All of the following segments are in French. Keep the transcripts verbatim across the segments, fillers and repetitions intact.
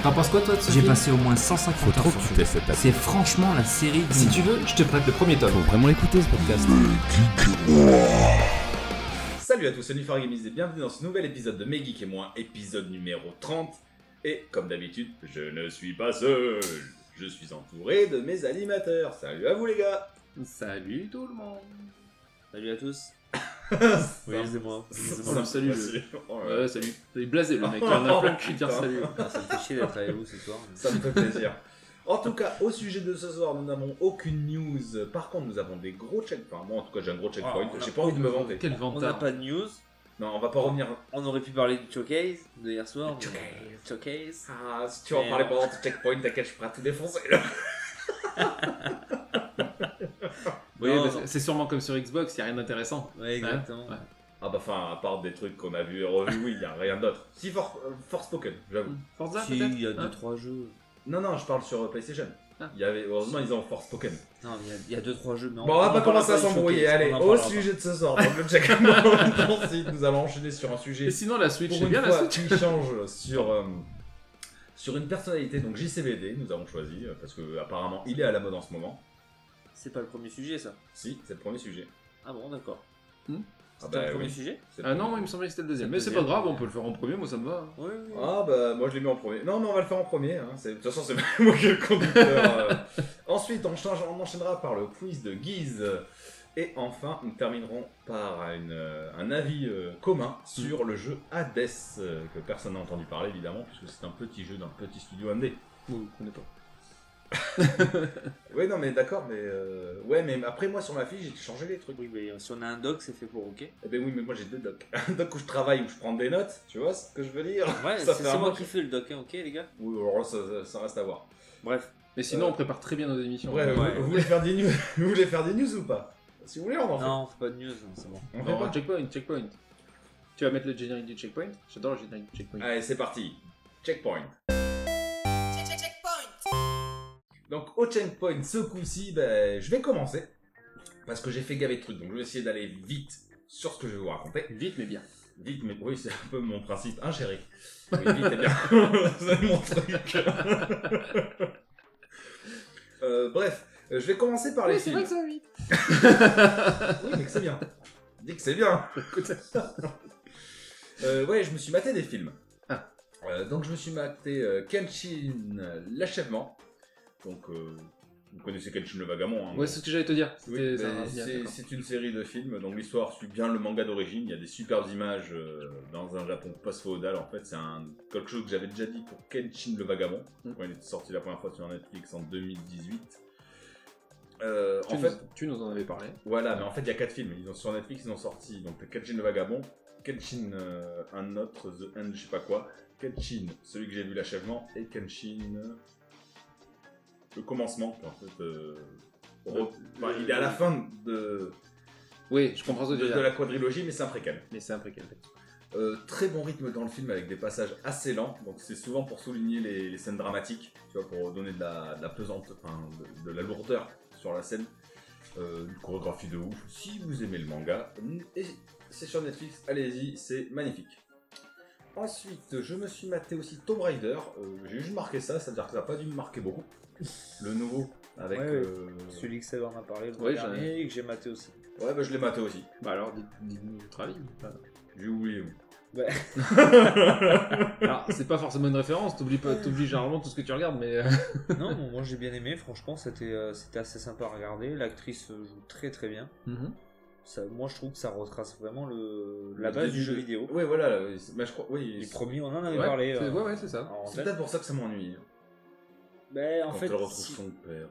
T'en penses quoi toi de ce J'ai film? passé au moins cent cinquante Faut trop heures. que tu te laisses cette C'est franchement la série du Si moment. tu veux, je te prête le premier tome. Faut vraiment l'écouter ce podcast. Salut à tous, c'est Nufar Games et bienvenue dans ce nouvel épisode de Mes Geeks et moi, épisode numéro trente. Et comme d'habitude, je ne suis pas seul. Je suis entouré de mes animateurs. Salut à vous les gars. Salut tout le monde. Salut à tous. Oui, c'est moi. Oh, le salut, Facile. Oh là là. Ouais, salut. Il est blasé le mec, il en a plein de cul de dire Putain. salut. Ah, ça me fait chier d'être avec vous ce soir. Ça me fait plaisir. En tout cas, au sujet de ce soir, nous n'avons aucune news. Par contre, nous avons des gros checkpoints. Moi, en tout cas, j'ai un gros checkpoint. Ah, on a J'ai pas envie de me vanter. Quel On n'a vantard. pas de news. Non, on va pas revenir. On aurait pu parler du showcase de hier soir. mais- Showcase. Showcase. Ah, si tu veux en Mais, parler euh, pendant ton checkpoint, t'inquiète, je pourrais tout défoncer. Là. Oui, Non, parce non. que c'est sûrement comme sur Xbox, il n'y a rien d'intéressant. Ouais, exactement. Ouais. Ah bah enfin, à part des trucs qu'on a vu et revus, oui, il y a rien d'autre. Si, For- euh, Forspoken, j'avoue. Forza Si, peut-être il y a hein deux trois jeux. Non, non, je parle sur euh, PlayStation. Ah. Il y avait, heureusement, ils ont Forspoken. Non, il y a- il y a deux trois jeux. Mais Bon, on va pas en commencer à parlera du s'embrouiller. showcase, Allez, on en au parlera sujet de ce soir. Donc, le checkpoint, ensuite, nous allons enchaîner sur un sujet Et sinon la Switch, pour c'est une bien la fois Switch. qui change sur, euh, sur une personnalité. Donc, J C V D, nous avons choisi, euh, parce que apparemment il est à la mode en ce moment. pas. C'est pas le premier sujet ça. Si, c'est le premier sujet. Ah bon, d'accord. Ah C'était bah le premier oui. sujet c'est le Ah premier non, moi il me sujet. semblait que c'était le deuxième. C'est Mais le c'est pas deuxième. grave, on peut le faire en premier, moi ça me va. hein. Oui, oui. Ah bah moi je l'ai mis en premier. Non mais on va le faire en premier. Hein. C'est- De toute façon c'est moi qui ai le conducteur. euh. Ensuite on, change, on enchaînera par le quiz de Guise. Et enfin nous terminerons par une, euh, un avis euh, commun sur le jeu Hades. euh, que personne n'a entendu parler évidemment puisque c'est un petit jeu d'un petit studio indé. Ouh, je connais pas. Oui non mais d'accord mais... euh, Ouais mais après moi sur ma fiche j'ai changé les trucs. Oui, mais si on a un doc, c'est fait pour ok. Eh ben oui mais moi j'ai deux docs. Un doc où je travaille où je prends des notes. Tu vois ce que je veux dire? Ouais, Ça c'est fait un c'est moi mois qui fais le doc, hein, ok les gars. Oui alors ça, ça- ça reste à voir. Bref. Mais sinon Euh, on prépare très bien nos émissions. Ouais, Ouais. vous, vous voulez faire des news Vous voulez faire des news ou pas? Si vous voulez, on en fait. Non, on fait pas de news, non, c'est bon. On fait Non, pas. checkpoint, checkpoint. Tu vas mettre le générique du checkpoint? J'adore le générique du checkpoint. Allez, c'est parti. Checkpoint. Donc au checkpoint, ce coup-ci, ben, je vais commencer parce que j'ai fait gaver de trucs. Donc je vais essayer d'aller vite sur ce que je vais vous raconter. Vite mais bien. Vite, mais oui, c'est un peu mon principe. Hein, chérie? Oui, vite et bien. C'est mon truc. Euh, bref, euh, je vais commencer par les Oui, c'est films. vrai que ça va vite. Oui, mais que c'est bien. Dis que c'est bien. Écoute, Euh, ouais, je me suis maté des films. Ah. Euh, donc je me suis maté euh, Kenshin euh, l'achèvement. Donc euh, vous connaissez Kenshin le Vagabond. Hein, ouais, c'est ce que j'allais te dire. Oui, C'était- mais ça va bien, c'est d'accord. c'est une série de films. Donc l'histoire suit bien le manga d'origine. Il y a des superbes images euh, dans un Japon post-féodal. En fait, c'est un quelque chose que j'avais déjà dit pour Kenshin le Vagabond Mm. quand il était sorti la première fois sur Netflix en deux mille dix-huit. Euh, Tu en nous- fait, tu nous en avais parlé. voilà, mais en fait, il y a quatre films. Ils ont, sur Netflix, ils ont sorti donc Kenshin le Vagabond, Kenshin euh, un autre, The End, je sais pas quoi, Kenshin, celui que j'ai vu l'achèvement, et Kenshin euh, le commencement, qui en fait, euh, re- enfin, il est à la fin de, Oui, je comprends ce que de, tu veux de dire. la quadrilogie, mais c'est un préquel. Mais c'est un préquel. Euh, très bon rythme dans le film avec des passages assez lents, donc c'est souvent pour souligner les, les scènes dramatiques, tu vois, pour donner de la, de la pesante, enfin de, de la lourdeur sur la scène. Euh, une chorégraphie de ouf. Si vous aimez le manga, et c'est sur Netflix, allez-y, c'est magnifique. Ensuite, je me suis maté aussi Tomb Raider. Euh, j'ai juste marqué ça, c'est-à-dire que ça n'a pas dû me marquer beaucoup. Le nouveau, avec. Ouais, ouais. euh, Celui que ça en a parlé le Ouais, dernier et que j'ai maté aussi. Ouais, bah je l'ai maté aussi. Bah alors, dites- dites-nous votre avis. Enfin, J'ai oublié. Alors, c'est pas forcément une référence, t'oublies pas, t'oublies généralement tout ce que tu regardes, mais. euh, Non, bon, moi j'ai bien aimé, franchement c'était euh, c'était assez sympa à regarder, l'actrice euh, joue très très bien. mhm. Ça, moi je trouve que ça retrace vraiment le, la Le base début du jeu de- vidéo. Ouais, voilà. oui, c'est- bah, je crois. Oui. Les c'est- premiers, on en avait Ouais, parlé. c'est- euh, ouais, ouais, c'est ça. en C'est fait. peut-être pour ça que ça m'ennuie. Ben, en Quand fait, elle retrouve si- son père.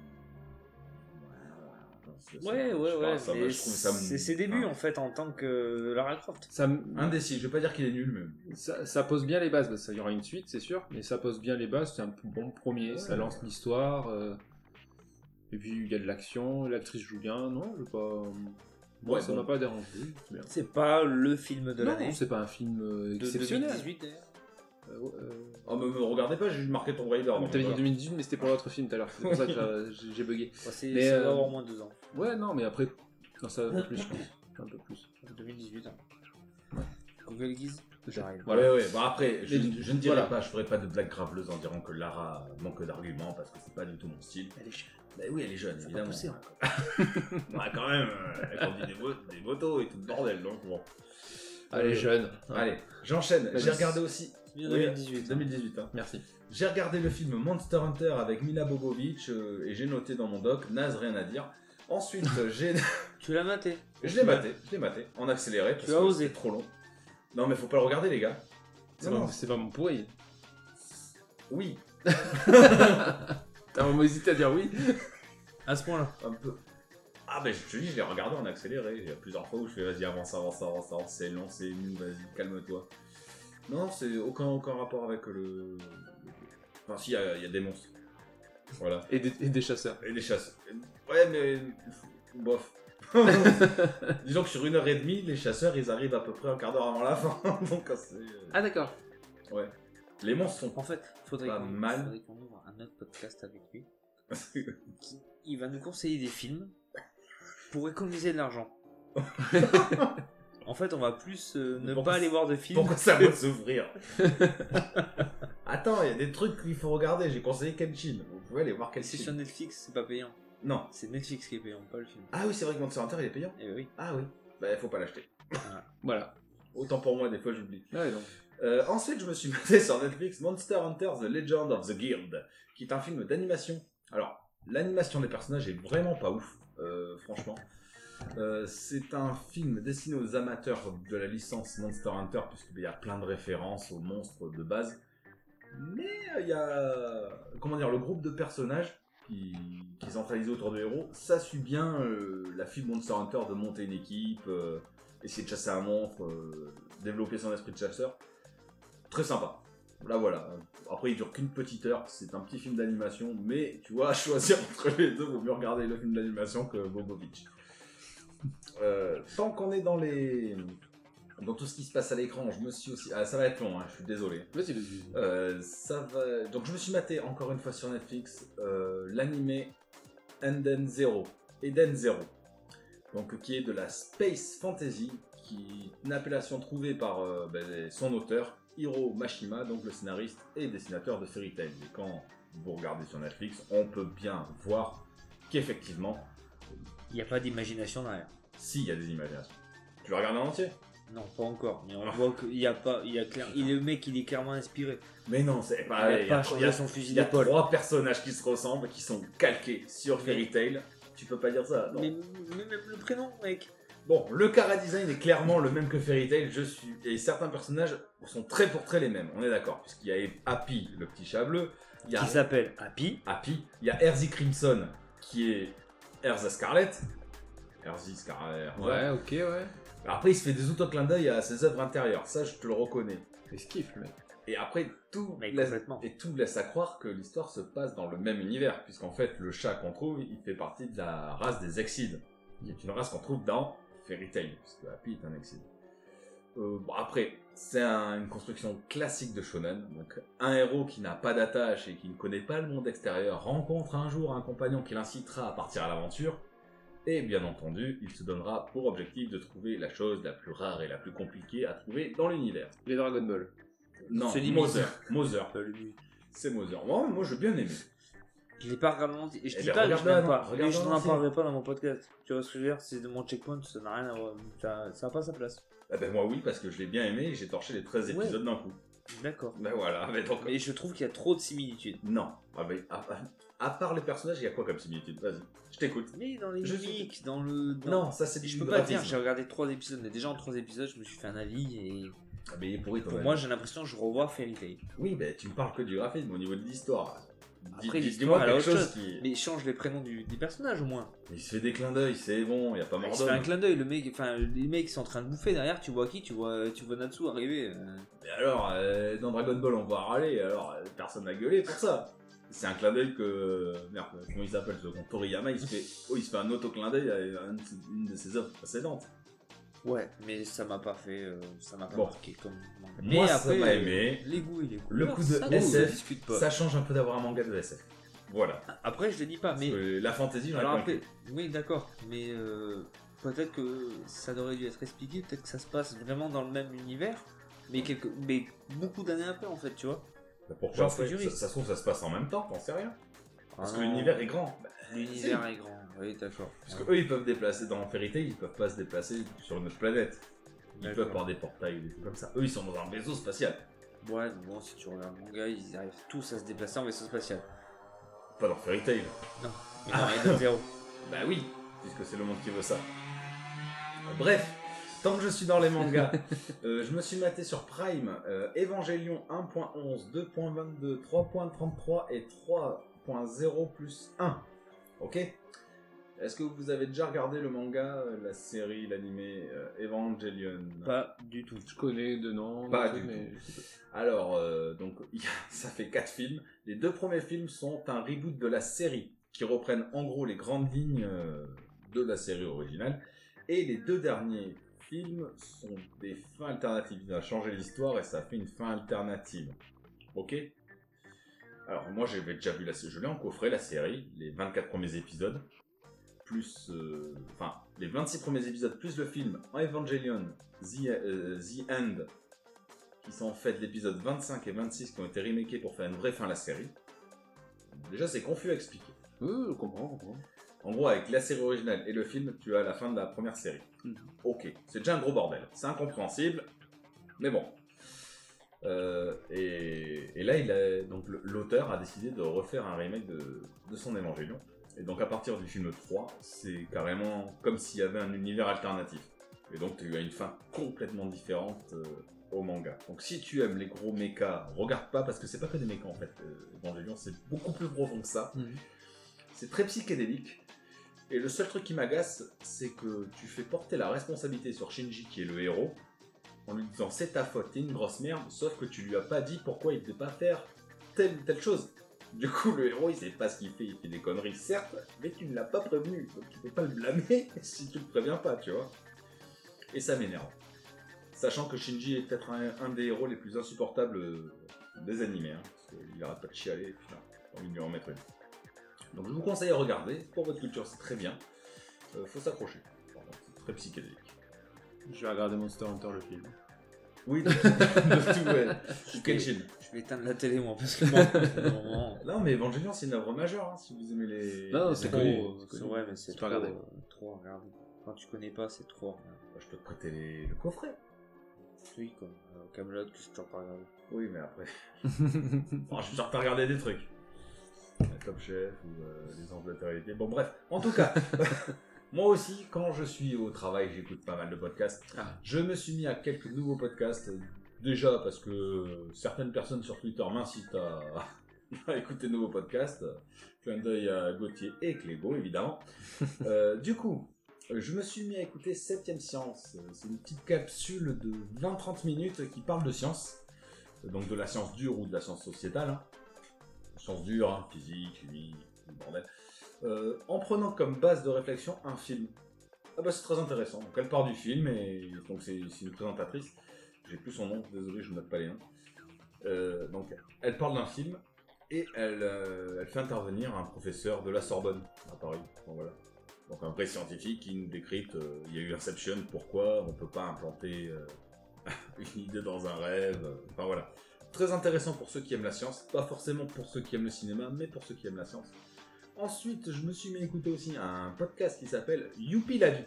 ouais, ouais, Je sais ouais, pas, ça, mais moi, je trouve ça me- c'est ses débuts Ah. en fait en tant que Lara Croft. Ça, m- Indécis, je vais pas dire qu'il est nul, mais. ça, ça pose bien les bases, parce qu'il y aura une suite, c'est sûr, mais ça pose bien les bases, c'est un bon premier, ça Ouais. lance l'histoire, euh, et puis il y a de l'action, l'actrice joue bien, non, je pas. Moi, Ouais, ça bon. m'a pas dérangé, c'est bien. C'est pas le film de non, l'année. c'est pas un film euh, De exceptionnel. deux mille dix-huit d'ailleurs. Euh, ouais, euh, Oh, me, me regardez pas, j'ai juste marqué Tomb Raider. donc T'avais dit voilà. deux mille dix-huit, mais c'était pour l'autre film tout à l'heure, c'est pour ça que euh, j'ai j'ai bugué. Ouais, c'est, Mais, ça euh, doit avoir moins de deux ans. Ouais, non, mais après, non, ça va un peu plus, je pense. Un peu plus. deux mille dix-huit. Hein. Ouais. Google Guise. J'arrive. Voilà. Ouais, ouais. Bon, après, je, Mais- je ne dirais voilà. pas, je ferai pas de blagues graveleuses en disant que Lara manque d'arguments parce que c'est pas du tout mon style. Elle est chère. Bah oui, elle est jeune, Ça va évidemment. pousser, hein. Ouais, quand même, euh, elle conduit des, mo- des motos et tout le bordel, donc bon. Allez, Euh, jeune. Allez, j'enchaîne. Vas-y. J'ai regardé aussi. C'est bien Oui, deux mille dix-huit. deux mille dix-huit, hein. Merci. J'ai regardé le film Monster Hunter avec Mila Bobovic euh, et j'ai noté dans mon doc, naze, rien à dire. Ensuite, euh, j'ai. Tu l'as maté. Je l'ai maté, je l'ai maté, en accéléré parce Tu as que osé. c'est trop long. Non, mais faut pas le regarder, les gars. C'est Non, pas, non. c'est pas mon pourri. Oui, T'as vraiment hésité à dire oui. À ce point-là. un peu. Ah, ben je te dis, je l'ai regardé en accéléré. Il y a plusieurs fois où je fais vas-y, avance, avance, avance, avance, c'est long, c'est nul, vas-y, calme-toi. Non, c'est aucun, aucun rapport avec le. Enfin, si, il y, a- il y a des monstres. Voilà. Et des, et des chasseurs. Et des chasseurs. Ouais, mais. Bof. Disons que sur une heure et demie, les chasseurs ils arrivent à peu près un quart d'heure avant la fin. Donc c'est. Ah d'accord. Ouais. Les monstres sont. En fait, faudrait Pas qu'on mal. faudrait qu'on ouvre un autre podcast avec lui. Qui- il va nous conseiller des films pour économiser de l'argent. En fait, on va plus euh, ne Pourquoi pas aller voir de films. Pourquoi ça va s'ouvrir? Attends, il y a des trucs qu'il faut regarder. J'ai conseillé Kenshin. Vous pouvez aller voir C'est Kenshin. sur Netflix, c'est pas payant. Non. C'est Netflix qui est payant, pas le film. Ah oui, c'est vrai que Monster Hunter il est payant. Eh oui. Ah oui. Bah, il faut pas l'acheter. Voilà. Autant pour moi, des fois j'oublie. Ouais, donc. Euh, ensuite, je me suis maté sur Netflix Monster Hunter The Legend of the Guild, qui est un film d'animation. Alors, l'animation des personnages est vraiment pas ouf, euh, franchement. Euh, c'est un film destiné aux amateurs de la licence Monster Hunter, puisqu'il y a plein de références aux monstres de base. Mais euh, il y a, comment dire, le groupe de personnages qui, qui est centralisé autour de héros, ça suit bien euh, la fille Monster Hunter de monter une équipe, euh, essayer de chasser un monstre, euh, développer son esprit de chasseur. Très sympa. Là voilà. Après il dure qu'une petite heure, c'est un petit film d'animation, mais tu vois, à choisir entre les deux, vaut mieux regarder le film d'animation que Bobovic. Euh, tant qu'on est dans les... dans tout ce qui se passe à l'écran, je me suis aussi... Ah, ça va être long, hein, je suis désolé. Vas-y, vas-y. Euh, ça va... Donc je me suis maté encore une fois sur Netflix euh, l'animé Eden Zero, Eden Zero, donc qui est de la space fantasy, qui une appellation trouvée par euh, ben, son auteur Hiro Mashima, donc le scénariste et dessinateur de Fairy Tail. Et quand vous regardez sur Netflix, on peut bien voir qu'effectivement, Il n'y a pas d'imagination derrière. si, il y a des imaginations. Tu le regardes en entier? Non, pas encore. Mais on voit qu'il y a pas, il y a clair, il est le mec, il est clairement inspiré. Mais non, c'est Il pas. n'a Il y pas a, changé il y a- son fusil il y a d'épaule. trois personnages qui se ressemblent, qui sont calqués sur Fairy Tail. Tu peux pas dire ça, non. Mais, mais même le prénom, mec. Bon, le chara design est clairement le même que Fairy Tail, je suis... Et certains personnages sont très pour très les mêmes, on est d'accord. Puisqu'il y a Happy, le petit chat bleu. Il y a Qui s'appelle Happy. Happy. Il y a Erzi Crimson, qui est Erza Scarlet. Erzi Scarlet. Ouais, ok, ouais. Après, il se fait des auto-clins d'œil à ses œuvres intérieures, ça je te le reconnais. Il se kiffe, le mec. Et après, tout Mais laisse, complètement. et tout laisse à croire que l'histoire se passe dans le même univers, puisqu'en fait, le chat qu'on trouve, il fait partie de la race des Exides, qui est une race qu'on trouve dans Fairy Tail, puisque Happy est un Exide. Euh, bon, après, c'est un- une construction classique de shonen, donc un héros qui n'a pas d'attache et qui ne connaît pas le monde extérieur rencontre un jour un compagnon qui l'incitera à partir à l'aventure, et bien entendu, il se donnera pour objectif de trouver la chose la plus rare et la plus compliquée à trouver dans l'univers. Les Dragon Ball. Non, C'est limite. Mother. Mother. Pas lui. C'est Mother. Moi, moi, j'ai bien aimé. Je l'ai pas regardé en entier. Et je Eh dis ben, pas que je regarde-la, l'aime non, pas. regarde-la Mais je en n'en entier. parlerai pas dans mon podcast. Tu vois ce que je veux dire? C'est de mon checkpoint, ça n'a rien à voir. Ça n'a pas sa place. Ah ben moi oui, parce que je l'ai bien aimé et j'ai torché les treize Ouais. épisodes d'un coup. D'accord. Ben voilà, mais donc... Mais je trouve qu'il y a trop de similitudes. Non. Ah ben, à, à- à part les personnages, il y a quoi comme similitude? Vas-y, je t'écoute. Mais dans les Je mimiques, dans le. dans- Non, ça c'est du Je peux pas dire, graphisme. j'ai regardé trois épisodes, mais déjà en trois épisodes, je me suis fait un avis et Ah ben il est pourri ton pour avis. moi, j'ai l'impression que je revois Fairy Tail. Oui, ben tu me parles que du graphisme au niveau de l'histoire. Dis- Après, dis- l'histoire, dis-moi elle a quelque autre chose chose. qui... Mais change les prénoms du, des personnages au moins. Il se fait des clins d'œil, c'est bon, il y a pas Il mort se fait un d'homme. clin d'œil, le mec, enfin, les mecs sont en train de bouffer derrière, tu vois qui? Tu vois, tu vois Natsu arriver. euh. Mais alors, euh, dans Dragon Ball, on va râler, alors euh, personne n'a gueulé pour ça. C'est un clin d'œil que... Merde, comment il s'appelle ce con? Toriyama, il se fait, oh, il se fait un auto-clin d'œil à une, une de ses œuvres précédentes. Ouais, mais ça m'a pas fait, euh, ça m'a pas Bon. marqué comme manga. Moi, Mais ça après, m'a euh, aimé. Les goûts et les Le couleurs, coup de ça, S on F, discute pas. ça change un peu d'avoir un manga de S F. Voilà. Après, je le dis pas, Parce mais que la fantasy, j'en ai alors pas après, inclus. oui, d'accord, mais euh, peut-être que ça aurait dû être expliqué, peut-être que ça se passe vraiment dans le même univers, Mais, quelques... mais beaucoup d'années après, en fait, tu vois. Bah, pourquoi Genre après, ça, futuriste. ça se trouve, ça se passe en même temps, t'en sais rien. Parce Ah que non. l'univers est grand. Bah, L'univers si. est grand, oui, d'accord. Parce que eux, ils peuvent déplacer dans Fairy Tail, ils peuvent pas se déplacer sur une autre planète. Ils D'accord. peuvent par des portails ou des trucs comme ça. Eux, ils sont dans un vaisseau spatial. Ouais, mais bon, si tu regardes le manga, ils arrivent tous à se déplacer en vaisseau spatial. Pas dans Fairy Tail. Non, mais dans Raiden Zero. Bah oui, puisque c'est le monde qui veut ça. Bref, tant que je suis dans les mangas, euh, je me suis maté sur Prime euh, Evangelion un point onze, deux point vingt-deux, trois point trente-trois et trois point zéro plus un. Ok. Est-ce que vous avez déjà regardé le manga, euh, la série, l'animé euh, Evangelion? Pas du tout. Je connais de nom. Pas de du mais... Alors, euh, donc, il y a- ça fait quatre films. Les deux premiers films sont un reboot de la série, qui reprennent en gros les grandes lignes euh, de la série originale. Et les deux derniers films sont des fins alternatives. Il a changé l'histoire et ça fait une fin alternative. Ok. Alors, moi, j'avais déjà vu la série. Je l'ai en coffret, la série, les vingt-quatre premiers épisodes. Plus, euh, enfin, les vingt-six premiers épisodes, plus le film Evangelion The, euh, The End, qui sont en fait l'épisode vingt-cinq et vingt-six qui ont été remakés pour faire une vraie fin à la série. Déjà, c'est confus à expliquer. Oui, je comprends, je comprends. En gros, avec la série originale et le film, tu as la fin de la première série. Mhm. Ok, c'est déjà un gros bordel. C'est incompréhensible, mais bon. Euh, et, et là, il a, donc, l'auteur a décidé de refaire un remake de, de son Evangelion. Et donc, à partir du film trois, c'est carrément comme s'il y avait un univers alternatif. Et donc, tu as une fin complètement différente euh, au manga. Donc, si tu aimes les gros mechas, regarde pas, parce que c'est pas que des mechas en fait. Euh, Evangelion, c'est beaucoup plus profond que ça. Mhm. C'est très psychédélique. Et le seul truc qui m'agace, c'est que tu fais porter la responsabilité sur Shinji, qui est le héros, en lui disant c'est ta faute, t'es une grosse merde, sauf que tu lui as pas dit pourquoi il devait pas faire telle ou telle chose. Du coup, le héros, il sait pas ce qu'il fait, il fait des conneries, certes, mais tu ne l'as pas prévenu, donc tu peux pas le blâmer si tu le préviens pas, tu vois. Et ça m'énerve. Sachant que Shinji est peut-être un, un des héros les plus insupportables euh, des animés, hein, parce qu'il arrête pas de chialer, et puis là, j'ai envie de lui en mettre une. Donc je vous conseille à regarder, pour votre culture c'est très bien, euh, faut s'accrocher, c'est très psychédélique. Je vais regarder Monster Hunter le film. Oui, de, de tout, ouais. Ou Kenshin. Je vais éteindre la télé, moi, parce que bon, non, Non, mais Evangelion c'est une œuvre majeure, hein, si vous aimez les... Non, les c'est séries. connu. trop, c'est c'est connu. vrai, mais c'est Tu trop, peux regarder. euh, trop à regarder. Quand tu connais pas, c'est trop à regarder. Bah, je peux te prêter les- le coffret. Oui, comme euh, Camelot que je t'en pas regardé. Oui, mais après... Bon, je suis sûr que t'as regardé des trucs. Top Chef ou euh, les Anges de la Télé. Bon, bref, en tout cas, moi aussi, quand je suis au travail, j'écoute pas mal de podcasts. Ah. Je me suis mis à quelques nouveaux podcasts. Déjà parce que certaines personnes sur Twitter m'incitent à, à écouter de nouveaux podcasts. Clin d'œil à Gauthier et Clégo, évidemment. Euh, du coup, je me suis mis à écouter septième Science. C'est une petite capsule de vingt à trente minutes qui parle de science. Donc de la science dure ou de la science sociétale. Hein. Science dure, hein, physique, chimie, tout le bordel. Euh, en prenant comme base de réflexion un film. Ah bah c'est très intéressant. Donc elle part du film et donc c'est c'est une présentatrice. J'ai plus son nom, désolé, je ne note pas les noms. Euh, donc elle parle d'un film et elle, euh, elle fait intervenir un professeur de la Sorbonne à Paris. Donc, voilà. Donc un vrai scientifique qui nous décrypte. Euh, il y a eu Inception, pourquoi on ne peut pas implanter euh, une idée dans un rêve. euh, Enfin voilà. Très intéressant pour ceux qui aiment la science, pas forcément pour ceux qui aiment le cinéma, mais pour ceux qui aiment la science. Ensuite, je me suis mis à écouter aussi un podcast qui s'appelle Youpi la vie.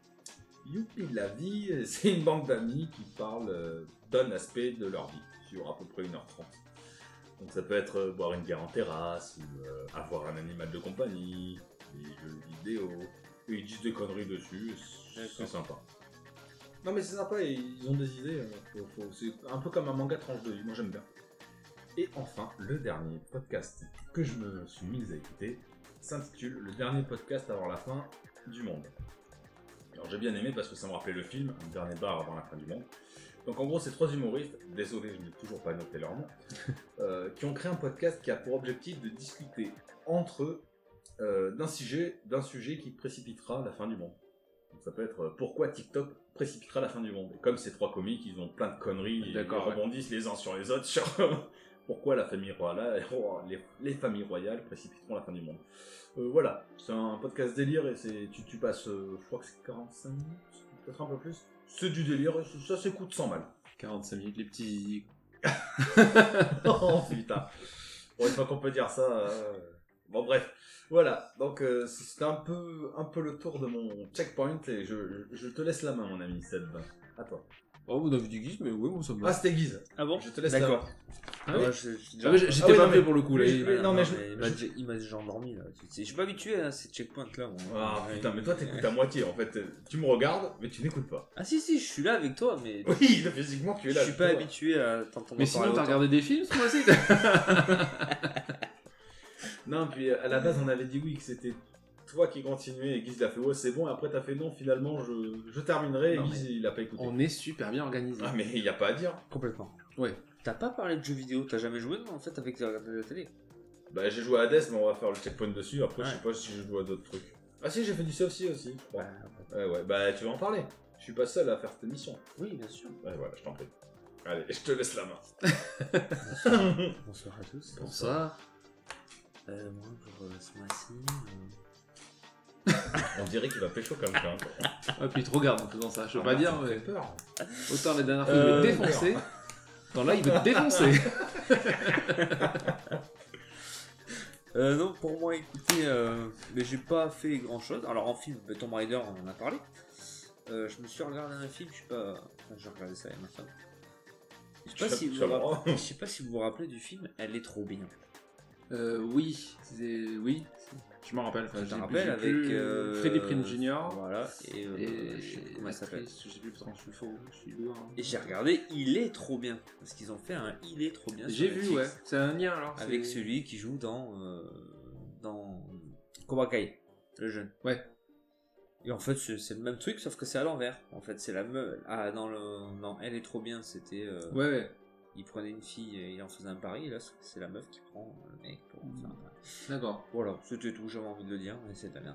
Youpi la vie, c'est une bande d'amis qui parlent euh, d'un aspect de leur vie, sur à peu près une heure trente. Donc ça peut être euh, boire une bière en terrasse, ou euh, avoir un animal de compagnie, des jeux vidéo, et ils disent des conneries dessus, c'est D'accord. sympa. Non mais c'est sympa, et ils ont des idées, euh, faut- faut- c'est un peu comme un manga tranche de vie, moi j'aime bien. Et enfin, le dernier podcast que je me suis mis à écouter s'intitule « Le dernier podcast avant la fin du monde ». Alors j'ai bien aimé parce que ça me rappelait le film « Un dernier bar avant la fin du monde ». Donc en gros, c'est trois humoristes, désolé, je n'ai toujours pas noté leur nom, euh, qui ont créé un podcast qui a pour objectif de discuter entre eux euh, d'un sujet, d'un sujet qui précipitera la fin du monde. Donc ça peut être euh, pourquoi TikTok précipitera la fin du monde. Et comme ces trois comiques, ils ont plein de conneries, et ils D'accord, ouais. rebondissent les uns sur les autres sur pourquoi la famille royale, les, les familles royales précipiteront la fin du monde. Euh, voilà, c'est un podcast délire et c'est, tu, tu passes, euh, je crois que c'est quarante-cinq minutes, peut-être un peu plus. C'est du délire, ça s'écoute sans mal. quarante-cinq minutes, les petits zizi. Oh putain. Bon, une fois qu'on peut dire ça. euh, Bon, bref. Voilà. Donc, euh, c'était un peu, un peu le tour de mon checkpoint et je, je te laisse la main, mon ami Seb. À toi. Oh, on a vu du Guise, mais ouais, moi ça me va. Ah, c'était Guise. Ah bon? Je te laisse la main. D'accord. Ah Ouais, oui. je- je- Ah, mais J'étais Ah oui, pas non, prêt mais- pour le coup là. mais il- je- mais- non, mais je- il m'a déjà- il m'a déjà endormi là. Je suis pas habitué à ces checkpoints là. Ah putain, mais toi t'écoutes à moitié en fait. Tu me regardes, mais tu n'écoutes pas. Ah si si, je suis là avec toi, mais Oui, physiquement tu es je là. suis pas toi. habitué à t'entendre Mais parler sinon, t'as autant. regardé des films ce mois-ci? Non, puis à la base on avait dit oui que c'était toi qui continuais et Guise l'a fait ouais c'est bon et après t'as fait non finalement je, je terminerai et Non, Guise il a pas écouté. On est super bien organisé. Ah mais il y a pas à dire. Complètement. Ouais. T'as pas parlé de jeux vidéo, t'as jamais joué non, en fait avec la, la télé. Bah j'ai joué à Hades mais on va faire le checkpoint dessus après je Ouais. sais pas si je joue à d'autres trucs. Ah si j'ai fait du C aussi aussi je crois. Ouais, Ouais ouais bah tu vas en parler. Je suis pas seul à faire cette émission. oui, bien sûr. Ouais voilà je t'en prie. Allez je te laisse la main. Bonsoir à tous. Pour ça. Euh, moi pour euh, ce mois-ci. On dirait qu'il va pécho comme ça. Hein. Ah, puis il te regarde en faisant ça. Je peux pas Ah, dire, ça me mais. fait peur. Autant la dernière fois, Euh, il veut te défoncer. Tant là, il veut te défoncer. Euh, non, pour moi, écoutez, euh, mais j'ai pas fait grand chose. Alors en film, bah, Tomb Raider, on en a parlé. Euh, je me suis regardé un film, je sais pas. Enfin, j'ai regardé ça avec ma femme. Je sais pas, Je- si je vous vous vois. rappelez, je sais pas si vous vous rappelez du film, elle est trop bien. Euh, oui. C'est... Oui. Je m'en rappelle. Enfin, Je j'ai te plus- rappelle j'ai avec plus euh, Freddie Prinze Junior Voilà, et, euh, Et. je sais plus comment elle s'appelle. l'actrice, Je sais plus, pourtant, je suis faux. Je suis lourd. hein. Et j'ai regardé, il est trop bien. Parce qu'ils ont fait un il est trop bien. sur J'ai vu, Netflix, ouais. C'est un lien alors. Avec c'est- celui qui joue dans, euh, dans Cobra Kai, le jeune. Ouais. Et en fait, c'est c'est le même truc, sauf que c'est à l'envers. En fait, c'est la meuf. Ah, dans le. Non, elle est trop bien, c'était. euh, Ouais, ouais. Il prenait une fille et il en faisait un pari, et là, c'est la meuf qui prend le mec pour faire un pari. D'accord. Voilà, c'était tout, j'avais envie de le dire, mais c'est la merde.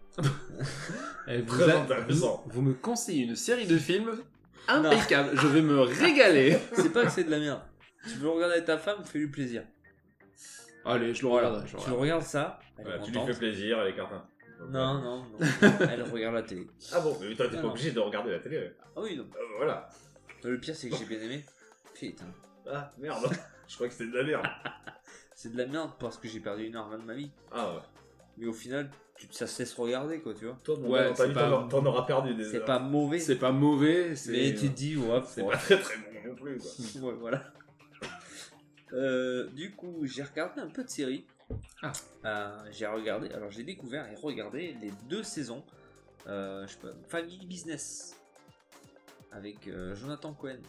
Eh, vous, Très a- intéressant. vous, vous me conseillez une série de films impeccable. Je vais me régaler. C'est pas que c'est de la merde. Tu veux regarder avec ta femme, fais-lui plaisir. Allez, je le Voilà, regarde. je le tu regarde. regardes ça, elle est Voilà, tu lui contente. fais plaisir elle écarte un. Non, non, non. Elle regarde la télé. Ah bon mais toi t'es Non, pas non. obligé de regarder la télé. Ouais. Ah oui, non. Euh, voilà. Le pire, c'est que j'ai bien aimé. Putain. Ah merde. Je croyais que c'était de la merde. C'est de la merde parce que j'ai perdu une heure vingt de ma vie. Ah ouais. Mais au final, tu, ça se laisse regarder, quoi, tu vois. Toi, mon Ouais, gars, dans ta c'est vie, pas- t'en auras- t'en auras perdu des C'est heures. pas mauvais. C'est pas mauvais. C'est... Mais tu te dis, ouais, C'est ouais. pas très très bon non plus quoi. Ouais, voilà. Euh, du coup, j'ai regardé un peu de séries. Ah. Euh, j'ai regardé, alors j'ai découvert et regardé les deux saisons. Euh, je sais pas, Family Business avec euh, Jonathan Cohen,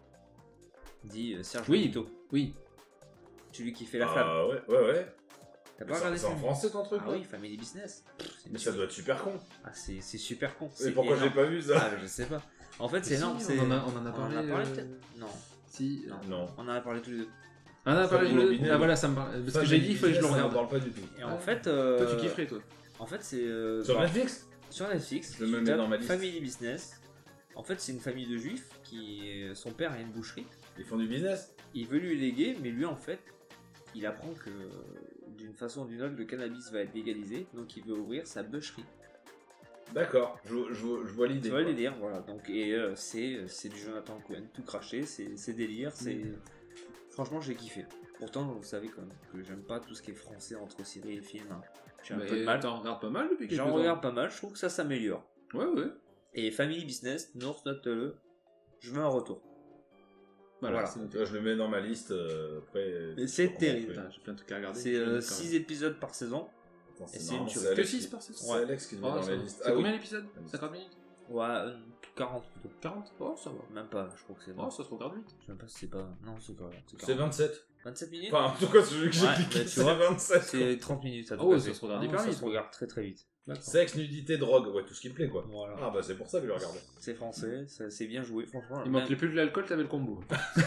dit euh, Serge Oui. Benito, Oui. celui qui fait la femme. Ah ouais, ouais, ouais. T'as Mais pas C'est regardé c'est en ça français ton truc Ah là oui, Family Business. Pff, c'est Mais ça doit être super con. Ah, c'est c'est super con. Mais C'est pourquoi j'ai énorme. pas vu ça Ah, mais je sais pas. En fait, c'est Si, énorme. on c'est- en a- on en a on parlé, en a parlé euh, peut-être Non. Si. Non. Non. On en a parlé tous les deux. Ah, on a parlé Family de... Business. Ah voilà, ça me parle. Parce Enfin, que j'ai dit, il fallait que je le ça me regarde. parle pas du tout. Et Ah. en fait, euh, Toi, tu kifferais, toi. En fait, c'est euh, Sur bah, Netflix sur Netflix. Je le tu mets tapes dans ma liste. Family Business. En fait, c'est une famille de juifs qui, son père a une boucherie. Ils font du business. Il veut lui léguer, mais lui, en fait, il apprend que d'une façon ou d'une autre, le cannabis va être légalisé, donc il veut ouvrir sa bûcherie. D'accord, je, je, je vois l'idée. Tu vois quoi. les délire, voilà. Donc, et euh, c'est c'est du Jonathan Cohen tout craché, c'est c'est délire, c'est. Mm. Franchement, j'ai kiffé. Pourtant, vous savez quand même que j'aime pas tout ce qui est français entre séries et films. hein. J'ai un Mais peu de mal. t'en regardes pas mal depuis quelques J'en temps. regarde pas mal, je trouve que ça s'améliore. Ouais, ouais. Et Family Business, note-le, je veux un retour. Voilà. Voilà. c'est Tu noté. vois, je le mets dans ma liste. euh, après. Mais c'est je sais pas comment terrible. on fait. Putain, j'ai plein de trucs à regarder. C'est Je vais mettre quand six même. épisodes par saison. Attends, Et c'est marrant, une tuerie. Alex Que qui- six par saison. C'est Alex qui le met Oh, dans ça la va. liste. C'est Ah combien oui. l'épisode cinquante minutes Ouais, euh, quarante plutôt. quarante Oh, ça va. Même pas, je crois que c'est Oh, ça se regarde vite. Je sais même pas si c'est pas. Non, c'est quoi C'est quarante. vingt-sept. vingt-sept minutes Enfin, en tout cas, celui que j'ai Ouais, cliqué, bah, tu c'est vois, vingt-sept. C'est trente minutes à tout Oh, casser. ça se regarde Non, hyper Ça vite, se quoi. regarde très très vite. Sexe, nudité, drogue. Ouais, tout ce qui me plaît, quoi. Voilà. Ah, bah, c'est pour ça que je le regardais. C'est français, ça- c'est bien joué, franchement. Il même- manquait plus que l'alcool, t'avais le combo.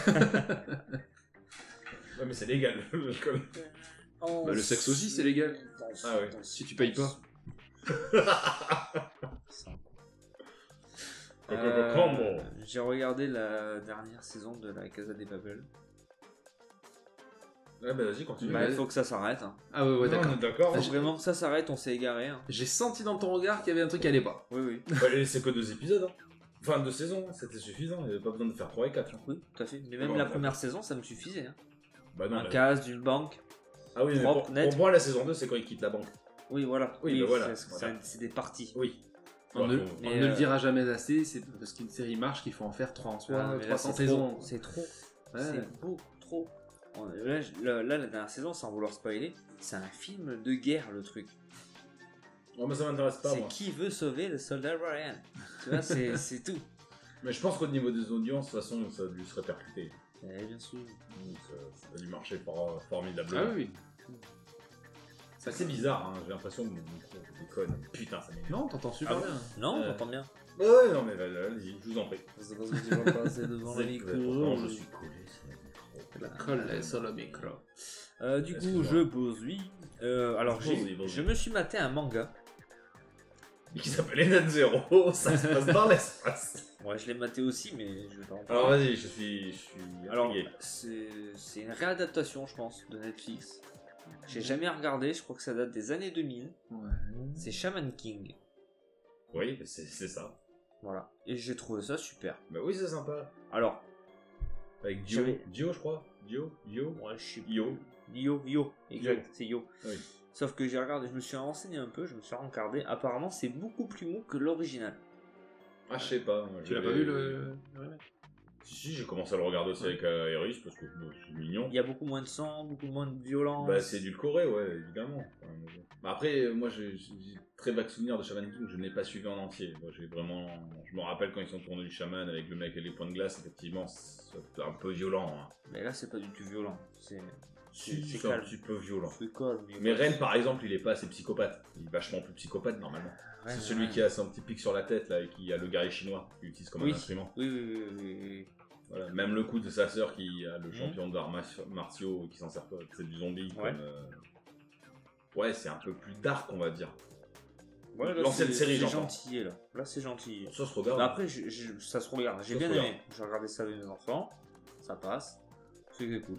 Ouais, mais c'est légal, l'alcool. Oh, Bah, le sexe aussi, c'est légal. Ah ouais. Si tu payes pas. Ça. Coco Euh, combo. J'ai regardé la dernière saison de la Casa des Papel. Ouais, bah, vas-y, continue. Bah, il faut que ça s'arrête. Hein. Ah ouais, ouais, Non, d'accord. on est d'accord. Faut vraiment que ça s'arrête, on s'est égaré. Hein. J'ai senti dans ton regard qu'il y avait un truc qui allait pas. Oui, oui. Bah, c'est que deux épisodes. Hein. Fin de saison, c'était suffisant, il n'y avait pas besoin de faire trois et quatre. Oui, tout à fait. Mais même Bon, la bah, première saison, ça me suffisait. Hein. Bah non, Un là- casse d'une banque. Ah oui, mais propre, pour, net. pour moi, la saison deux, c'est quand il quitte la banque. Oui, voilà. Oui, bah voilà, c'est- voilà. c'est- C'est des parties. Oui. On, Ouais, ne, faut- on mais, ne euh, le dira jamais assez, c'est parce qu'une série marche qu'il faut en faire trois en soi, Ah, mais là, trois cents c'est saisons. trop, C'est trop. Ouais. C'est beaucoup trop. On- Là, je- là, là, la dernière saison, sans vouloir spoiler, c'est un film de guerre le truc. Oh, mais ça m'intéresse pas, C'est moi. qui veut sauver le soldat Ryan. Tu vois, c'est c'est tout. Mais je pense qu'au niveau des audiences, de toute façon, ça a dû se répercuter. Eh, bien sûr. Donc, ça, ça a dû marcher for- formidablement. Ah oui, C'est assez bizarre, hein. J'ai l'impression que mon micro déconne. Putain, ça m'énerve. non, t'entends super Ah bon bien. Non, Euh, t'entends bien. Ouais, ouais, non, mais là, là, allez-y, je vous en prie. C'est parce que tu vas passer devant le C'est- micro. pourtant, je suis collé sur le micro. La colle est sur le micro. Euh, du coup, Excuse-moi. je poursuis. Euh, alors, j'ai- Poursuis, poursuis. je me suis maté un manga. Qui s'appelle Net Zero, ça se passe dans l'espace. Ouais, je l'ai maté aussi, mais je vais pas en Alors parler. vas-y, je suis, je suis Alors, intrigué. c'est c'est une réadaptation, je pense, de Netflix. J'ai jamais regardé, je crois que ça date des années deux mille. Ouais. C'est Shaman King. Oui, c'est c'est ça. Voilà. Et j'ai trouvé ça super. Bah oui, c'est sympa. Alors, Avec Dio, J'avais- Dio, je crois. Dio, Dio, ouais, je suis. Yo. Yo, yo, exact, Yo. c'est yo. Oui. Sauf que j'ai regardé, je me suis renseigné un peu, je me suis rencardé. Apparemment, c'est beaucoup plus mou que l'original. Ah, je sais pas. moi, Tu l'as j'avais- pas vu le, le remake? Si, si, j'ai commencé à le regarder aussi avec euh, Eris parce que bon, c'est mignon. Il y a beaucoup moins de sang, beaucoup moins de violence. Bah, c'est édulcoré, ouais, évidemment. Enfin, mais bon. Bah, après, euh, moi, j'ai j'ai très vague souvenir de Shaman King, je ne l'ai pas suivi en entier. Moi, j'ai vraiment. Je me rappelle quand ils sont tournés du Shaman avec le mec avec les points de glace, effectivement, c'est un peu violent. Hein. Mais là, c'est pas du tout violent. C'est c'est- Si, c'est c'est un calme. petit peu violent. C'est calme. il y a Mais pas de- Ren, par exemple, il est pas assez psychopathe. Il est vachement plus psychopathe normalement. Ren, C'est celui Ren. qui a son petit pic sur la tête là et qui a le guerrier chinois qu'il utilise comme Oui. un instrument. Oui, oui, oui, oui, oui. Voilà. Même le coup de sa sœur qui a le Mhm. champion d'arts ma- martiaux qui s'en sert pas, c'est du zombie. Ouais. Comme, euh, ouais, c'est un peu plus dark, on va dire. Ouais, là, L'ancienne c'est- série, c'est j'entends. gentil, là. Là, c'est gentil. Ça se regarde. Bah après, je- je- ça se regarde. J'ai Ça bien se aimé. regarde. J'ai regardé ça avec mes enfants. Ça passe. C'est cool.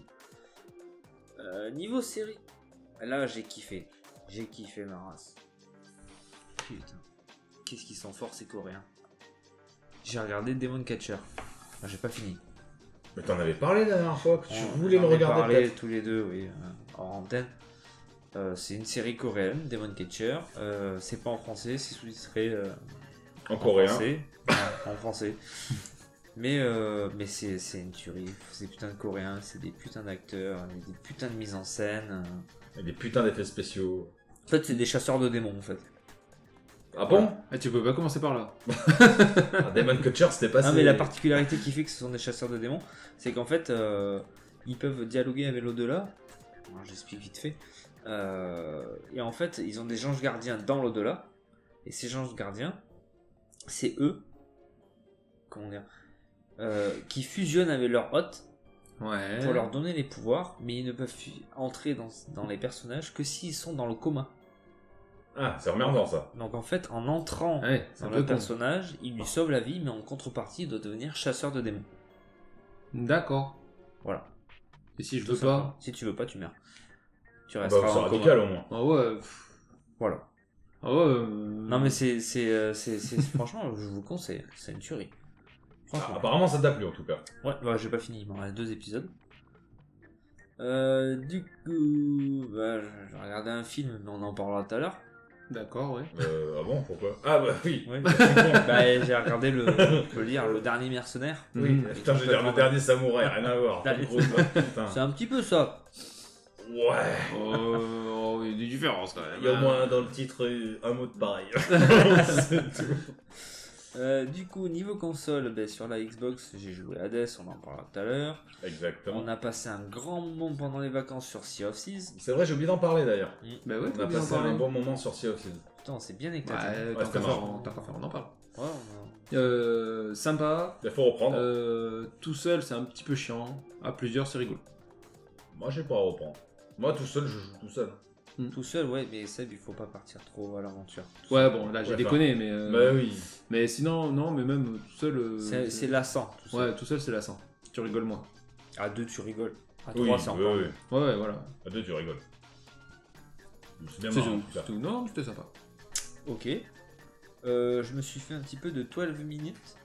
Euh, niveau série, là, j'ai kiffé. J'ai kiffé ma race. Putain. Qu'est-ce qu'ils sont forts, ces Coréens. J'ai regardé Demon Catcher. Enfin, j'ai pas fini. Mais t'en avais parlé la dernière fois que tu On- voulais j'en le ai regarder parlé peut-être. tous les deux, oui, euh, en antenne. Euh, c'est une série coréenne, Demon Catcher. Euh, c'est pas en français, c'est sous-titré euh, En coréen. français. en, en français. Mais, euh, mais c'est, c'est une tuerie. C'est des putains de coréens, c'est des putains d'acteurs, il y a des putains de mise en scène. Il y a des putains d'effets spéciaux. En fait, c'est des chasseurs de démons, en fait. Ah bon Ah, tu peux pas commencer par là. Ah, Demon Catcher, c'était pas Non, si- mais la particularité qui fait que ce sont des chasseurs de démons, c'est qu'en fait, euh, ils peuvent dialoguer avec l'au-delà. Alors, j'explique vite fait. Euh, et en fait, ils ont des anges gardiens dans l'au-delà. Et ces anges gardiens, c'est eux, comment dire, euh, qui fusionnent avec leur hôte Ouais. pour leur donner les pouvoirs, mais ils ne peuvent fu- entrer dans, dans les personnages que s'ils sont dans le coma. Ah, c'est emmerdant ça. Donc en fait, en entrant Ouais, c'est dans un le peu con. personnage, il lui sauve la vie, mais en contrepartie, il doit devenir chasseur de démons. D'accord. Voilà. Et si je Tout veux simplement. pas? Si tu veux pas, tu meurs. Tu Bah, resteras c'est en radical coma. au moins. Ah ouais. pff. Voilà. Ah ouais. euh, Non mais c'est, c'est, euh, c'est, c'est- franchement, je vous le conseille, c'est une tuerie. Ah, Franchement. apparemment, ça t'a plu en tout cas. Ouais, bah, j'ai pas fini, il m'en reste deux épisodes. Euh, du coup, bah, j'ai regardé un film, mais on en parlera tout à l'heure. D'accord, ouais. Euh, ah bon, pourquoi Ah bah oui. Ouais. bah, j'ai regardé le, on peut le dire, le dernier mercenaire. Oui, Mhm. putain, je veux dire, le dernier samouraï, rien à voir. Dernier- Quelle grosse meuf, putain. C'est un petit peu ça. Ouais. Oh, il y a des différences quand même. Il y a au moins dans le titre euh, un mot de pareil. C'est tout. Euh, du coup, niveau console, bah, sur la Xbox, j'ai joué à Hades, on en parlera tout à l'heure. Exactement. On a passé un grand moment pendant les vacances sur Sea of Thieves. C'est vrai, j'ai oublié d'en parler d'ailleurs. Bah ouais, On a t'as bien passé parlé. un bon moment sur Sea of Thieves. Putain, on s'est bien éclaté. Ouais, Ouais, tant c'était qu'à marrant. faire, tant qu'à faire, on en parle. Ouais, on a- Euh, sympa. Il faut reprendre. Euh, tout seul, c'est un petit peu chiant. À plusieurs, c'est rigolo. Moi, j'ai pas à reprendre. Moi, tout seul, je joue tout seul. Tout seul, ouais, mais Seb, il faut pas partir trop à l'aventure. Ouais, bon, là, j'ai Ouais, déconné, mais. euh, Bah oui. Mais sinon, non, mais même tout seul. euh, C'est, c'est lassant. Tout seul. Ouais, tout seul, c'est lassant. Tu rigoles moins. À deux, tu rigoles. À Oui, trois, c'est oui, encore oui. mieux. Ouais, ouais, voilà. À deux, tu rigoles. C'est bien C'est marrant, tout, en tout cas. c'est tout. Non, c'était sympa. Ok. Euh, je me suis fait un petit peu de douze minutes.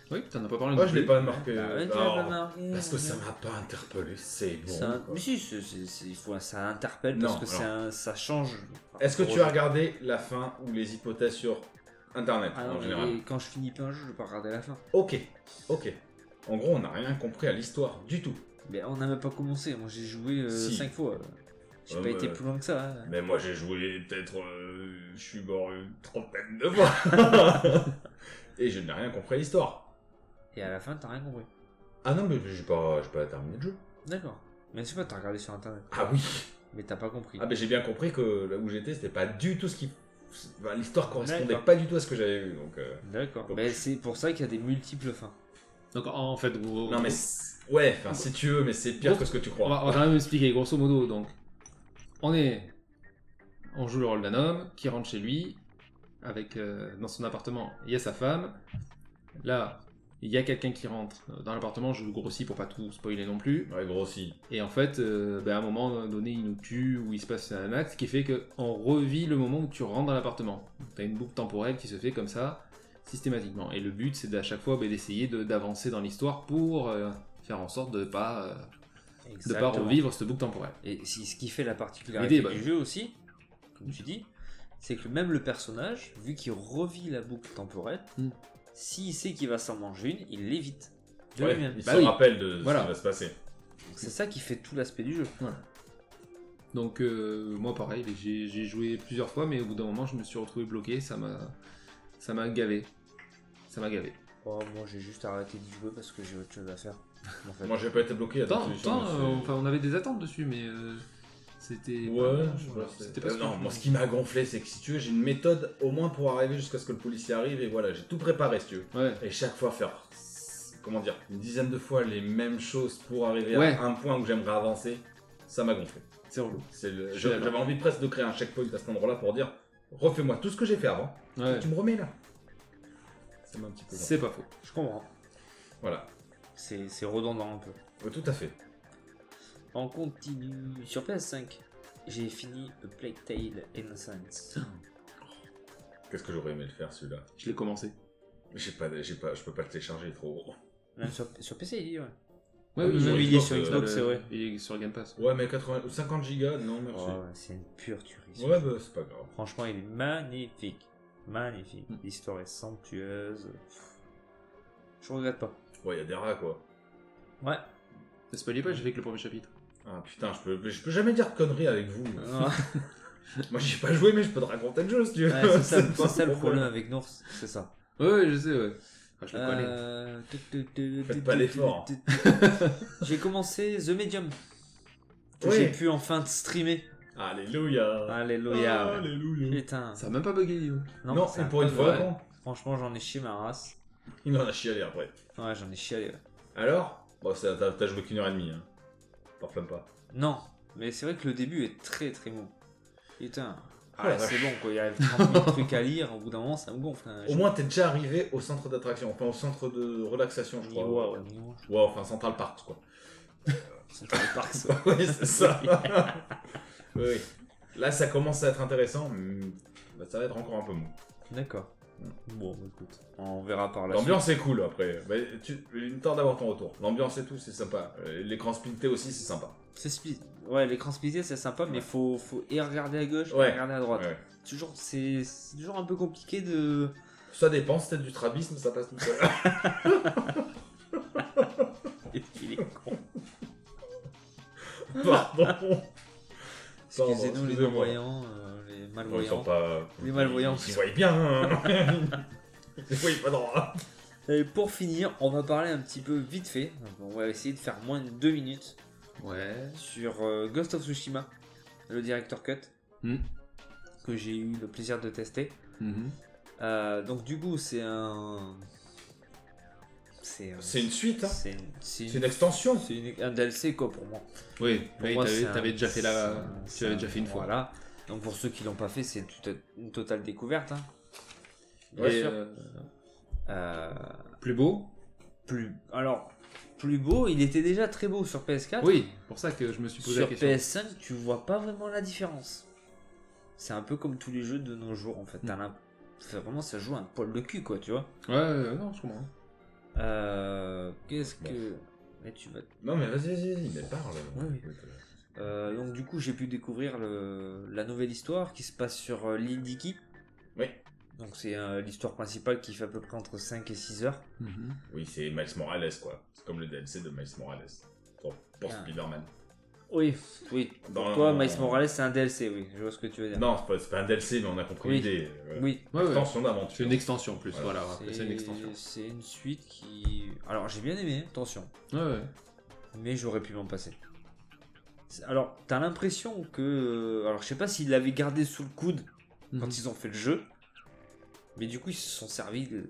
Oui, t'en as pas parlé. Moi, non je l'ai plus. pas marqué. Bah ouais, tu Alors, l'as pas marqué, parce que ça ouais. m'a pas interpellé, c'est bon. Ça- quoi. Mais si, c'est, c'est- c'est- il faut, ça interpelle Non, parce que c'est alors. un- ça change. par Est-ce que rapport tu aux as autres. regardé la fin ou les hypothèses sur internet Ah non, en mais général? quand je finis pas un jeu, je vais pas regarder la fin. Ok, ok. En gros, on n'a rien compris à l'histoire du tout. Mais on n'a même pas commencé. Moi, j'ai joué Si. cinq fois. J'ai Ouais, pas ouais. été plus loin que ça. hein. Mais moi, j'ai joué peut-être. euh, je suis mort une trentaine de fois. Et je n'ai rien compris à l'histoire. Et à la fin, t'as rien compris. Ah non, mais j'ai pas, j'ai pas terminé le jeu. D'accord. Mais c'est pas, t'as regardé sur internet. Ah oui. Mais t'as pas compris. Ah, mais j'ai bien compris que là où j'étais, c'était pas du tout ce qui. Bah, l'histoire correspondait D'accord. pas du tout à ce que j'avais vu. Donc, euh, D'accord. Donc, Mais c'est pour ça qu'il y a des multiples fins. Donc en fait, gros, Non, mais. c'est- Ouais, enfin, si tu veux, mais c'est pire que ce que tu on crois. va, on va quand même expliquer grosso modo. Donc, on est, on joue le rôle d'un homme qui rentre chez lui avec euh, dans son appartement. Il y a sa femme. Là, il y a quelqu'un qui rentre dans l'appartement. Je grossis pour pas tout spoiler non plus. Ouais, grossi. Et en fait, euh, ben, à un moment donné, il nous tue ou il se passe un acte qui fait qu'on revit le moment où tu rentres dans l'appartement. Tu as une boucle temporelle qui se fait comme ça, systématiquement. Et le but, c'est à chaque fois ben, d'essayer de- d'avancer dans l'histoire pour euh, faire en sorte de ne pas, euh, de pas Exactement. revivre cette boucle temporelle. Et si- ce qui fait la particularité L'idée, bah, du jeu aussi, comme tu dis, c'est que même le personnage, vu qu'il revit la boucle temporelle, Mm. s'il sait qu'il va s'en manger une, il l'évite de Ouais, lui-même. il Bah se oui. rappelle de ce Voilà. qui va se passer. Donc C'est ça qui fait tout l'aspect du jeu. Donc euh, moi pareil, j'ai j'ai joué plusieurs fois, mais au bout d'un moment, je me suis retrouvé bloqué, ça m'a ça m'a gavé. Ça m'a gavé. Oh, moi j'ai juste arrêté d'y jouer parce que j'ai autre chose à faire. En fait. Moi, j'ai pas été bloqué à Tant, d'autres tant, solutions, euh, mais c'est- enfin, on avait des attentes dessus, mais euh, c'était... Ouais, pas- je sais pas, c'est- c'était pas Euh, ce que non, je moi ce voulais. qui m'a gonflé, c'est que si tu veux, j'ai une méthode au moins pour arriver jusqu'à ce que le policier arrive, et voilà, j'ai tout préparé si tu veux. Ouais. Et chaque fois faire, comment dire, une dizaine de fois les mêmes choses pour arriver Ouais. à un point où j'aimerais avancer, ça m'a gonflé. C'est relou. C'est le- Je suis je- d'accord. J'avais envie presque de créer un checkpoint à cet endroit-là pour dire, refais-moi tout ce que j'ai fait avant, Ouais. et tu me remets là. Ça m'a un petit peu gonflé. C'est pas faux. Je comprends. Voilà. C'est c'est redondant un peu. Ouais, tout à fait. On continue. Sur P S cinq, j'ai fini A Plague Tale Innocence. Qu'est-ce que j'aurais aimé le faire celui-là. Je l'ai commencé. J'ai pas, j'ai pas, je peux pas le télécharger, il est trop gros. Même sur, sur P C, il y est, ouais. Ouais, oui, oui, sur oui, Xbox, sur euh, Xbox, c'est vrai. Il est sur Game Pass. Ouais, mais quatre-vingts, cinquante gigas, non merci. Oh, ouais, c'est une pure tuerie. ce Ouais, jeu. bah c'est pas grave. Franchement, il est magnifique. Magnifique. Mm. L'histoire est somptueuse. Je regrette pas. Ouais, y a des rats quoi. Ouais. Ne spoilez pas, j'ai fait que le premier chapitre. Ah putain, je peux, je peux jamais dire de conneries avec vous. Ouais, Moi j'ai pas joué, mais je peux te raconter le jeu si tu veux. c'est ça, pas c'est ça le un problème avec Nours, c'est ça. Ouais, ouais, je sais, ouais. Enfin, je le connais. Euh, tu- tu- tu- Faites tu- pas tu- l'effort. tu- tu- J'ai commencé The Medium. Que Ouais. j'ai pu enfin streamer. Alléluia. Alléluia. ouais. Alléluia. Putain. Ça a même pas bugué, dis donc. Non, ça et a pour pas une de- fois, ouais. non. Franchement, j'en ai chié ma race. Il en a chialé après. Ouais, j'en ai chialé. ouais. Alors Bon, ça- t'as t'as joué qu'une heure et demie. Hein. T'enflamme pas. Non, mais c'est vrai que le début est très très mou. Putain. Oh la Ah, c'est vache. bon quoi, il y a trente mille trucs à lire, au bout d'un moment ça me gonfle. hein. Au moins, t'es déjà arrivé au centre d'attraction, enfin au centre de relaxation, je crois. Niwa, ouais, Niwa. Ouais, enfin Central Park quoi. Central Park, ça. Oui, c'est ça. oui, oui. Là, ça commence à être intéressant, mais bah, ça va être encore un peu mou. D'accord. Bon, bah, écoute, on verra par la L'ambiance est cool après. Mais tu, une temps d'avoir ton retour. L'ambiance et tout, c'est sympa. Euh, L'écran splitté aussi, c'est sympa. suite. C'est split. Ouais, l'écran splitté c'est sympa, mais Ouais. faut, faut et regarder à gauche Ouais. et regarder à droite. Ouais. Toujours, c'est c'est toujours un peu compliqué de. Ça dépend, c'est peut-être du strabisme, ça passe tout seul. Il est con. Pardon. Excusez-nous les excusez-moi. non-voyants, euh, les Ouais, ils malvoyants. sont pas... Les malvoyants. Ils s'y voient bien. Hein. Ils voient pas droit. Et pour finir, on va parler un petit peu vite fait. On va essayer de faire moins de deux minutes Ouais. sur euh, Ghost of Tsushima, le director cut, Hmm. que j'ai eu le plaisir de tester. Mhm. Euh, donc du coup, c'est un, c'est, un- C'est une suite, hein. c'est une, c'est C'est une extension. c'est une- un D L C quoi pour moi. Oui, Pour oui, moi, t'avais c'est un- t'avais déjà fait la... c'est un- Tu c'est l'avais un- déjà fait une fois. Voilà. Donc pour ceux qui l'ont pas fait, c'est tout- une totale découverte. Hein. Bien Et, sûr. euh, Euh, plus beau. plus, alors plus beau, il était déjà très beau sur P S quatre. Oui, pour ça que je me suis posé Sur la question. P S cinq, tu vois pas vraiment la différence. C'est un peu comme tous les jeux de nos jours en fait. T'as Mm. l'im- c'est vraiment ça joue un poil de cul quoi, tu vois. Ouais, ouais, ouais, non, je comprends. Euh, Qu'est-ce Bon. que. Mais tu vas. Non, mais vas-y, vas-y, vas-y, mais parle. Oui, oui. Euh, donc du coup j'ai pu découvrir le, la nouvelle histoire qui se passe sur euh, l'île d'Iki. Oui. Donc c'est euh, l'histoire principale qui fait à peu près entre cinq et six heures. Mhm. Oui, c'est Miles Morales, quoi. C'est comme le D L C de Miles Morales. Pour, pour Ah. Spider-Man. Oui, oui. Pour Dans- toi Miles Morales c'est un D L C, oui, je vois ce que tu veux dire. Non, c'est pas, c'est pas un D L C, mais on a compris Oui. l'idée. Euh, Oui. Ouais, ouais. Extension C'est d'aventure. une extension en plus, Voilà. voilà, après, c'est une extension. C'est une suite qui... Alors j'ai bien aimé, attention, Ouais, ouais. mais j'aurais pu m'en passer. C'est- Alors t'as l'impression que... Alors je sais pas s'ils l'avaient gardé sous le coude quand Mhm. ils ont fait le jeu, mais du coup ils se sont servis de...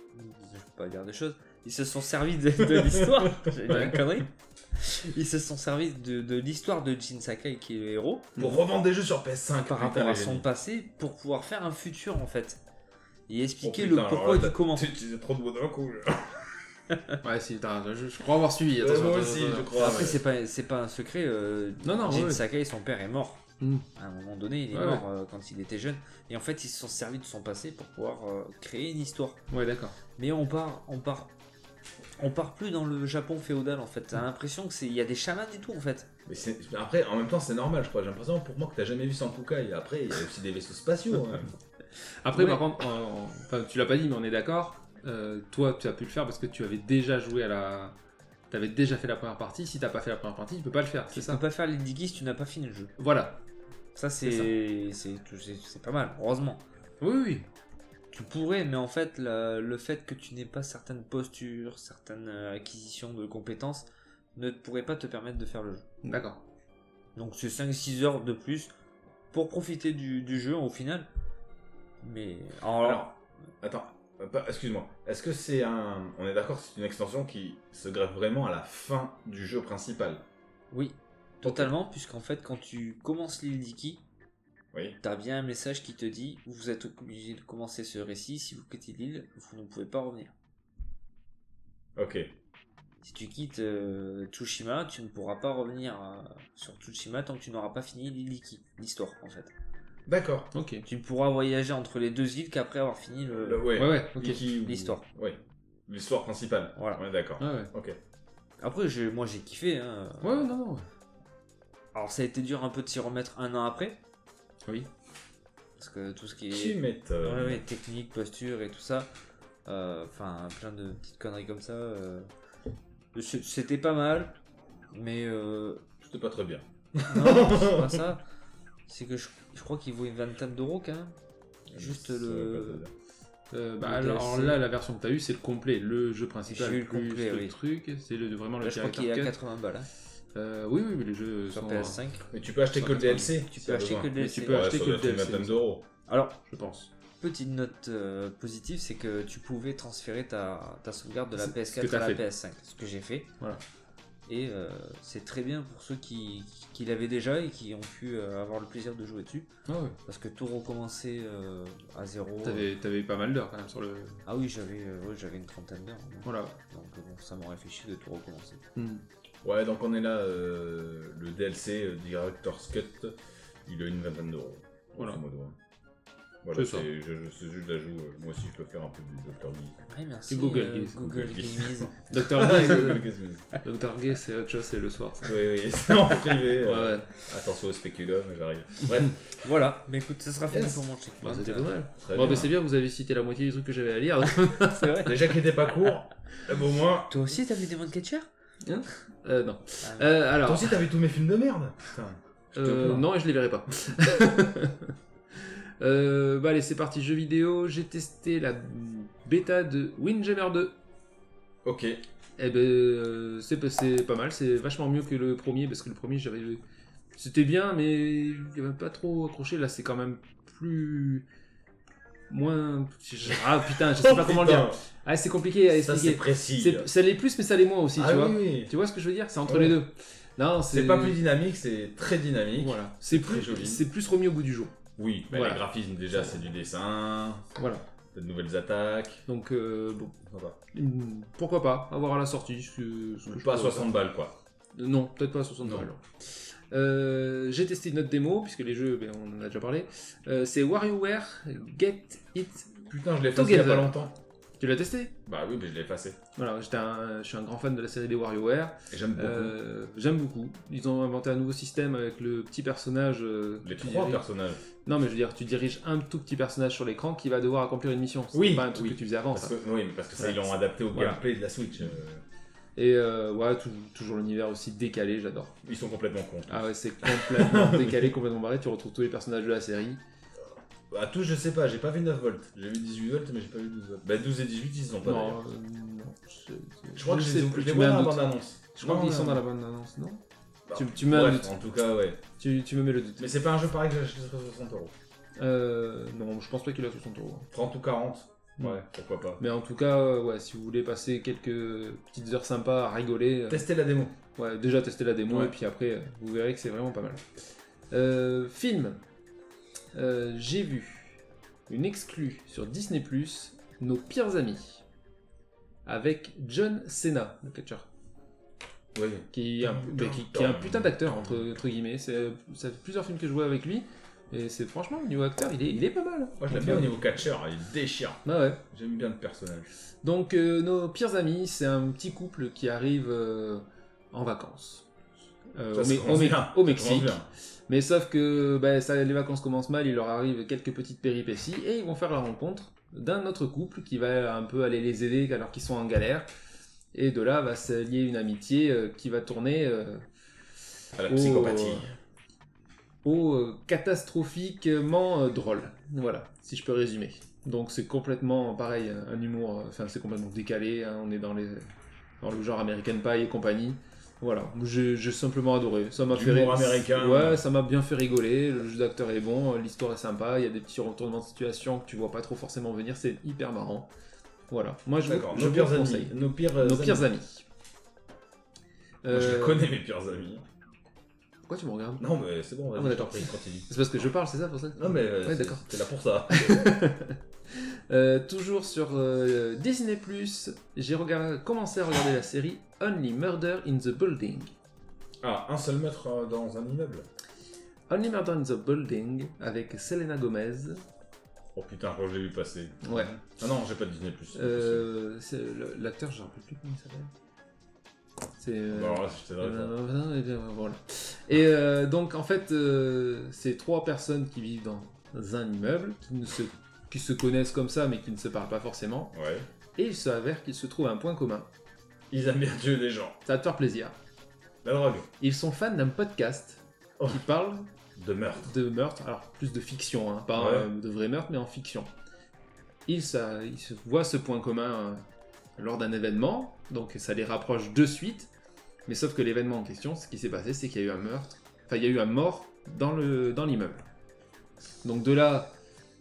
Je peux pas dire des choses. Ils se sont servis de, de l'histoire. J'allais dire une connerie. Ils se sont servis de, de l'histoire de Jin Sakai qui est le héros Pour revendre des jeux sur P S cinq. par putain, rapport à les son génies. passé pour pouvoir faire un futur en fait. Et Oh, expliquer putain, le alors pourquoi là, du t'as- comment. Tu utilises trop de mots d'un coup. là. Ouais, si, t'as- je, je crois avoir suivi. Ouais, Attention, moi attention, aussi, attention. je crois. Après ouais. c'est pas c'est pas un secret. euh, Non, non, Jin ouais. Sakai son père est mort. Mm. À un moment donné il est Ouais, mort euh, quand il était jeune. Et en fait ils se sont servis de son passé pour pouvoir euh, créer une histoire. Ouais, d'accord. Mais on part, on part, on part plus dans le Japon féodal en fait. T'as l'impression que c'est, il y a des chamans et tout en fait. Mais c'est- après, en même temps, c'est normal, je crois. J'ai l'impression pour moi que t'as jamais vu Sankukai. Après, il y a aussi des vaisseaux spatiaux. hein. Après, Ouais. par contre, en- en- enfin, tu l'as pas dit, mais on est d'accord. Euh, toi, tu as pu le faire parce que tu avais déjà joué à la. Tu avais déjà fait la première partie. Si t'as pas fait la première partie, tu peux pas le faire. C'est Tu ça. peux pas faire les digis si tu n'as pas fini le jeu. Voilà. Ça c'est, c'est, c'est, c'est pas mal. Heureusement. Oui, oui. Tu pourrais, mais en fait la- le fait que tu n'aies pas certaines postures, certaines euh, acquisitions de compétences ne pourrait pas te permettre de faire le jeu. D'accord. Donc c'est cinq six heures de plus pour profiter du, du jeu au final. Mais alors, Alors, attends, euh, pas- excuse-moi. Est-ce que c'est un. On est d'accord, c'est une extension qui se greffe vraiment à la fin du jeu principal. oui, totalement, puisqu'en fait quand tu commences l'île d'Iki, Oui. t'as bien un message qui te dit vous êtes obligé de commencer ce récit, si vous quittez l'île, vous ne pouvez pas revenir. Ok. Si tu quittes euh, Tsushima, tu ne pourras pas revenir euh, sur Tsushima tant que tu n'auras pas fini l'île d'Iki, l'histoire en fait. D'accord. Ok. Tu ne pourras voyager entre les deux îles qu'après avoir fini le... Le- ouais. Ouais, ouais. Ok. Iki ou- L'histoire. Ouais. L'histoire principale. Voilà. Ouais, d'accord. Ouais, ouais. Ok. Après, j'ai- moi j'ai kiffé. Hein. Ouais, ouais, non, non. ouais. Alors ça a été dur un peu de s'y remettre un an après, Oui. parce que tout ce qui Tu est m'étonnes. ouais, ouais, technique, posture et tout ça, euh, enfin plein de petites conneries comme ça. euh, c'est- C'était pas mal, mais euh, C'était pas très bien. non, c'est pas ça. C'est que je, je crois qu'il vaut une vingtaine d'euros quand même. Juste Ça veut pas te le. dire. Euh, bah, Le alors D L C. là, la version que t'as eue, c'est le complet. Le jeu principal J'ai eu le plus complet, le oui. truc. C'est le, vraiment le Là, je crois director qu'il est à cut. quatre-vingts balles hein, Euh, oui, oui, mais les jeux sur sont. P S cinq. Mais tu peux acheter que le D L C. Tu si peux t'as acheter besoin. que le D L C. tu peux Ouais, acheter ça que doit le être une D L C, vingtaine d'euros. Alors, Je pense. petite note euh, positive, c'est que tu pouvais transférer ta, ta sauvegarde de la C'est P S ce que quatre t'as à la fait. P S cinq, ce que j'ai fait. Voilà. Et euh, c'est très bien pour ceux qui, qui l'avaient déjà et qui ont pu euh, avoir le plaisir de jouer dessus. Ah ouais. Parce que tout recommencer euh, à zéro. T'avais, t'avais pas mal d'heures quand même sur le. Ah oui, j'avais euh, ouais, j'avais une trentaine d'heures. Donc, Voilà. donc, euh, bon, ça m'aurait fait chier de tout recommencer. Ouais, donc on est là. euh, le D L C euh, Director's Cut, il a une vingtaine d'euros. Voilà. grosso modo. Voilà, C'est ça. c'est, je, je, ce jeu, je la joue. euh, Moi aussi, je peux faire un peu du Docteur Gay. Ouais, merci. C'est Google euh, Gaze, Google Google Gaze. Docteur Gay, c'est... Docteur Gay, c'est autre chose, c'est le soir. ça. Oui, oui, c'est en privé. Ouais, euh, ouais. Attention au spéculum, j'arrive. Bref, Voilà, mais écoute, ça sera fini Yes. pour mon check. Bon, c'était pas mal. très Bon, bien. bah c'est bien, vous avez cité la moitié des trucs que j'avais à lire. donc- C'est vrai. Déjà qu'il était pas court, eh ben, au moins. Toi aussi, t'as vu Demon Catcher Euh, non. Ah, Euh, Toi alors. aussi, t'as vu tous mes films de merde. Putain. je te Euh, plains. non, et je les verrai pas. euh, bah allez, c'est parti, jeux vidéo. J'ai testé la bêta de Windjammer deux. Ok. Eh ben, euh, c'est, c'est pas mal, c'est vachement mieux que le premier, parce que le premier, j'avais... C'était bien, mais il n'y avait pas trop accroché. Là, c'est quand même plus... Moins... Ah putain, je sais pas comment le dire. Ah, c'est compliqué à Ça, c'est expliquer. précis. C'est- ça l'est plus, mais ça l'est moins aussi, Ah tu vois. oui, oui. Tu vois ce que je veux dire? C'est entre Ouais. les deux. Non, c'est... C'est pas plus dynamique, c'est très dynamique. Voilà. C'est très plus, joli. c'est plus remis au goût du jour. Oui, mais Voilà. les graphismes, déjà, c'est du dessin, Voilà. t'as de nouvelles attaques. Donc, euh, bon, Sympa. hum, pourquoi pas avoir à la sortie. Ce que, ce que je Pas à pourrais soixante balles, quoi. faire. Non, peut-être pas à soixante Non. balles. Euh, j'ai testé une autre démo, puisque les jeux, ben, on en a déjà parlé. Euh, c'est WarioWare Get It Putain, je l'ai fait il y a Together. pas longtemps. Tu l'as testé? Bah oui, mais je l'ai effacé. Voilà, j'étais un, je suis un grand fan de la série des WarioWare. Et j'aime beaucoup. Euh, J'aime beaucoup. Ils ont inventé un nouveau système avec le petit personnage. euh, Les tu trois diriges- personnages. Non, mais je veux dire, tu diriges un tout petit personnage sur l'écran qui va devoir accomplir une mission. C'est Oui, pas un truc oui. que tu faisais avant, Parce ça. que, oui, mais parce que ça, Ouais, ils l'ont c'est- adapté au voilà. gameplay de la Switch. euh, Et euh, ouais, tou- toujours l'univers aussi décalé, j'adore. Ils sont complètement cons. Ah ouais, c'est complètement décalé, complètement barré. Tu retrouves tous les personnages de la série. À tous, je sais pas, j'ai pas vu neuf volts. J'ai vu dix-huit volts, mais j'ai pas vu douze volts. Bah douze et dix-huit, ils y sont pas d'ailleurs. Non, euh, non. Je, Je crois que je sais les ai plus, je tu les mets vois un dans la doute. bande-annonce. Je crois Non, qu'ils non, sont dans non. la bande annonce, non? Bah, tu- tu mets un bref, doute. en tout cas, ouais. Tu, tu me mets le doute. Mais c'est pas un jeu pareil que j'ai acheté sur soixante euros. Euh, non, je pense pas qu'il a soixante euros. trente ou quarante. Mm. Ouais, pourquoi pas. Mais en tout cas, euh, ouais, si vous voulez passer quelques petites heures sympas à rigoler, euh, Testez la démo. ouais, déjà testez la démo Ouais. et puis après, euh, vous verrez que c'est vraiment pas mal. Euh, film. Euh, J'ai vu une exclue sur Disney plus, Nos pires amis, avec John Cena, le catcheur, Oui. qui est un, bah, qui, qui est un putain d'acteur entre, entre guillemets. C'est, ça fait plusieurs films que je vois avec lui et c'est franchement au niveau acteur, il est, il est pas mal. Moi je l'aime Donc, bien au euh, niveau catcheur, il déchire. bah ouais. J'aime bien le personnage. Donc, euh, Nos pires amis, c'est un petit couple qui arrive euh, en vacances. Euh, Ça au, se Mé- commence au Mé- bien. au Ça commence Mexique. bien. Mais sauf que bah, ça, les vacances commencent mal, il leur arrive quelques petites péripéties et ils vont faire la rencontre d'un autre couple qui va un peu aller les aider alors qu'ils sont en galère. Et de là va se lier une amitié euh, qui va tourner euh, À la au- psychopathie. au euh, catastrophiquement euh, drôle. Voilà, si je peux résumer. Donc c'est complètement pareil, un, un humour, euh, enfin c'est complètement décalé, hein, on est dans, les, dans le genre American Pie et compagnie. Voilà, j'ai j'ai simplement adoré. Ça m'a fait Humour ri- américain. Ouais, ça m'a bien fait rigoler. Le jeu d'acteur est bon, l'histoire est sympa. Il y a des petits retournements de situation que tu vois pas trop forcément venir. C'est hyper marrant. Voilà, moi je vous, D'accord, je nos vous pires le amis. conseille. Nos pires, Nos amis. pires amis. Moi, je Euh, les connais, mes pires amis. Pourquoi tu me regardes? Non, mais c'est bon, vas-y, Ah, ouais, d'accord. je t'en prie, continue. C'est parce que je parle, c'est ça pour ça? Non, mais euh, Ouais, c'est- d'accord. t'es là pour ça. Euh, toujours sur euh, Disney plus, j'ai regardé- commencé à regarder la série Only Murder in the Building. Ah, un seul maître euh, dans un immeuble. Only Murder in the Building avec Selena Gomez. Oh putain, quand je l'ai vu passer. Ouais. Ah non, j'ai pas de Disney plus. Euh, c'est le- l'acteur, je ne me rappelle plus comment il s'appelle. C'est. euh, Alors là, je t'aiderais pas. euh, euh, voilà. Et euh, donc en fait, euh, c'est trois personnes qui vivent dans un immeuble, qui, ne se, qui se connaissent comme ça, mais qui ne se parlent pas forcément. Ouais. Et il s'avère qu'ils se trouvent un point commun. Ils aiment bien tuer des gens. Ça va te faire plaisir. La drogue. Ils sont fans d'un podcast Oh. qui parle De meurtre. de meurtre, alors plus de fiction, hein, pas Ouais. euh, de vrai meurtre, mais en fiction. Ils, ça, ils se voient ce point commun euh, lors d'un événement, donc ça les rapproche de suite, mais sauf que l'événement en question, ce qui s'est passé, c'est qu'il y a eu un meurtre, enfin il y a eu un mort dans le dans l'immeuble. Donc de là,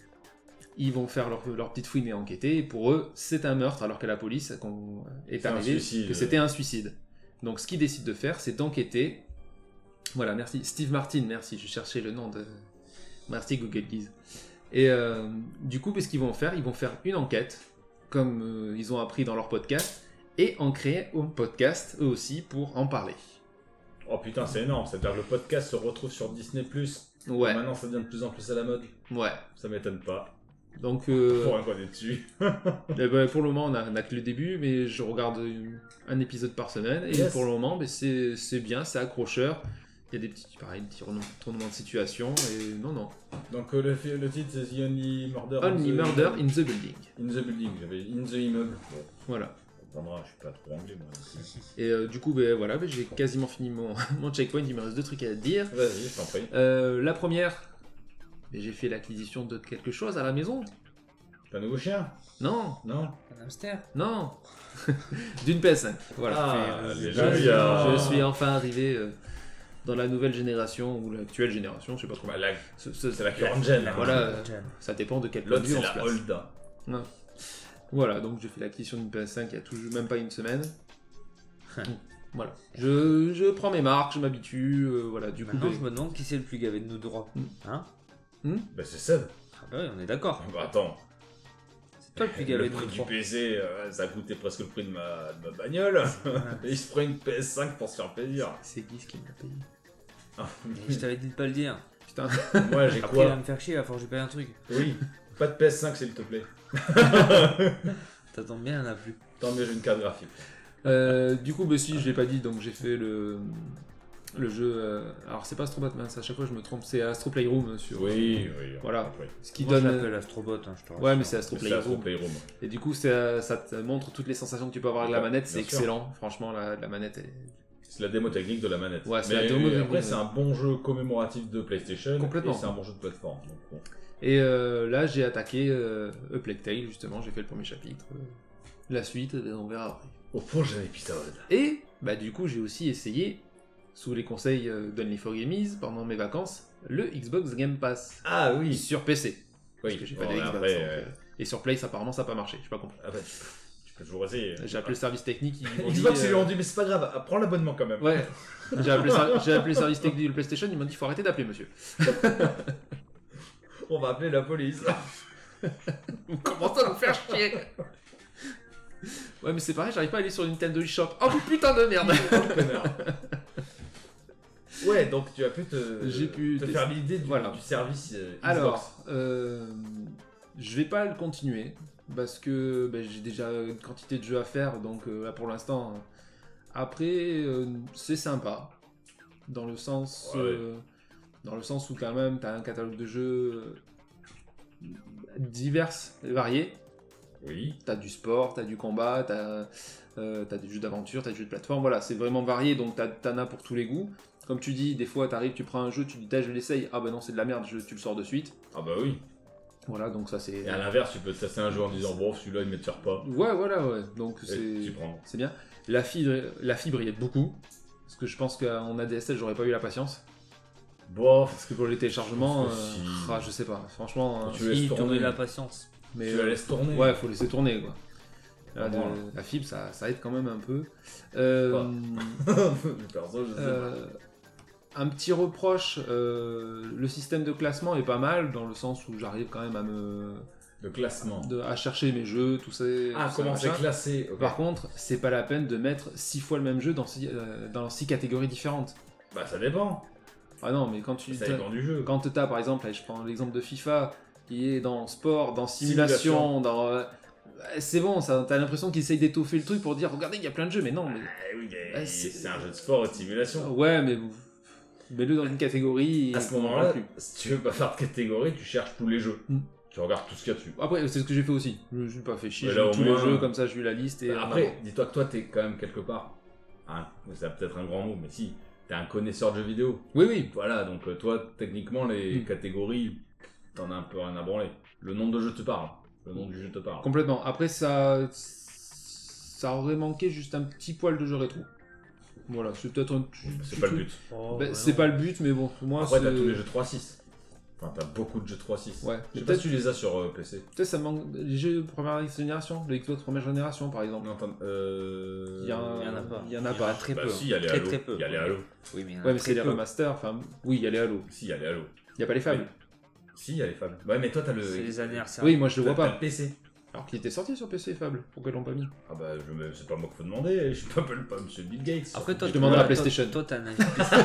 ils vont faire leur, leur petite fouine et enquêter, et pour eux, c'est un meurtre, alors que la police qu'on- est C'est un arrivée, suicide. que c'était un suicide. Donc ce qu'ils décident de faire, c'est d'enquêter. Voilà, merci. Steve Martin, merci. Je cherchais le nom de... Merci Google Guise. Et euh, du coup, qu'est-ce qu'ils vont faire? Ils vont faire une enquête, comme euh, ils ont appris dans leur podcast, et en créer un podcast, eux aussi, pour en parler. Oh putain, c'est énorme. C'est-à-dire que le podcast se retrouve sur Disney plus. Ouais, Maintenant, ça devient de plus en plus à la mode. ouais. Ça m'étonne pas. Donc, euh, Pour un qu'on est dessus. eh ben, pour le moment, on a, on a que le début, mais je regarde une- un épisode par semaine, et Yes. pour le moment, ben, c'est c'est bien, c'est accrocheur. Il y a des petits, pareil, des petits retournements de situation, et non, non. Donc euh, le, fi- le titre c'est The Only Murder Only in the... Murder in the Building. in the Building. J'avais In the Immeuble. Bon, Voilà. on comprendra, je suis pas trop anglais moi. donc, Et euh, du coup, ben, voilà, ben, j'ai quasiment fini mon, mon checkpoint, il me reste deux trucs à dire. euh, Vas-y, je t'en prie. Euh, la première, ben, j'ai fait l'acquisition de quelque chose à la maison. T'as un nouveau chien? Non, Non? Un hamster. non. D'une P S cinq. Voilà. Ah, fait- les je, jolis, suis, ah. je suis enfin arrivé euh, dans la nouvelle génération, ou l'actuelle génération, je sais pas comment. Bah, la- Ce- ce- c'est la current gen. La- Voilà, la- euh, la- ça dépend de quel point L'autre de vue c'est on se la place. Holda. Ouais. Voilà, donc j'ai fait l'acquisition d'une P S cinq il y a tout, même pas une semaine. Voilà. Je, je prends mes marques, je m'habitue, euh, voilà, du coup... Maintenant, ben- je me demande qui c'est le plus gavé de nous trois. Mm. Hein? Bah c'est Seb. Ah bah oui, on est d'accord. Bah attends. C'est toi le plus gavé Le de prix nous du trois. P C, euh, ça a coûté presque le prix de ma, de ma bagnole. Et il se prend une P S cinq pour se faire plaisir. C'est Guise qui me l'a payé. Et je t'avais dit de pas le dire. Putain. Moi j'ai Après, il va quoi? me faire chier, il va falloir que je paye un truc. Oui, pas de P S cinq s'il te plaît. Ça tombe bien, il n'y en a plus. Tant mieux, j'ai une carte graphique. Euh, du coup, bah si, je l'ai pas dit, donc j'ai fait le, le jeu. euh, Alors, c'est pas Astrobot, mince, à chaque fois je me trompe, c'est Astro Playroom sur. Oui, oui. Voilà. Oui. Ce qui Moi, je donne. l'appelle Astrobot, hein, je te rassure. Ouais, mais c'est Astro C'est Astro Playroom. Playroom. Et du coup, c'est- ça te montre toutes les sensations que tu peux avoir avec la Ouais, manette, c'est bien sûr. excellent. Franchement, la, la manette est. C'est la démo technique de la manette. Ouais, c'est mais la démo technique, après, ouais. c'est un bon jeu commémoratif de PlayStation. Complètement. Et c'est un bon jeu de plateforme. Donc, bon. Et euh, là, j'ai attaqué euh, A Plague Tale, justement, j'ai fait le premier chapitre. euh, La suite, euh, on verra après. Au prochain épisode. Et bah du coup, j'ai aussi essayé, sous les conseils euh, d'Only for Gamies, pendant mes vacances, le Xbox Game Pass Ah oui. sur P C. Parce Oui, que j'ai pas bon, de Xbox. après, donc, euh, euh, Et sur Play, ça, apparemment, ça n'a pas marché. J'ai pas compris. ah bah, tu peux toujours essayer. J'ai appelé le service technique. Ils m'ont dit, Xbox, ils lui euh, ont dit, mais c'est pas grave, prends l'abonnement quand même. Ouais. J'ai appelé, ça- j'ai appelé le service technique de PlayStation. Ils m'ont dit, faut arrêter d'appeler, monsieur. On va appeler la police. Vous commencez à nous faire chier. Ouais, mais c'est pareil, j'arrive pas à aller sur Nintendo eShop. Oh putain de merde. Connard. Ouais, donc tu as pu te, J'ai pu te tester. faire l'idée du, Voilà. du service euh, Xbox. Alors, euh, je vais pas le continuer parce que ben, j'ai déjà une quantité de jeux à faire, donc euh, là pour l'instant. euh, Après, euh, c'est sympa dans le sens, Ouais. euh, dans le sens où quand même t'as un catalogue de jeux euh, divers et variés. Oui. T'as du sport, t'as du combat, t'as euh, t'as des jeux d'aventure, t'as des jeux de plateforme. Voilà, c'est vraiment varié, donc t'as- t'en as pour tous les goûts. Comme tu dis, des fois t'arrives, tu prends un jeu, tu dis je l'essaye, ah bah non c'est de la merde, je- tu le sors de suite. Ah bah oui. Voilà, donc ça c'est. Et à l'inverse, tu peux tester un jeu en disant, bon, celui-là, il m'attire pas. Ouais, voilà, ouais. Donc Et c'est tu prends. c'est bien. La fibre, la fibre, il y a beaucoup. Parce que je pense qu'en A D S L, j'aurais pas eu la patience. Bof. Parce que pour les téléchargements, Je pense que euh, si. ah, je sais pas. Franchement, Tu euh, laisses Si, tourner. tourner la patience. mais Tu la euh, laisses tourner. ouais, faut laisser tourner quoi. Là, Ah, de- voilà. la fibre, ça, ça aide quand même un peu. Euh, Perso, je sais euh, un petit reproche, euh, le système de classement est pas mal dans le sens où j'arrive quand même à me pas. De classement. de- à chercher mes jeux, tout ça. Ah, tout ça, comment c'est machin. classé ok. Par contre, c'est pas la peine de mettre six fois le même jeu dans six, euh, dans six catégories différentes. Bah, ça dépend. Ah non, mais quand tu Ça dépend du jeu. quand t'as par exemple, allez, je prends l'exemple de FIFA, qui est dans sport, dans simulation, Simulation. dans euh, c'est bon, ça, t'as l'impression qu'ils essayent d'étoffer le truc pour dire regardez, il y a plein de jeux, mais non, mais Ah oui, mais Ah, c'est- c'est un jeu de sport et de simulation. ouais, mais vous mets-le dans une catégorie. À et ce on en moment-là, parle plus. si tu veux pas faire de catégorie, tu cherches tous les jeux. Hmm. Tu regardes tout ce qu'il y a dessus. Après, c'est ce que j'ai fait aussi. Je me suis pas fait chier, Mais j'ai là, mis au tous moins- les jeux comme ça, j'ai eu la liste et Bah, en après, avant. dis-toi que toi, t'es quand même quelque part. Hein, c'est peut-être un grand mot, mais si, t'es un connaisseur de jeux vidéo. Oui, oui. Voilà, donc euh, toi, techniquement, les Hmm. catégories, t'en as un peu rien à branler. Le nom de jeu te parle. Le nom du jeu te parle. Complètement. Après, ça, ça aurait manqué juste un petit poil de jeu rétro. Voilà, c'est peut-être un. C'est pas le but. Oh, Ben, ouais, c'est non. pas le but, mais bon, pour moi, Après, t'as c'est- tous les jeux trois six. Enfin, t'as beaucoup de jeux trois six. Ouais, Je mais sais pas peut-être si tu les as sur euh, P C. peut-être ça manque. Les jeux de première génération, le Xbox première génération par exemple. Non, t'en- euh... Il y, a un- Il y en a pas. Il y en a pas. très Bah peu. si, il y a les très, Halo. très peu. Il y a les Halo. Oui, mais il y en a Ouais, mais très c'est les peu. remasters. Enfin, oui, il y a les Halo. Si, il y a les Halo. Il y a pas les fables. Si, il y a les fables. Ouais, mais toi, t'as le. C'est les anniversaires. Oui, moi je le t'as- vois t'as pas. le P C. Alors qu'il était sorti sur P C Fable. Pourquoi ils l'ont pas mis? Ah bah, je me... c'est pas moi qu'il faut demander. Je m'appelle pas Monsieur Bill Gates. Après, toi, Je tu- demanderai à toi- PlayStation. Toi, t'as un avis P C.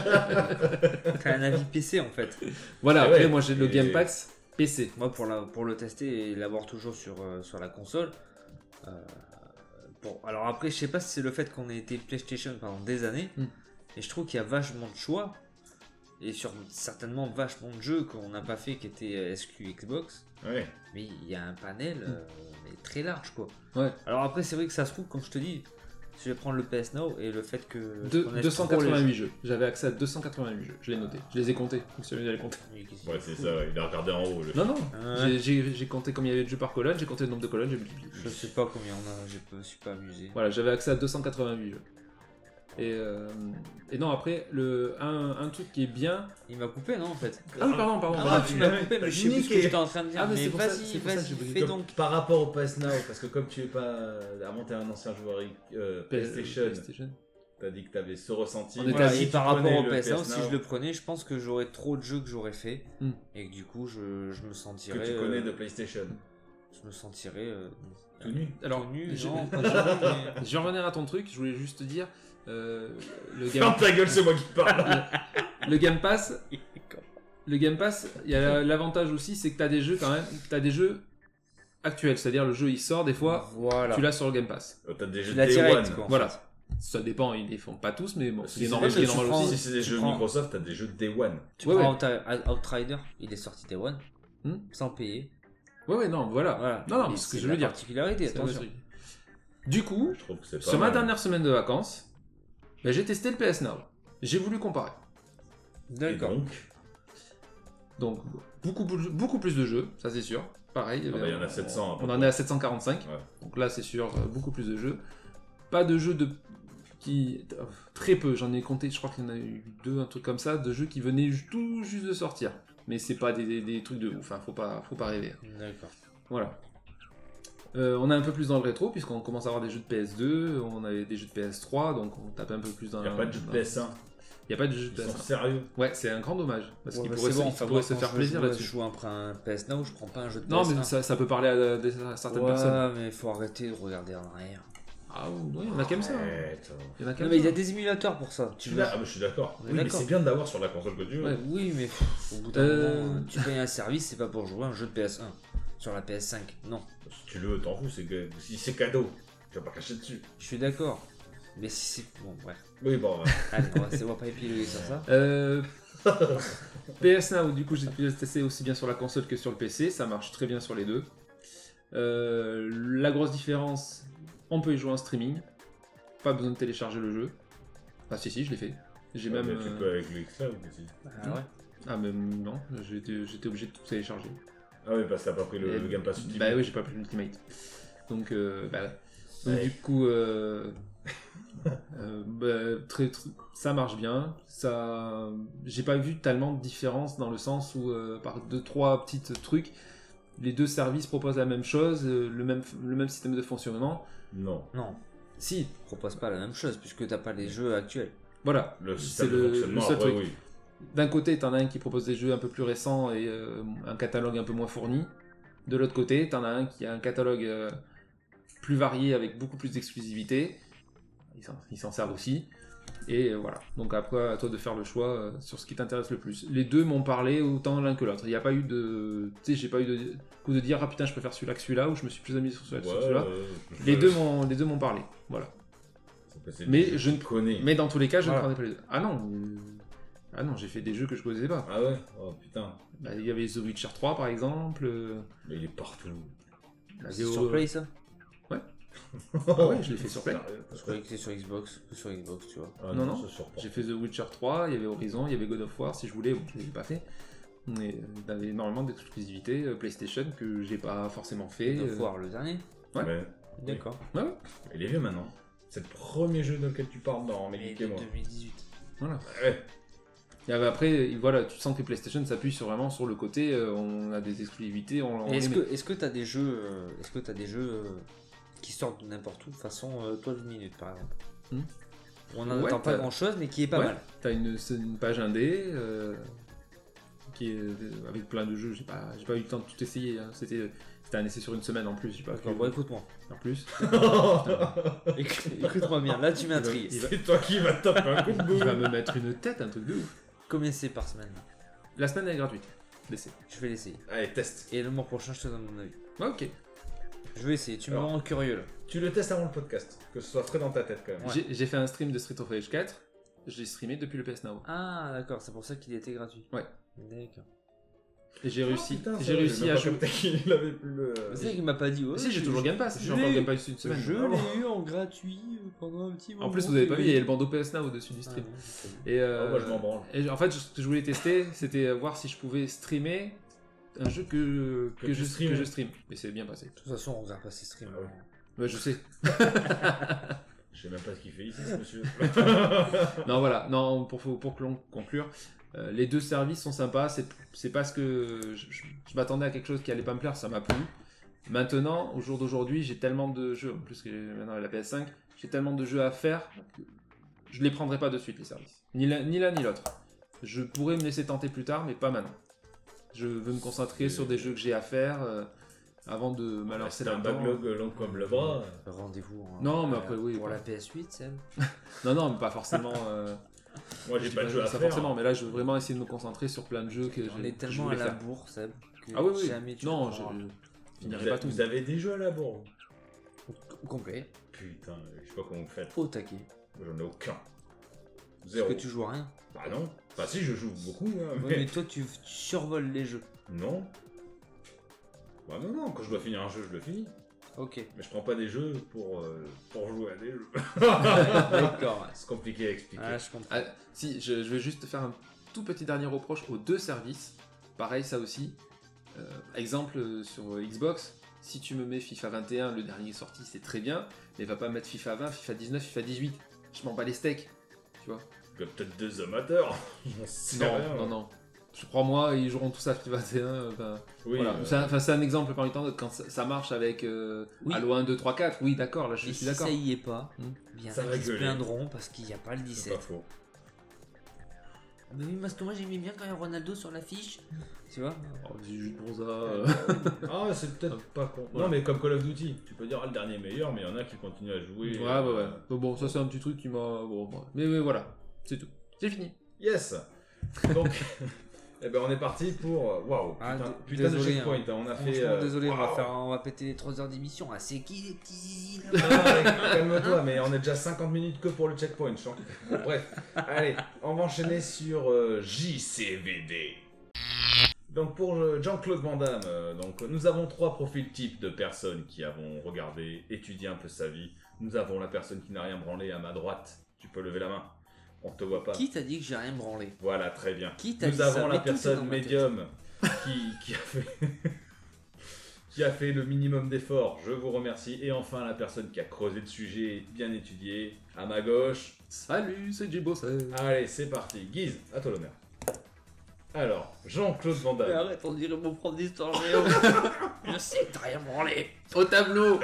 T'as un avis P C en fait. Voilà. Et Après, ouais, moi j'ai le et- Game Pass P C. Moi, pour, la, pour le tester et l'avoir toujours sur, euh, sur la console. euh, bon, alors après, je sais pas si c'est le fait qu'on ait été PlayStation pendant des années. Hmm. Et je trouve qu'il y a vachement de choix. Et sur certainement vachement de jeux qu'on n'a pas fait qui étaient euh, S Q Xbox. Ouais. Mais il y a un panel euh, mais très large quoi. Ouais. Alors après, c'est vrai que ça se trouve, comme je te dis, si je vais prendre le P S Now et le fait que. je De- connaisse deux cent trop les quatre-vingt-huit jeux. J'avais accès à deux cent quatre-vingt-huit jeux. Je l'ai noté. Je les ai comptés. Je me suis amusé à les compter. jeux- Oui, qu'est-ce qu'il Ouais, c'est fout ça, ouais. Il a regardé en haut. Le... Non, non. Ouais. J'ai- J'ai j'ai compté combien il y avait de jeux par colonne. J'ai compté le nombre de colonnes. J'ai multiplié. Je sais pas combien on a, je me suis pas amusé. Voilà, j'avais accès à deux cent quatre-vingt-huit jeux. Et, euh, et non, après, le, un, un truc qui est bien. Il m'a coupé, non en fait. Ah oui, pardon, pardon. Ah, pardon. tu m'as coupé, mais je sais plus ce que Niqué. j'étais en train de dire. Ah, mais mais c'est pour ça- vas-y, c'est pour ça que vas-y, j'ai bugué. fais Comme donc. Par rapport au P S Now, parce que comme tu es pas. Avant, t'es un ancien joueur euh, PlayStation, PlayStation. t'as dit que t'avais ce ressenti. On était Voilà, si et tu par rapport prenais au le P S Now, P S si Now, je le prenais, je pense que j'aurais trop de jeux que j'aurais fait. Hmm. Et que du coup, je, je me que sentirais. tu connais euh, de PlayStation. Je me sentirais. euh, Tout nu. Alors, tout nu, je- non, pas tout nu, mais- je vais revenir à ton truc. Je voulais juste te dire. euh, le, Ferme game, ta gueule, c'est moi qui parle. le Game Pass. Le Game Pass, il y a l'avantage aussi, c'est que tu as des jeux quand même. Tu as des jeux actuel, c'est-à-dire le jeu il sort des fois, Voilà. tu l'as sur le Game Pass. Euh, T'as des jeux Tu l'as Day direct, One. quoi. en Voilà. fait. Ça dépend, ils les font pas tous, mais bon, Si ce qui est c'est normal, des ce qui est jeux- normal tu aussi. prends- Si c'est des tu jeux prends- Microsoft, t'as des jeux Day One. Tu Ouais, prends ouais. Outra- Outrider, il est sorti Day One, Hmm. sans payer. Ouais, ouais, non, voilà. Voilà. Non, non, Et mais ce que c'est je veux la dire. particularité, C'est le attention. truc. Du coup, Je trouve que c'est pas sur ma mal. dernière semaine de vacances, bah, j'ai testé le P S Now. J'ai voulu comparer. Et D'accord. donc, Donc, beaucoup, plus- beaucoup plus de jeux, ça c'est sûr. Pareil. Ah bah, il y en a on- sept cents, à peu On en près. est à sept cent quarante-cinq. Ouais. Donc là, c'est sûr, euh, beaucoup plus de jeux. Pas de jeux de. Qui... euh, Très peu, j'en ai compté, je crois qu'il y en a eu deux, un truc comme ça, de jeux qui venaient ju- tout juste de sortir. Mais c'est pas des, des- des trucs de ouf, enfin, faut pas, faut pas rêver. D'accord. Voilà. Euh, on est un peu plus dans le rétro, puisqu'on commence à avoir des jeux de P S deux, on avait des jeux de P S trois, donc on tape un peu plus dans. il n'y a pas de jeu de dans- P S un. Il y a pas de jeu de Ils P S un. sont sérieux. Ouais, c'est un grand dommage. Parce Ouais, qu'il bah, pourrait, c'est se, bon, il enfin, pourrait moi, se quand faire je plaisir joue- là-dessus. Je joue un, un P S Now, je prends pas un jeu de Non, P S un. mais ça, ça peut parler à, des- à certaines ouais, personnes. mais faut arrêter de regarder en arrière. Ah oui, il y en a comme ça. hein. Arrête. Il y en a Non, comme mais il y a ça. des émulateurs pour ça. Je Tu suis veux... là- ah, bah, je suis d'accord. On est Oui, mais d'accord. c'est bien d'avoir sur la console que tu veux. Ouais, oui, mais pff, au bout d'un Euh, moment, tu payes un service, c'est pas pour jouer à un jeu de P S un. Sur la P S cinq, non. Si tu le veux, t'en fous. C'est que... Si c'est cadeau, tu vas pas cacher dessus. Je suis d'accord. Mais si c'est. Bon, bref. Oui, bon. ouais. Allez, on va, on va pas épiloguer sur ça. Euh, P S Now, du coup, j'ai pu le tester aussi bien sur la console que sur le P C. Ça marche très bien sur les deux. Euh, la grosse différence, on peut y jouer en streaming. Pas besoin de télécharger le jeu. Ah si, si, je l'ai fait. J'ai Ouais, même... mais tu euh, peux avec le Xcloud aussi. Ah ouais. Ah mais non, j'étais j'étais obligé de tout télécharger. Ah oui, parce que t'as pas pris le, Et- le Game Pass Ultimate. Bah oui, j'ai pas pris l'Ultimate. Donc, euh, bah, ouais. Donc Ouais. du coup, euh, euh, bah, très, très- ça marche bien. Ça, j'ai pas vu tellement de différence dans le sens où euh, par deux trois petites trucs, les deux services proposent la même chose, euh, le même le même système de fonctionnement. Non. Non. Si, Propose pas la même chose puisque t'as pas les jeux actuels. voilà. Le C'est système le- de le fonctionnement, seul après, truc. oui. D'un côté, t'en as un qui propose des jeux un peu plus récents et euh, un catalogue un peu moins fourni. De l'autre côté, t'en as un qui a un catalogue euh, plus varié avec beaucoup plus d'exclusivité. Ils s'en- Ils s'en servent aussi. Et euh, voilà. Donc après, à toi de faire le choix euh, sur ce qui t'intéresse le plus. Les deux m'ont parlé autant l'un que l'autre. Il n'y a pas eu de... Tu sais, j'ai pas eu de coup de dire « Ah putain, je préfère celui-là que celui-là » ou « Je me suis plus amusé sur celui-là que sur Ouais, celui-là euh, ». Les je- deux m'ont les deux m'ont parlé. Voilà. c'est- Mais c'est- je ne- connais. Mais dans tous les cas, je Voilà. ne prenais pas les deux. Ah non euh, Ah non, j'ai fait des jeux que je connaissais pas. Ah ouais. Oh putain. Bah, il y avait The Witcher trois par exemple. euh, Mais il est partout. la C'est V O, sur Play ça. Ah ouais, je l'ai fait sur Play. Sérieux Je croyais que c'était sur Xbox. Sur Xbox, tu vois. Ah Non, non. c'est sur J'ai fait The Witcher trois, il y avait Horizon, il y avait God of War si je voulais, bon, je ne l'ai pas fait. Mais euh, il y avait énormément d'exclusivités euh, PlayStation que j'ai pas forcément fait. God of euh, War, le dernier. Ouais. Mais D'accord. Ouais, ouais, il est vieux maintenant. C'est le premier jeu dans lequel tu parles dans Et Mélique de et moi. deux mille dix-huit. voilà. Ouais. Et après, voilà, tu sens que PlayStation s'appuie sur vraiment sur le côté, euh, on a des exclusivités, on, on Et Est-ce les que met. est-ce que t'as des jeux euh, est-ce que t'as des jeux euh, qui sortent de n'importe où façon euh, twelve minutes par exemple. Hmm. On n'en Ouais, attend pas t'as- grand chose mais qui est pas Ouais, mal. T'as une, c'est une page indé euh, qui est euh, avec plein de jeux, j'ai pas, j'ai pas eu le temps de tout essayer, hein. C'était, c'était un essai sur une semaine en plus, j'ai pas D'accord, pu- bon écoute-moi. en plus. Écoute- Écoute-moi bien, là tu m'intrigues. Il va- C'est toi qui vas te taper un coup de Il va boule. me mettre une tête, un truc de ouf. Combien c'est par semaine là La semaine elle est gratuite, l'essai. Je vais l'essayer. Allez, teste. Et le mois prochain je te donne mon avis. Ouais, ok. Je vais essayer, tu me Alors. rends curieux là. Tu le testes avant le podcast. Que ce soit frais dans ta tête quand même. Ouais. J'ai, j'ai fait un stream de Street of Rage quatre, je l'ai streamé depuis le P S Now. Ah d'accord, c'est pour ça qu'il était gratuit. Ouais. D'accord. Et j'ai réussi, Oh, putain, j'ai ça, réussi même à pas jouer. capté qu'il avait plus le. C'est vrai qu'il m'a pas dit. Ouais, Si, j'ai je- toujours Game Pass, je j'ai encore l'ai- Game Pass une semaine. Je Ah bon l'ai eu en gratuit euh, pendant un petit moment. En plus, vous avez pas vu, il y a le bandeau P S Now au-dessus du Ah, stream. non, j'ai pas vu. Et, euh, Oh, bah, je m'en branle. et en fait, ce que je voulais tester, c'était voir si je pouvais streamer un jeu que, Que que, tu je, streames. que je stream. Et c'est bien passé. De toute façon, on regarde pas ses streams. Ah ouais. Ouais, je sais. Je sais même pas ce qu'il fait ici, ce monsieur. Non, voilà. Non, pour, pour clon- conclure, euh, les deux services sont sympas. C'est, c'est parce que je, je- je m'attendais à quelque chose qui allait pas me plaire, ça m'a plu. Maintenant, au jour d'aujourd'hui, j'ai tellement de jeux, en plus que j'ai maintenant la P S cinq, j'ai tellement de jeux à faire que je les prendrai pas de suite, les services. Ni l'un ni, l'un, ni l'autre. Je pourrais me laisser tenter plus tard, mais pas maintenant. Je veux me concentrer sur des jeux que j'ai à faire euh, avant de me Alors, lancer c'est un là-dedans. backlog long comme le bras. Rendez-vous. hein, Non, mais euh, après, oui, Pour quoi. la P S huit, Seb. Non, non, mais pas forcément. euh, Moi, je j'ai dis pas de jeu à ça faire. forcément, mais là, je veux vraiment essayer de me concentrer sur plein de jeux que On j'ai- est que je tellement à voulais la faire. bourre, Seb. Que Ah oui, oui. Jamais tu Non, le je- prendras. finirai Vous, pas a- tout. vous avez des jeux à la bourre. Au complet, Putain, je sais pas comment vous faites. au taquet. J'en ai aucun. Parce Zéro. que tu joues à rien. Bah non. Bah si, je joue beaucoup. Hein, Ouais, mais... mais toi, tu, tu survoles les jeux. Non. Bah non, non, quand je dois finir un jeu, je le finis. Ok. Mais je prends pas des jeux pour, euh, pour jouer à des jeux. D'accord. ouais. C'est compliqué à expliquer. Ah, je comprends. Ah, si, je, je vais juste faire un tout petit dernier reproche aux deux services. Pareil, ça aussi. Euh, exemple euh, sur euh, Xbox, si tu me mets FIFA vingt et un, le dernier sorti, c'est très bien, mais va pas mettre FIFA vingt, FIFA dix-neuf, FIFA dix-huit. Je m'en bats les steaks, tu vois. Il y a peut-être deux amateurs. J'en sais Non, rien. non, non. Je crois moi, ils joueront tous à FIFA vingt et un. Enfin, Oui, voilà. euh, C'est un, enfin, c'est un exemple parmi tant d'autres. Quand ça, ça marche avec euh, Oui. Halo un, deux, trois, quatre, oui, d'accord, là je Et suis si d'accord. ça y est pas, Hmm. bien Ça sûr va qu'ils se gueuler. plaindront parce qu'il n'y a pas le c'est dix-sept. pas faux. Mais oui, parce que moi j'aimais bien quand il y a Ronaldo sur l'affiche. Tu vois Oh, c'est juste pour ça. euh. Ah, c'est peut-être pas con. Voilà. Non, mais comme Call of Duty, tu peux dire ah, le dernier est meilleur, mais il y en a qui continuent à jouer. Ouais, euh, ouais, ouais. Donc bon, ça c'est un petit truc qui m'a. Bon, bon. Mais, mais voilà, c'est tout. C'est fini. Yes. Donc, eh ben on est parti pour. euh, Waouh. Ah, putain, d- putain désolé, de checkpoint. hein. hein, On a Franchement, fait. euh, désolé, on va waouh. faire, on va péter les trois heures d'émission. Ah, c'est qui les petits zizi Non, là mec, calme-toi, mais on est déjà cinquante minutes que pour le checkpoint. je sens. Bon, bref, allez, on va enchaîner sur euh, J C V D. Donc pour euh, Jean-Claude Van Damme, euh, donc, nous avons trois profils types de personnes qui avons regardé, étudié un peu sa vie. Nous avons la personne qui n'a rien branlé à ma droite. Tu peux lever la main. On te voit pas. Qui t'a dit que j'ai rien branlé? Voilà, très bien. Qui t'a Nous dit ça? avons la Mais tout est dans personne ma tête. médium qui, qui a fait qui a fait le minimum d'efforts. Je vous remercie. Et enfin la personne qui a creusé le sujet, bien étudié, à ma gauche. Salut, c'est J Bosset. Allez, c'est parti. Guise, à toi l'honneur. Alors, Jean-Claude Van Mais Damme. arrête, on dirait mon prof d'histoire géo. Je sais que t'as rien branlé. Au tableau.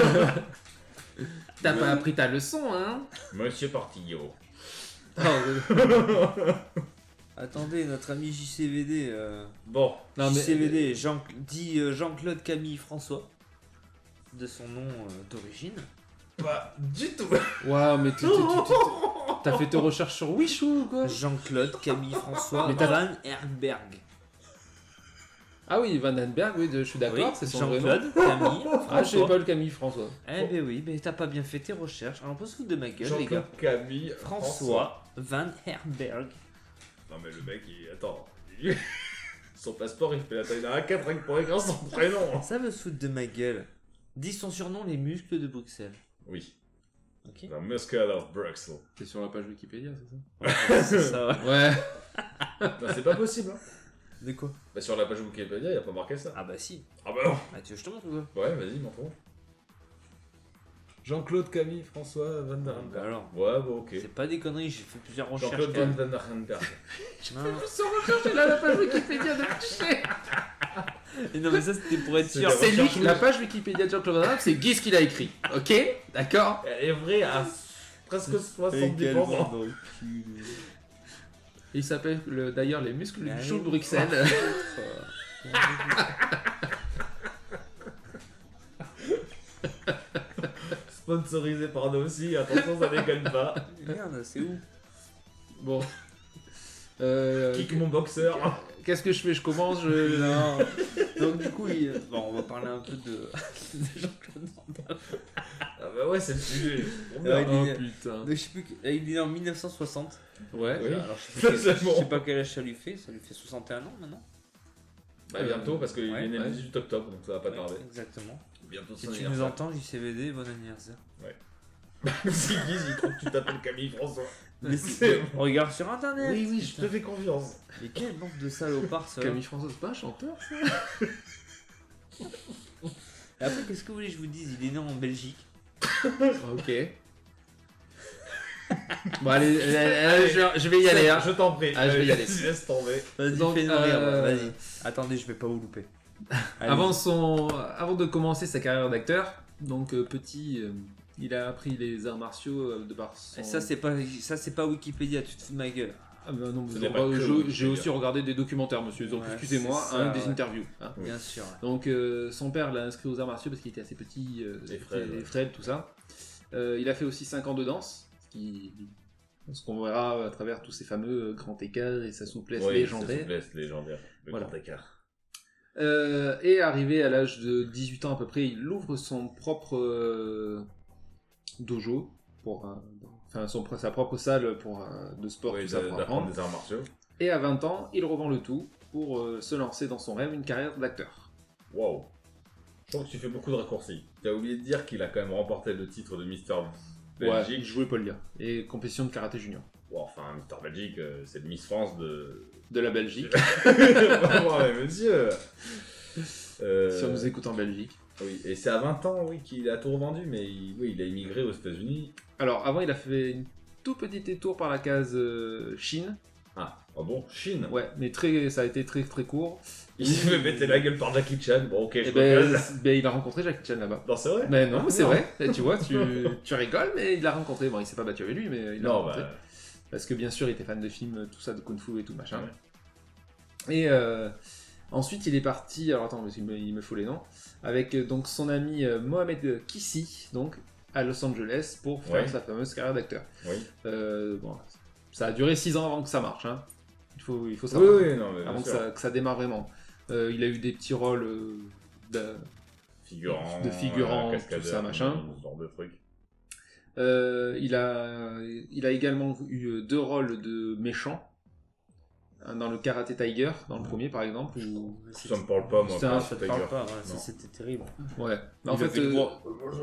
T'as pas appris ta leçon, hein? Monsieur Portillo. Oh, euh, Attendez, notre ami J C V D. Euh... Bon, non, mais- J C V D, Jean, dit euh, Jean-Claude Camille François. De son nom euh, d'origine. pas du tout. Waouh, mais tu- tu- tu- tu- t'as fait tes recherches sur Wish ou quoi? Jean-Claude Camille François Mais t'as- Van Herberg. Ah oui, Van Den Berg, oui, je suis d'accord, Oui, c'est son vrai nom. Jean-Claude Camille Ah, je sais François. pas le Camille François. Eh ben oui, mais t'as pas bien fait tes recherches. Alors on peut se foutre de ma gueule, les Jean-Claude gars. Camille François Van Herberg. Non mais le mec, il... attends. Son passeport, il fait la taille d'un A quatre rien que pour écrire son prénom. Ça veut se foutre de ma gueule. Dis son surnom, les muscles de Bruxelles. Oui. Ok. The Muscle of Bruxelles. C'est sur la page Wikipédia, c'est ça? C'est ça, ouais. Ouais. Non, c'est pas possible. Hein. De quoi? Bah, sur la page Wikipédia, il a pas marqué ça. Ah bah si. Ah bah non. Ah tu veux que je te montre ou quoi? Ouais, vas-y, montre-moi. Jean-Claude Camille François Van Bah Darenberg. alors. Ouais, bah ok. C'est pas des conneries, j'ai fait plusieurs recherches. Jean-Claude quand Van même. Darenberg. Non. Sans rechercher là, la page Wikipédia de Michel. Et non mais ça c'était pour être C'est sûr. la C'est lui, recherche, la oui. page Wikipédia de Jean-Claude Van Damme, c'est Guy ce qu'il a écrit. Ok? D'accord? Elle est vraie à presque Et soixante-dix quel pour cent. monde dans le cul. Il s'appelle le- d'ailleurs les muscles Ah du oui. chou de Bruxelles. Sponsorisé par nous aussi, attention, ça déconne pas. Merde, c'est où? Bon. Euh, Kick mon boxeur. Qu'est-ce que je fais? Je commence, je... Non. Donc du coup, il... bon, on va parler un peu de, de Jean-Claude Van Damme. Ah bah ouais, c'est le sujet. Trop bien. Ouais, Oh il est- putain. Donc, je sais plus, que- il est né en mille neuf cent soixante. Ouais. Oui. Alors je sais, pas quel, C'est je bon. sais pas quel âge ça lui fait, ça lui fait soixante et un ans maintenant. Bah bientôt, parce qu'il Ouais, est né ouais. le dix-huit octobre, donc ça va pas tarder. Exactement. Bientôt Si son tu nous anniversaire. entends, J C V D, bon anniversaire. Si Guise, il croit que tu t'appelles Camille François. Mais c'est- On regarde sur internet. Oui, oui, je te fais confiance. Mais quelle bande de salopards ça. Camille François, c'est pas un chanteur ça? Et après, qu'est-ce que vous voulez que je vous dise? Il est né en Belgique. Ok. Bon allez, allez, allez, je, je vais y aller. Hein. Je t'en prie. Ah, je vais y Allez, aller. Laisse tomber. Vas-y, Donc, fais-nous rire, euh, ouais, vas-y. Attendez, je vais pas vous louper. Allez. Avant, son, avant de commencer sa carrière d'acteur, donc euh, petit, euh, il a appris les arts martiaux euh, de par son... Et ça, c'est pas, ça, c'est pas Wikipédia, tu te fous de ma gueule. Ah bah non, Ce vous n'est aurez pas pas- que je- Wikipédia. j'ai aussi regardé des documentaires, monsieur, donc Ouais, excusez-moi, c'est hein, ça, des ouais. interviews. hein. Oui. Bien sûr. Donc euh, son père l'a inscrit aux arts martiaux parce qu'il était assez petit, euh, Et frêle, et ouais. frêle, tout ça. Euh, il a fait aussi cinq ans de danse, ce qui... ce qu'on verra à travers tous ces fameux euh, grands écarts et sa souplesse Oui, légendaire. sa souplesse légendaire. Le Voilà. grand écart. Euh, et arrivé à l'âge de dix-huit ans à peu près, il ouvre son propre euh, dojo, pour, euh, enfin son, sa propre salle pour, euh, de sport, Ouais, tout ça, d'a- pour d'apprendre apprendre. des arts martiaux. Et à vingt ans, il revend le tout pour euh, se lancer dans son rêve, une carrière d'acteur. Waouh. Je trouve que tu fais beaucoup de raccourcis. Tu as oublié de dire qu'il a quand même remporté le titre de Mister Ouais, Belgique. je voulais pas le dire. Et compétition de karaté junior. Wow, enfin, Mister Belgique, euh, c'est le Miss France de... De la Belgique, Vraiment, mais monsieur euh... si on nous écoute en Belgique. Oui, et c'est à vingt ans, oui, qu'il a tout revendu, mais il, oui, il a immigré aux États-Unis. Alors avant, il a fait une tout petit détour par la case euh, Chine. Ah, ah bon, Chine. Ouais, mais très, ça a été très très court. Il s'est fait péter la gueule par Jackie Chan. Bon, ok, je Et ben, reconnais. ben, il a rencontré Jackie Chan là-bas. Non, c'est vrai. Mais non, mais c'est Non. vrai. Et tu vois, tu, tu rigoles, mais il l'a rencontré. Bon, il s'est pas battu avec lui, mais il l'a Non, rencontré. bah, Parce que bien sûr, il était fan de films, tout ça, de kung fu et tout machin. Ouais. Et euh, ensuite, il est parti. Alors attends, parce qu'il me, il me faut les noms. Avec euh, donc son ami euh, Mohamed Kissi, donc à Los Angeles, pour faire Ouais. sa fameuse carrière d'acteur. oui. Euh, bon, ça a duré six ans avant que ça marche. Hein. Il faut, il faut Oui, savoir. oui, non, mais bien avant que sûr. ça, que ça démarre vraiment. Euh, il a eu des petits rôles euh, de, Figurant, de figurant, euh, tout cascadeur, ça, machin. Ce genre de truc. Euh, il, a, il a également eu deux rôles de méchants dans le Karate Tiger, dans le premier par exemple. Où... Ça me parle pas, moi. C'est un- Karate Ça te Tiger. parle pas, ouais, ça Non. c'était terrible. Ouais. Mais en Il a fait, une euh, voix.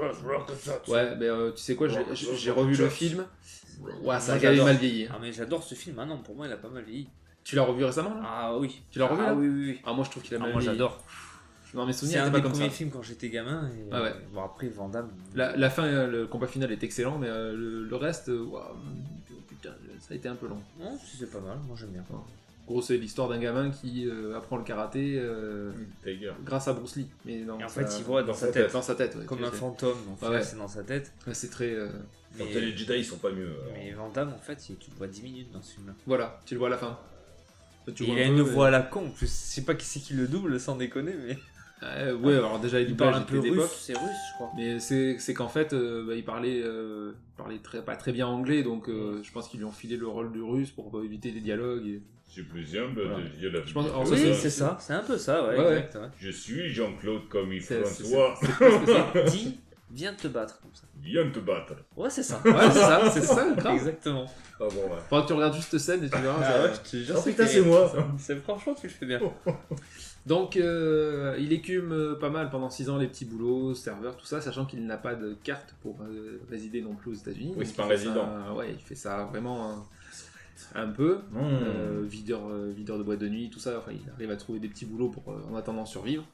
ouais, mais euh, tu sais quoi, j'ai- j'ai j'ai revu le film. Ouais, ça a Moi, quand même j'adore. mal vieilli. hein. Ah mais j'adore ce film, ah non, pour moi il a pas mal vieilli. Tu l'as revu récemment là Ah oui. Tu l'as revu, Ah là oui, oui, oui. Ah, moi je trouve qu'il a Ah, mal moi vieilli. j'adore. Non, mes C'est souvenirs un étaient des pas comme premiers ça. films quand j'étais gamin. Et, Ah ouais. euh, bon après Van Damme. La, la fin, euh, le combat final est excellent, mais euh, le, le reste, euh, ouah, putain, ça a été un peu long. Non, si, c'est pas mal, moi j'aime bien. Gros, c'est l'histoire d'un gamin qui euh, apprend le karaté euh, Tiger. grâce à Bruce Lee. Mais non, Et en ça- fait, il voit dans, dans sa sa tête, tête. dans sa tête, ouais, comme tu un sais. fantôme, donc Ah ouais. c'est dans sa tête. Ouais, c'est très. euh, Quand Mais, t'as les Jedi, ils sont pas mieux. alors. mais Van Damme, en fait, il- tu le vois dix minutes dans ce film-là. Voilà, tu le vois à la fin. Tu Et vois il un a peu, une mais- voix à la con, en plus. Je sais pas qui c'est qui le double, sans déconner, mais. Euh, ouais, alors déjà, il Il parle un doublage peu était d'époque. russe, c'est russe, je crois. Mais c'est c'est qu'en fait, euh, bah, il parlait, euh, il parlait très, pas très bien anglais, donc euh, je pense qu'ils lui ont filé le rôle de russe pour euh, éviter les dialogues. et- C'est plus humble Voilà. de dire la Je pense- alors, vérité. ça, Oui, c'est- c'est ça, c'est un peu ça, ouais, Ouais, ouais. exact. Ouais. Je suis Jean-Claude comme il C'est- c'est- François. c'est presque ça. Dis, viens te battre, comme ça. Viens te battre. Ouais, c'est ça. Ouais, c'est ça, c'est ça, grave. Exactement. Ah bon, ouais. Faudra que tu regardes juste cette scène et tu verras. Ah ça- ouais, je te jure, Oh c'est putain, c'est terrible. moi. C'est franchement, tu le fais bien. Donc, euh, il écume euh, pas mal pendant six ans les petits boulots, serveur, tout ça, sachant qu'il n'a pas de carte pour euh, résider non plus aux États-Unis. Oui, Donc, c'est pas il un fait résident. ça- ouais, il fait ça vraiment un, un peu. Mmh. Euh, videur, euh, videur de boîte de nuit, tout ça. Enfin, il arrive à trouver des petits boulots pour, euh, en attendant survivre.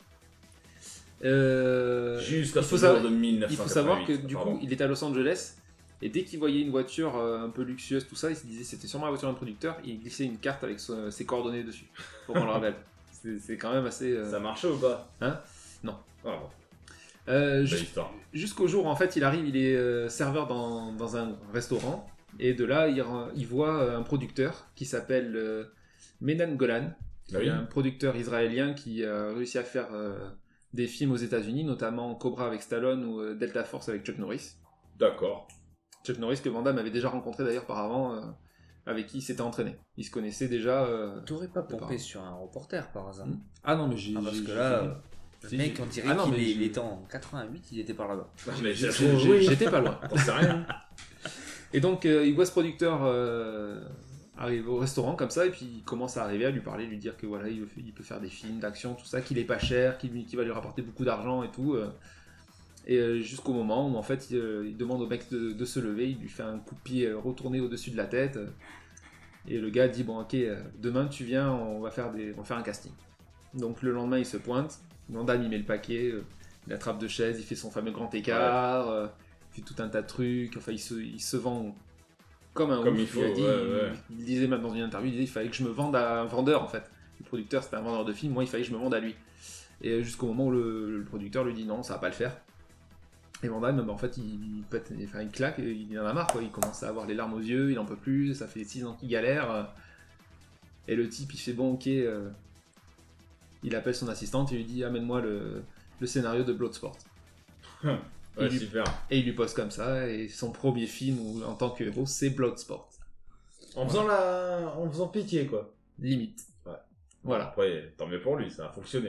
Euh, Jusqu'à il faut ce savoir- jour de mille neuf il cent faut savoir que quatre-vingt-huit. du Pardon. coup, il était à Los Angeles. Et dès qu'il voyait une voiture euh, un peu luxueuse, tout ça, il se disait c'était sûrement la voiture d'un producteur. Et il glissait une carte avec so- ses coordonnées dessus pour qu'on le rappelle. C'est c'est quand même assez. euh, Ça marchait ou pas Hein Non. Ah bon, euh, belle jus- histoire. Jusqu'au jour où en fait il arrive, il est euh, serveur dans, dans un restaurant. Et de là, il, re- il voit euh, un producteur qui s'appelle euh, Menan Golan. Ah Il y oui. a un producteur israélien qui a réussi à faire euh, des films aux États-Unis, notamment Cobra avec Stallone ou euh, Delta Force avec Chuck Norris. D'accord. Chuck Norris que Van Damme avait déjà rencontré d'ailleurs par avant, euh, avec qui il s'était entraîné. Ils se connaissaient déjà. euh, T'aurais pas D'accord. pompé sur un reporter par hasard. Hmm. Ah non, mais j'ai. Ah, parce j'ai- que j'ai- là, euh, le Si, mec, j'ai- on dirait Ah non, qu'il mais est- j'ai- il était en quatre-vingt-huit, il était par là-bas. Mais j'ai- j'ai- j'ai- J'étais pas loin. T'en sais rien. Et donc, euh, il voit ce producteur euh, arriver au restaurant comme ça, et puis il commence à arriver à lui parler, lui dire que voilà, il, veut- il peut faire des films d'action, tout ça, qu'il est pas cher, qu'il lui- qu'il va lui rapporter beaucoup d'argent et tout. euh. Et euh, jusqu'au moment où en fait, il, euh, il demande au mec de, de se lever, il lui fait un coup de pied euh, retourné au-dessus de la tête. euh. Et le gars dit bon, ok, euh, demain tu viens, on va faire des, on va faire un casting. Donc le lendemain, il se pointe, Van Damme il met le paquet, euh, il attrape deux chaises, il fait son fameux grand écart. euh, il fait tout un tas de trucs, enfin il se, il se vend comme un Comme ouf, il faut, a dit, ouais, il, ouais. il disait même dans une interview, il disait il fallait que je me vende à un vendeur en fait. Le producteur c'était un vendeur de films, moi il fallait que je me vende à lui. Et jusqu'au moment où le, le producteur lui dit non, ça va pas le faire. Et Van Damme, bah, en fait il, il pète, enfin, il claque, il en a marre quoi, il commence à avoir les larmes aux yeux, il en peut plus, ça fait six ans qu'il galère. Et le type il fait bon ok, euh, il appelle son assistante et lui dit amène-moi le, le scénario de Bloodsport. Ouais, Il lui- super. Et il lui pose comme ça, et son premier film où, en tant que héros, c'est Bloodsport. En faisant la... en faisant pitié, quoi. Limite. Ouais. Voilà. Après, tant mieux pour lui, ça a fonctionné.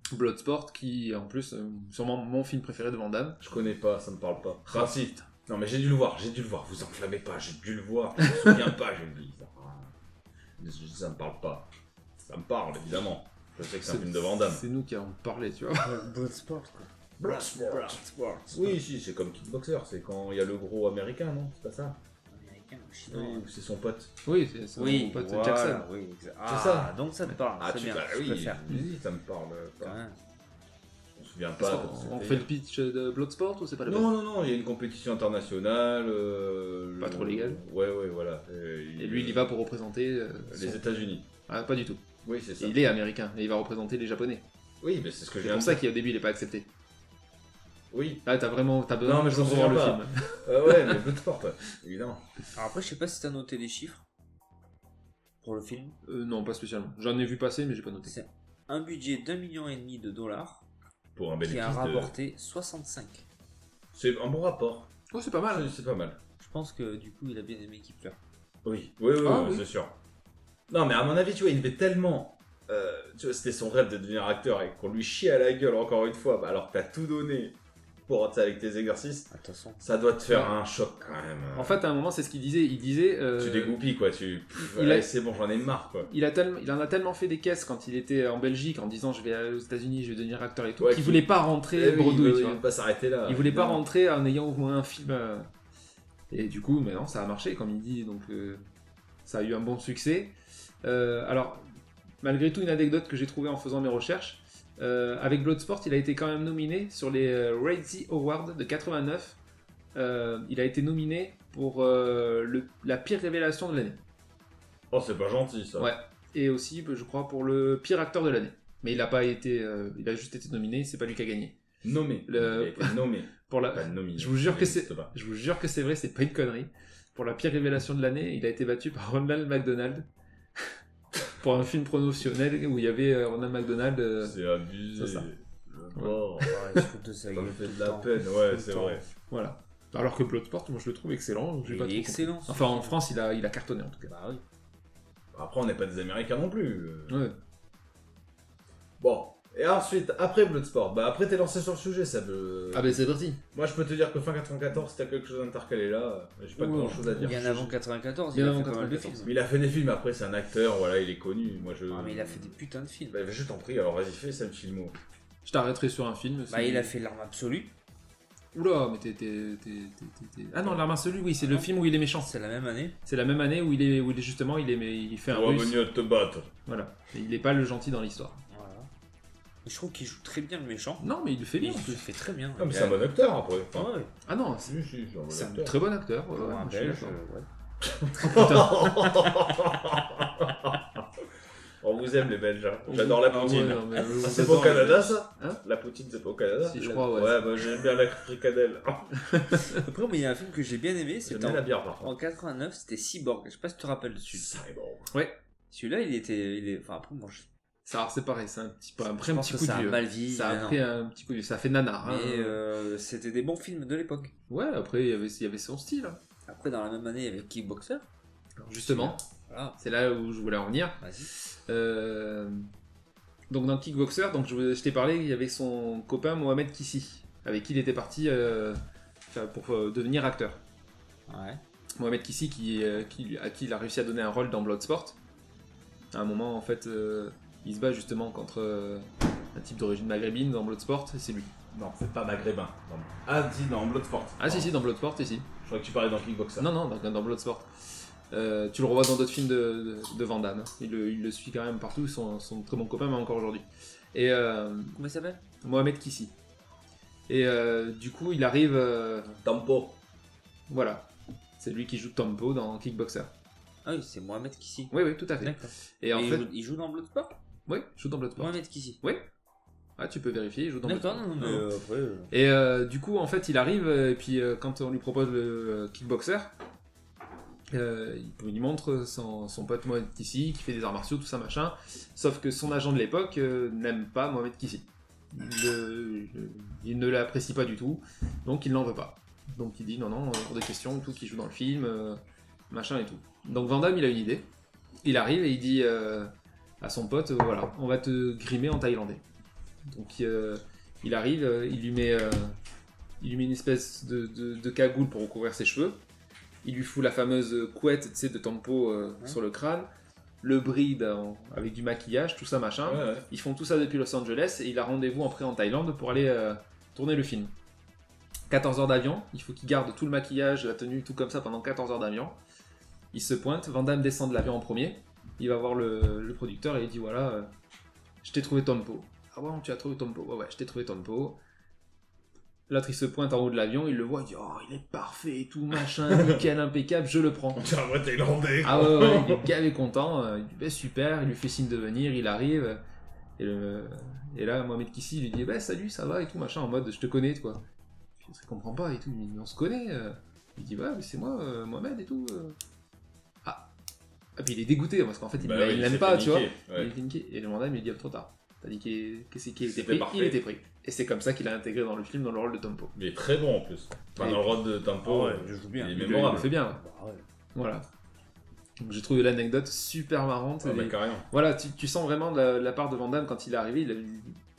Bloodsport, qui est en plus euh, sûrement mon film préféré de Van Damme. Je connais pas, ça me parle pas. Enfin, si. Non, mais j'ai dû le voir, j'ai dû le voir. Vous enflammez pas, j'ai dû le voir. Je me souviens pas, je le dis. Ça, ça me parle pas. Ça me parle, évidemment. Je sais que c'est un film de Van Damme. C'est nous qui en parlé, tu vois. Bloodsport, quoi. Bloodsport. Bloodsport. Oui, si, c'est comme Kickboxer, c'est quand il y a le gros américain, non? C'est pas ça? Américain ou chinois. Oui, c'est son pote. Oui, c'est c'est Oui, mon pote voilà, Jackson. oui, exa- ah, ça. donc ça te parle, Ah, c'est tu bien, bah, je oui, préfère. oui, ça me parle Quand pas. même. Je me souviens Parce pas. qu'on- quand on c'était. fait le pitch de Bloodsport ou c'est pas la peine? Non, non, non, il y a une compétition internationale. euh, Pas le- trop légal. Ouais, ouais, voilà. Et, Et lui, il y va pour représenter euh, Les son- États-Unis. Ah, pas du tout. Oui, c'est ça. Il est américain, et il va représenter les Japonais. Oui, mais c'est ce que je C'est viens pour de ça dire. qu'au début, il est pas accepté. Oui. Là, t'as vraiment t'as besoin Non, mais je de m'en revoir le souviens film. Euh, ouais, mais Bloodsport, ouais, évidemment. Alors après, je sais pas si t'as noté les chiffres pour le film. Euh, non, pas spécialement. J'en ai vu passer, mais j'ai pas noté. C'est un budget d'un million et demi de dollars Pour un qui bénéfice a de... rapporté soixante-cinq. C'est un bon rapport. Oh, c'est pas mal. C'est- C'est pas mal. Je pense que du coup, il a bien aimé Kipler. Oui, oui, oui, Ah, oui, oui. c'est sûr. Non, mais à mon avis, tu vois, il devait tellement... euh, tu vois, c'était son rêve de devenir acteur et qu'on lui chie à la gueule encore une fois, bah, alors que t'as tout donné pour, tu sais, avec tes exercices, Attention. ça doit te faire Ouais. un choc quand même. En fait, à un moment, c'est ce qu'il disait. Il disait. euh, Tu dégoupilles, quoi. Tu... Pff, il allez, a- c'est bon, j'en ai marre, quoi. il, a tellement, il en a tellement fait des caisses quand il était en Belgique en disant je vais aller aux États-Unis, je vais devenir acteur et tout, Ouais, qu'il qu'il- voulait pas rentrer Eh oui, bredouille. il tu veut- vois. il veut pas s'arrêter là. Il voulait pas évidemment. rentrer en ayant au moins un film. euh, Et du coup, maintenant, ça a marché, comme il dit. Donc, euh, ça a eu un bon succès. Euh, alors, malgré tout, une anecdote que j'ai trouvée en faisant mes recherches. euh, avec Bloodsport, il a été quand même nominé sur les euh, Razzie Awards de quatre-vingt-neuf. Euh, il a été nominé pour euh, le- la pire révélation de l'année. Oh, c'est pas gentil, ça. Ouais. Et aussi, je crois, pour le pire acteur de l'année. Mais il a pas été, euh, il a juste été nominé. C'est pas lui qui a gagné. Nommé. Le- Il a été nommé. Pour la, Pas nominé. Je vous jure Ça que c'est- n'existe pas. Je vous jure que c'est vrai, c'est pas une connerie. Pour la pire révélation de l'année, il a été battu par Ronald McDonald pour un film promotionnel où il y avait euh, Ronald McDonald. euh, C'est abusé. c'est ça. Le bord. Ouais, il se fout de sa Ça me gueule fait tout de le la temps. peine, Tout ouais, le c'est temps. vrai. Voilà. Alors que Bloodsport, moi je le trouve excellent. j'ai Il pas est trop excellent, compris. ce Enfin, en film. France, il a, il a cartonné en tout cas. Bah oui. Après, on n'est pas des Américains non plus. euh. Ouais. Bon. Et ensuite, après Bloodsport, bah après t'es lancé sur le sujet, ça veut... Ah ben c'est parti. Moi je peux te dire que fin quatre-vingt-quatorze, si t'as quelque chose d'intercalé là, euh, j'ai pas Ouh, grand chose à dire. Bien avant quatre-vingt-quatorze, Bien il a avant fait pas mal de quatre-vingt-quatorze. films. Mais il a fait des films, après c'est un acteur, voilà, il est connu. Moi je... Ah, mais il a fait des putains de films. Bah, je t'en prie, alors vas-y, fais Sam Filmo. Je t'arrêterai sur un film. Bah, c'est- il a fait L'arme absolue. Oula, mais t'es. t'es- t'es- t'es- t'es- Ah non, l'arme absolue, oui, c'est le film où il est méchant. C'est la même année. C'est la même année où il est, où il est justement, il, est, il fait un On va russe. venir te battre. Voilà. Et il est pas le gentil dans l'histoire. Voilà. Et je trouve qu'il joue très bien le méchant. Non, mais il le fait bien. Il en le plus. fait très bien. Ah, mais c'est un bon acteur après. Enfin, Ouais. Ah non, c'est si, si, c'est un bon C'est un acteur. très bon acteur. ouais, Pour ouais, un moi, je suis belge, d'accord. euh, ouais. On vous aime les Belges, hein. J'adore la Ah ouais, poutine. non, mais Ah, on c'est adore pas au les Canada Belges. ça Hein La poutine c'est pas au Canada Si, je crois, ouais. Ouais, bah j'aime bien la fricadelle. Après, moi, il y a un film que j'ai bien aimé, J'aime c'était bien en... la bière par contre. en quatre-vingt-neuf, c'était Cyborg. Je sais pas si tu te rappelles dessus. Cyborg. Celui-là, il était. Il est... Enfin, après, moi, je... Ça, alors, c'est pareil, c'est un petit peu. Après je un pense petit que coup de ça a vieux. mal vieilli. Ça a mais pris non. un petit coup de vieux. Ça fait nanar. hein. Mais euh, c'était des bons films de l'époque. Ouais, après, il y avait, il y avait son style. hein. Après, dans la même année, il y avait Kickboxer. Alors, justement, Voilà, c'est là où je voulais en venir. vas-y. Euh, Donc dans Kickboxer, donc je, je t'ai parlé, il y avait son copain Mohamed Kissi, avec qui il était parti euh, faire- pour euh, devenir acteur. Ouais. Mohamed Kissi, qui, euh, qui- à qui il a réussi à donner un rôle dans Bloodsport. À un moment, en fait, euh, il se bat justement contre euh, un type d'origine maghrébine dans Bloodsport, et c'est lui. Non, c'est pas maghrébin. Non. Ah, si, dans Bloodsport. Ah si, si, dans Bloodsport, ici. Je crois que tu parlais dans Kickboxer. Non, non, dans, dans Bloodsport. Euh, tu le revois dans d'autres films de, de, de Van Damme. Il le, il le suit quand même partout, ils sont, sont très bons copains, même encore aujourd'hui. Et euh, Comment il s'appelle? Mohamed Kissi. Et euh, du coup, il arrive... euh, Tempo. voilà. C'est lui qui joue Tempo dans Kickboxer. Ah oui, c'est Mohamed Kissi. Oui, oui, tout à fait. D'accord. Et en Et il, fait... joue, il joue dans Bloodsport? Oui, il joue dans Bloodsport. Mohamed Kissi. Oui. Ah, tu peux vérifier, il joue dans D'accord, Bloodsport. non, mais euh, après. euh, Et euh, du coup, en fait, il arrive, euh, et puis euh, quand on lui propose le euh, Kickboxer, euh, il, il lui montre son, son pote Mohamed Kissi, qui fait des arts martiaux, tout ça, machin. Sauf que son agent de l'époque euh, n'aime pas Mohamed Kissi. Il, le- le- il ne l'apprécie pas du tout, donc il n'en veut pas. Donc il dit non, non, hors de question, tout, qui joue dans le film, euh, machin et tout. Donc Van Damme, il a une idée. Il arrive et il dit euh, à son pote, euh, voilà, on va te grimer en thaïlandais. Donc euh, il arrive, euh, il lui met, euh, il lui met une espèce de, de, de cagoule pour recouvrir ses cheveux. Il lui fout la fameuse couette, tu sais, de Tempo euh, Ouais. sur le crâne. Le bride en- avec du maquillage, tout ça machin. Ouais, ouais. Ils font tout ça depuis Los Angeles et il a rendez-vous après en Thaïlande pour aller euh, tourner le film. quatorze heures d'avion, il faut qu'il garde tout le maquillage, la tenue, tout comme ça pendant quatorze heures d'avion. Il se pointe, Van Damme descend de l'avion en premier, il va voir le, le producteur et il dit voilà, euh, je t'ai trouvé Tompo. Ah bon, tu as trouvé Tompo? Ouais, ouais, je t'ai trouvé Tompo. L'autre il se pointe en haut de l'avion, il le voit, il dit oh, il est parfait et tout, machin, nickel, impeccable, je le prends. On dirait un vrai Thaïlandais. Ah ouais, ouais, il est gavé content, euh, il dit bah, super, il lui fait signe de venir, il arrive. Et, le- et là, Mohamed Kissi lui dit bah, salut, ça va et tout, machin, en mode je te connais, quoi. Puis on se comprend pas et tout, il dit on se connaît. euh. Il dit ouais, mais c'est moi, euh, Mohamed et tout. euh. Ah. Et puis il est dégoûté parce qu'en fait il Bah l'a- oui, il il l'aime s'est pas, fait tu vois. niquer, ouais. Il est niqué. Et le mandat il lui dit trop tard. T'as dit qu'il que c'est qu'il était C'était pris, parfait. il était pris. Et c'est comme ça qu'il a intégré dans le film dans le rôle de Tompo. Mais très bon en plus. Enfin, Et- dans le rôle de Tempo, Ah ouais, il joue bien. il est Il le- il mémorable. le fait bien. Ouais. Bah ouais. Voilà. Donc j'ai trouvé l'anecdote super marrante. Ah, bah, Et- carrément. Voilà, tu, tu sens vraiment de la, la part de Van Damme quand il est arrivé, il, a-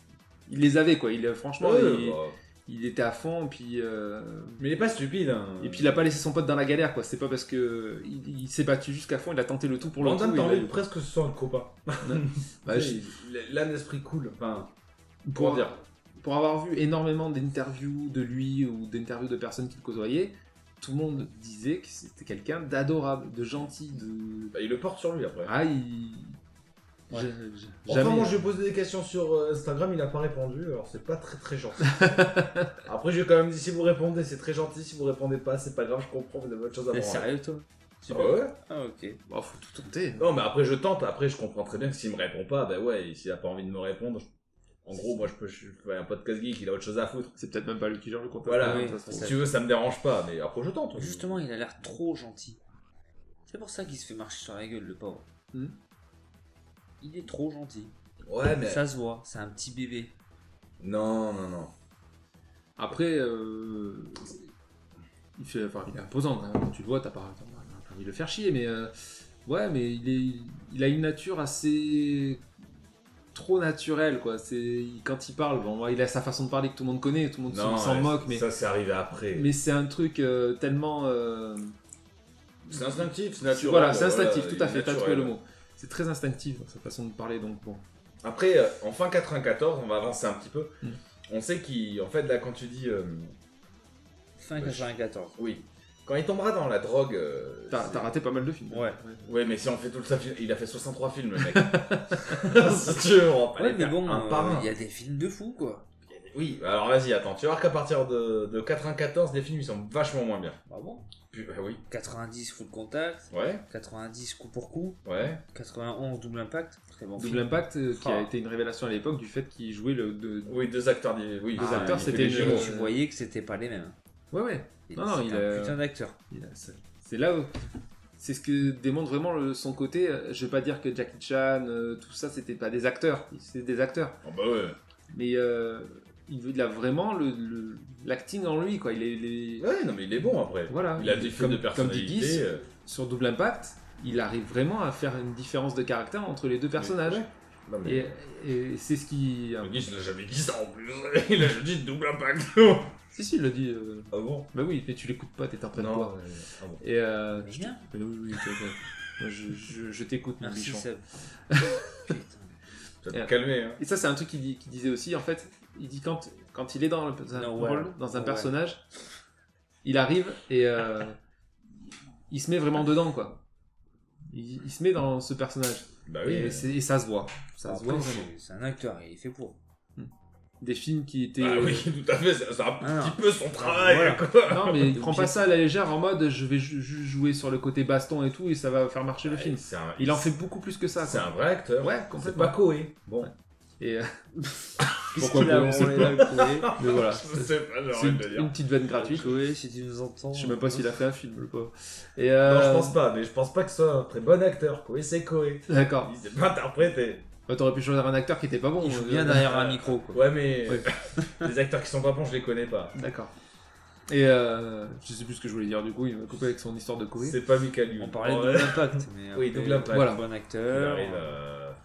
il les avait quoi. Il, franchement, Ouais, il, bah. il était à fond et puis euh, Mais il est pas stupide. Hein. et puis il a pas laissé son pote dans la galère quoi. C'est pas parce que il, il s'est battu jusqu'à fond, il a tenté le tout pour le Van tout. Damme, il t'as a envie eu- de presque que ce soit un copain. Bah, Tu je- sais, il a un esprit cool. Enfin, pour, pour dire. pour avoir vu énormément d'interviews de lui ou d'interviews de personnes qu'il côtoyait, tout le monde disait que c'était quelqu'un d'adorable, de gentil, de Bah, il le porte sur lui après. ah il Ouais. j'ai- j'ai- Enfin, jamais- moi, je lui ai posé des questions sur euh, Instagram, il n'a pas répondu, alors c'est pas très très gentil. Après, je lui ai quand même dit si vous répondez, c'est très gentil, si vous répondez pas, c'est pas grave, je comprends, vous avez autre chose à T'es voir. sérieux, toi Ah ouais. Ah, ok. Bon, faut tout tenter. Non, mais après je tente. Après, je comprends très bien que s'il me répond pas, bah ouais, et s'il a pas envie de me répondre, je- en gros, moi je peux, je fais un podcast geek, il a autre chose à foutre. C'est peut-être même pas lui qui gère le compte. Voilà. Instagram, Oui, ça se trouve. Si tu veux, ça me dérange pas, mais après je tente. Justement, il a l'air trop gentil. C'est pour ça qu'il se fait marcher sur la gueule, le pauvre. Hmm. Il est trop gentil. Ouais, mais. Ça se voit, c'est un petit bébé. Non, non, non. Après, euh, il, fait, enfin, il est imposant quand même. Quand tu le vois, t'as pas, t'as pas envie de le faire chier, mais euh, ouais, mais il, est, il a une nature assez trop naturelle, quoi. C'est quand il parle, bon, il a sa façon de parler que tout le monde connaît, tout le monde Non, s'en ouais, moque, mais ça c'est arrivé après. mais c'est un truc euh, tellement euh, C'est instinctif, c'est naturel. voilà, c'est instinctif, voilà, tout à il est fait. T'as trouvé naturel. le mot. C'est très instinctif dans sa façon de parler, donc bon. Après, euh, en fin quatre-vingt-quatorze, on va avancer un petit peu. Mm. On sait qu'en fait, là, quand tu dis. euh, Fin Ouais, quatre-vingt-quatorze. oui. Quand il tombera dans la drogue. euh, T'as c'est- t'as raté pas mal de films. Ouais. Ouais, mais si on fait tout le ça, il a fait soixante-trois films, le mec. Si tu veux, on va pas Ouais, les mais faire bon, un par euh, un. il y a des films de fous, quoi. Oui, alors vas-y, attends. Tu vas voir qu'à partir de, de quatre-vingt-quatorze, les films ils sont vachement moins bien. Bah bon. Puis, bah oui. quatre-vingt-dix, Full Contact. Ouais, quatre-vingt-dix, Coup pour Coup. ouais. quatre-vingt-onze, Double Impact. Très bon Double film. Impact, euh, qui a Ah. été une révélation à l'époque du fait qu'il jouait le. De... Oui, deux acteurs. di- Oui, Deux ah, acteurs, il fait c'était des une- jumeaux. euh, Tu voyais que c'était pas les mêmes. Ouais, ouais. Et Non, non, c'est il un a- putain d'acteur. Il a- C'est c'est là où. C'est ce que démontre vraiment le- son côté. euh, Je vais pas dire que Jackie Chan, euh, tout ça, c'était pas des acteurs. C'est des acteurs. Ah bah ouais. Mais euh, il, il a vraiment le- le- l'acting en lui, quoi. Il est, il est- Ouais, non, mais il est bon après. Voilà. Il a des films Comme- de comme dit Guy, personnalité. euh, sur Double Impact, il arrive vraiment à faire une différence de caractère entre les deux personnages. ouais. Non, mais. Et, et c'est ce qui. Le Guy, il a jamais dit ça en plus. Il a juste dit double impact. Si, si, il l'a dit. euh, Ah bon? Bah oui, mais tu l'écoutes pas, t'es en train de Non. boire. euh, Ah bon. Et euh, Mais je- bien. mais oui, oui, t'as- t'as- moi, je, je, je t'écoute, mon Merci bichon. Seb. Putain. Ça te Et- calmer, hein. Et ça, c'est un truc qu'il dit- qu'il disait aussi, en fait, il dit quand, quand il est dans un No rôle, way. dans un No personnage, il arrive et euh, il se met vraiment dedans, quoi. Il, il se met dans ce personnage. Bah oui. Et, c'est- et ça se voit. Ça se Après, voit vraiment. c'est- c'est un acteur, il est fait pour. Des films qui étaient... Ah oui, tout à fait, c'est c'est un Ah, petit peu son travail, voilà. quoi. Non, mais il prend pas ça à la légère en mode je vais ju- juste jouer sur le côté baston et tout et ça va faire marcher le film. C'est un- Il en fait beaucoup plus que ça. C'est quoi. un vrai acteur. Ouais, C'est complètement. pas Koé. Bon. Et, euh, Qu'est-ce Pourquoi qu'il a pas, on sait branlé pas. là, Koé mais voilà. Je sais pas, j'ai C'est envie une, de le dire. une petite vanne gratuite. Koé, si tu nous entends. Je sais même pas s'il a fait un film, le pauvre. Et Non, euh, je pense pas, mais je pense pas que ce soit un très bon acteur. Koé, c'est Koé. D'accord. Il s'est pas interprété. Bah, t'aurais pu choisir un acteur qui était pas bon. Il joue euh, bien derrière un micro, quoi. Ouais, mais Ouais. les acteurs qui sont pas bons, je les connais pas. D'accord. Et euh, je sais plus ce que je voulais dire du coup, il m'a coupé avec son histoire de Koé. C'est pas Michael Youn. On parlait de Ouais. Double Impact. Mais Oui, après, Double Impact. Voilà. Bon Il acteur. arrive à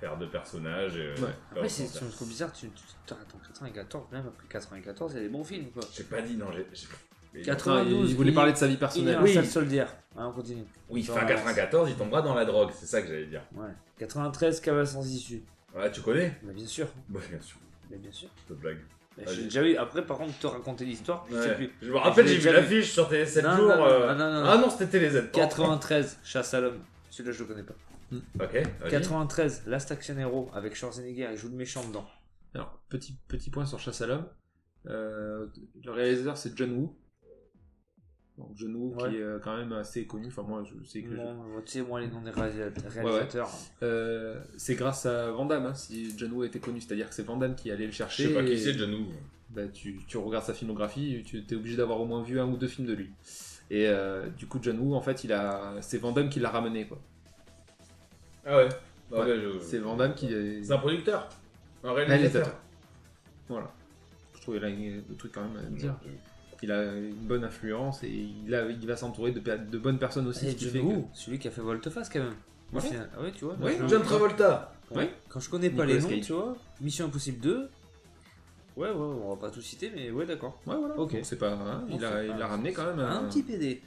faire deux personnages. Et, Ouais. faire Après, c'est autant je trouve bizarre, tu, tu tu- attends, quatre-vingt-quatorze, même après quatre-vingt-quatorze, il y a des bons films quoi. faire. J'ai pas dit, non, j'ai. j'ai- mais- quatre-vingt-douze, il voulait il- parler de sa vie Il est personnelle. un Oui. sale soldier. Hein, on continue. Oui, Dans fin la- quatre-vingt-quatorze, il tombera dans la drogue, c'est ça que j'allais dire. Ouais. quatre-vingt-treize, Cavale sans issue. Ouais, tu connais? Bah, bien sûr. Bah, bien sûr, Bah, bien sûr. je te blague. Bah, Vas-y. j'ai déjà eu. Après, par contre, te raconter l'histoire, je sais Ouais. plus. Je me rappelle, Je l'ai j'ai vu déjà l'affiche sur T V sept Non, jours. non, non, euh, non, non, non. Ah non, c'était Télé Z. quatre-vingt-treize, Chasse à l'homme. Celui-là, je le connais pas. Ok, vas-y. quatre-vingt-treize, Last Action Hero avec Schwarzenegger, il joue le méchant dedans. Alors, petit, petit point sur Chasse à l'homme. Euh, le réalisateur, c'est John Woo. Donc, John Woo, Ouais. qui est euh, quand même assez connu. Enfin, moi, je sais que. je- Bon, tu sais, moi, les noms des réalisateurs. réalisateurs. Euh, c'est grâce à Van Damme, hein, si John Woo était connu. C'est-à-dire que c'est Van Damme qui allait le Je chercher. sais pas qui et- c'est, John Woo. bah, tu, tu regardes sa filmographie, tu es obligé d'avoir au moins vu un ou deux films de lui. Et euh, du coup, John Woo, en fait, il a, c'est Van Damme qui l'a ramené, quoi. Ah ouais. Ah Ouais, ouais, je- C'est Van Damme qui est C'est un producteur. Un réalisateur. réalisateur. Voilà. Je trouvais là le truc quand même à dire. Il a une bonne influence et il, a, il va s'entourer de, pe- de bonnes personnes aussi. Et ce qui John fait Woo, celui qui a fait Volte-Face quand même. Au Ouais. final. Ah ouais, tu vois. Ouais, je- John Travolta. Quand, Ouais. quand je connais pas Nicolas les noms, Cage. tu vois. Mission Impossible deux. Ouais, ouais, on va pas tout citer, mais ouais, d'accord. que... Ouais, voilà. Ok. Donc, c'est pas. hein, il Non, a, c'est il pas- a ramené quand même Un petit P D.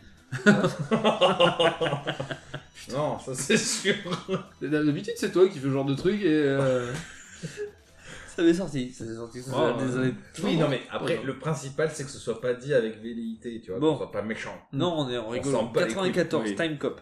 Non, ça c'est sûr. D'habitude, c'est toi qui fais ce genre de truc et. euh, Ça m'est sorti. Ça m'est sorti. Ça Oh, fait des années. Oui, non, mais après, le principal c'est que ce soit pas dit avec velléité, tu vois, Bon. qu'on soit pas méchant. Non, on est en rigolo. s'en bat les couilles, quatre-vingt-quatorze, oui. Time Cop.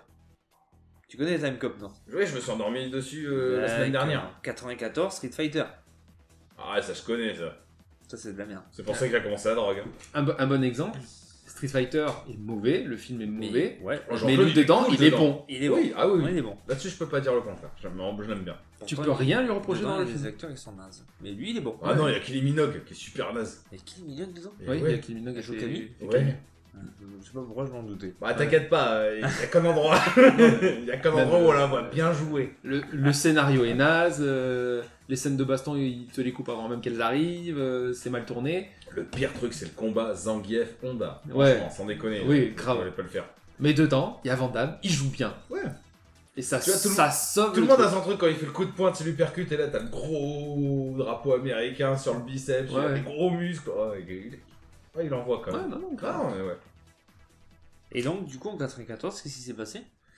Tu connais Time Cop, non? Oui, je me suis endormi dessus euh, la Mec, semaine dernière. euh, quatre-vingt-quatorze, Street Fighter. Ah, ça je connais ça. Ça, c'est de la merde. C'est pour ça qu'il a commencé la drogue. hein. un, bo- un bon exemple, Street Fighter est mauvais, le film est mauvais, Ouais. Genre, mais le- lui dedans, cool il est dedans. bon. Il est bon. Oui, ah oui, Ouais, oui. il est bon. Là-dessus, je peux pas dire le contraire. Je l'aime je l'aime bien. Tu Pourtant, peux rien lui reprocher dedans, dans le il y a des film. acteurs, ils sont nazes. Mais lui, il est bon. Ah non, il y a Kylie Minogue qui est super naze. Mais qui est million dedans? Et Oui, il y ouais. a Kylie Minogue Elle et joue c'est- Camille et Ouais. Camille. Je sais pas pourquoi je m'en doutais. Bah t'inquiète pas, euh, il y a qu'un endroit. Il y a qu'un endroit où on la voit bien jouer. Le, le scénario est naze, euh, les scènes de baston, ils te les coupent avant même qu'elles arrivent, euh, c'est mal tourné. Le pire truc, c'est le combat Zangief-Honda. Ouais. Franchement, sans déconner. Oui, je grave. pouvais pas le faire. Mais dedans, il y a Van Damme, il joue bien. Ouais. Et ça, Tu vois, tout le- ça sauve Tout le monde truc. a son truc quand il fait le coup de poing, tu lui percutes et là t'as le gros drapeau américain sur le biceps, il a Ouais. des gros muscles. Oh, il, il- ouais, il envoie quand Ouais, même. non, non, Ah, grave. non, mais ouais. Et donc, du coup, en quatre-vingt-quatorze, qu'est-ce qui s'est passé?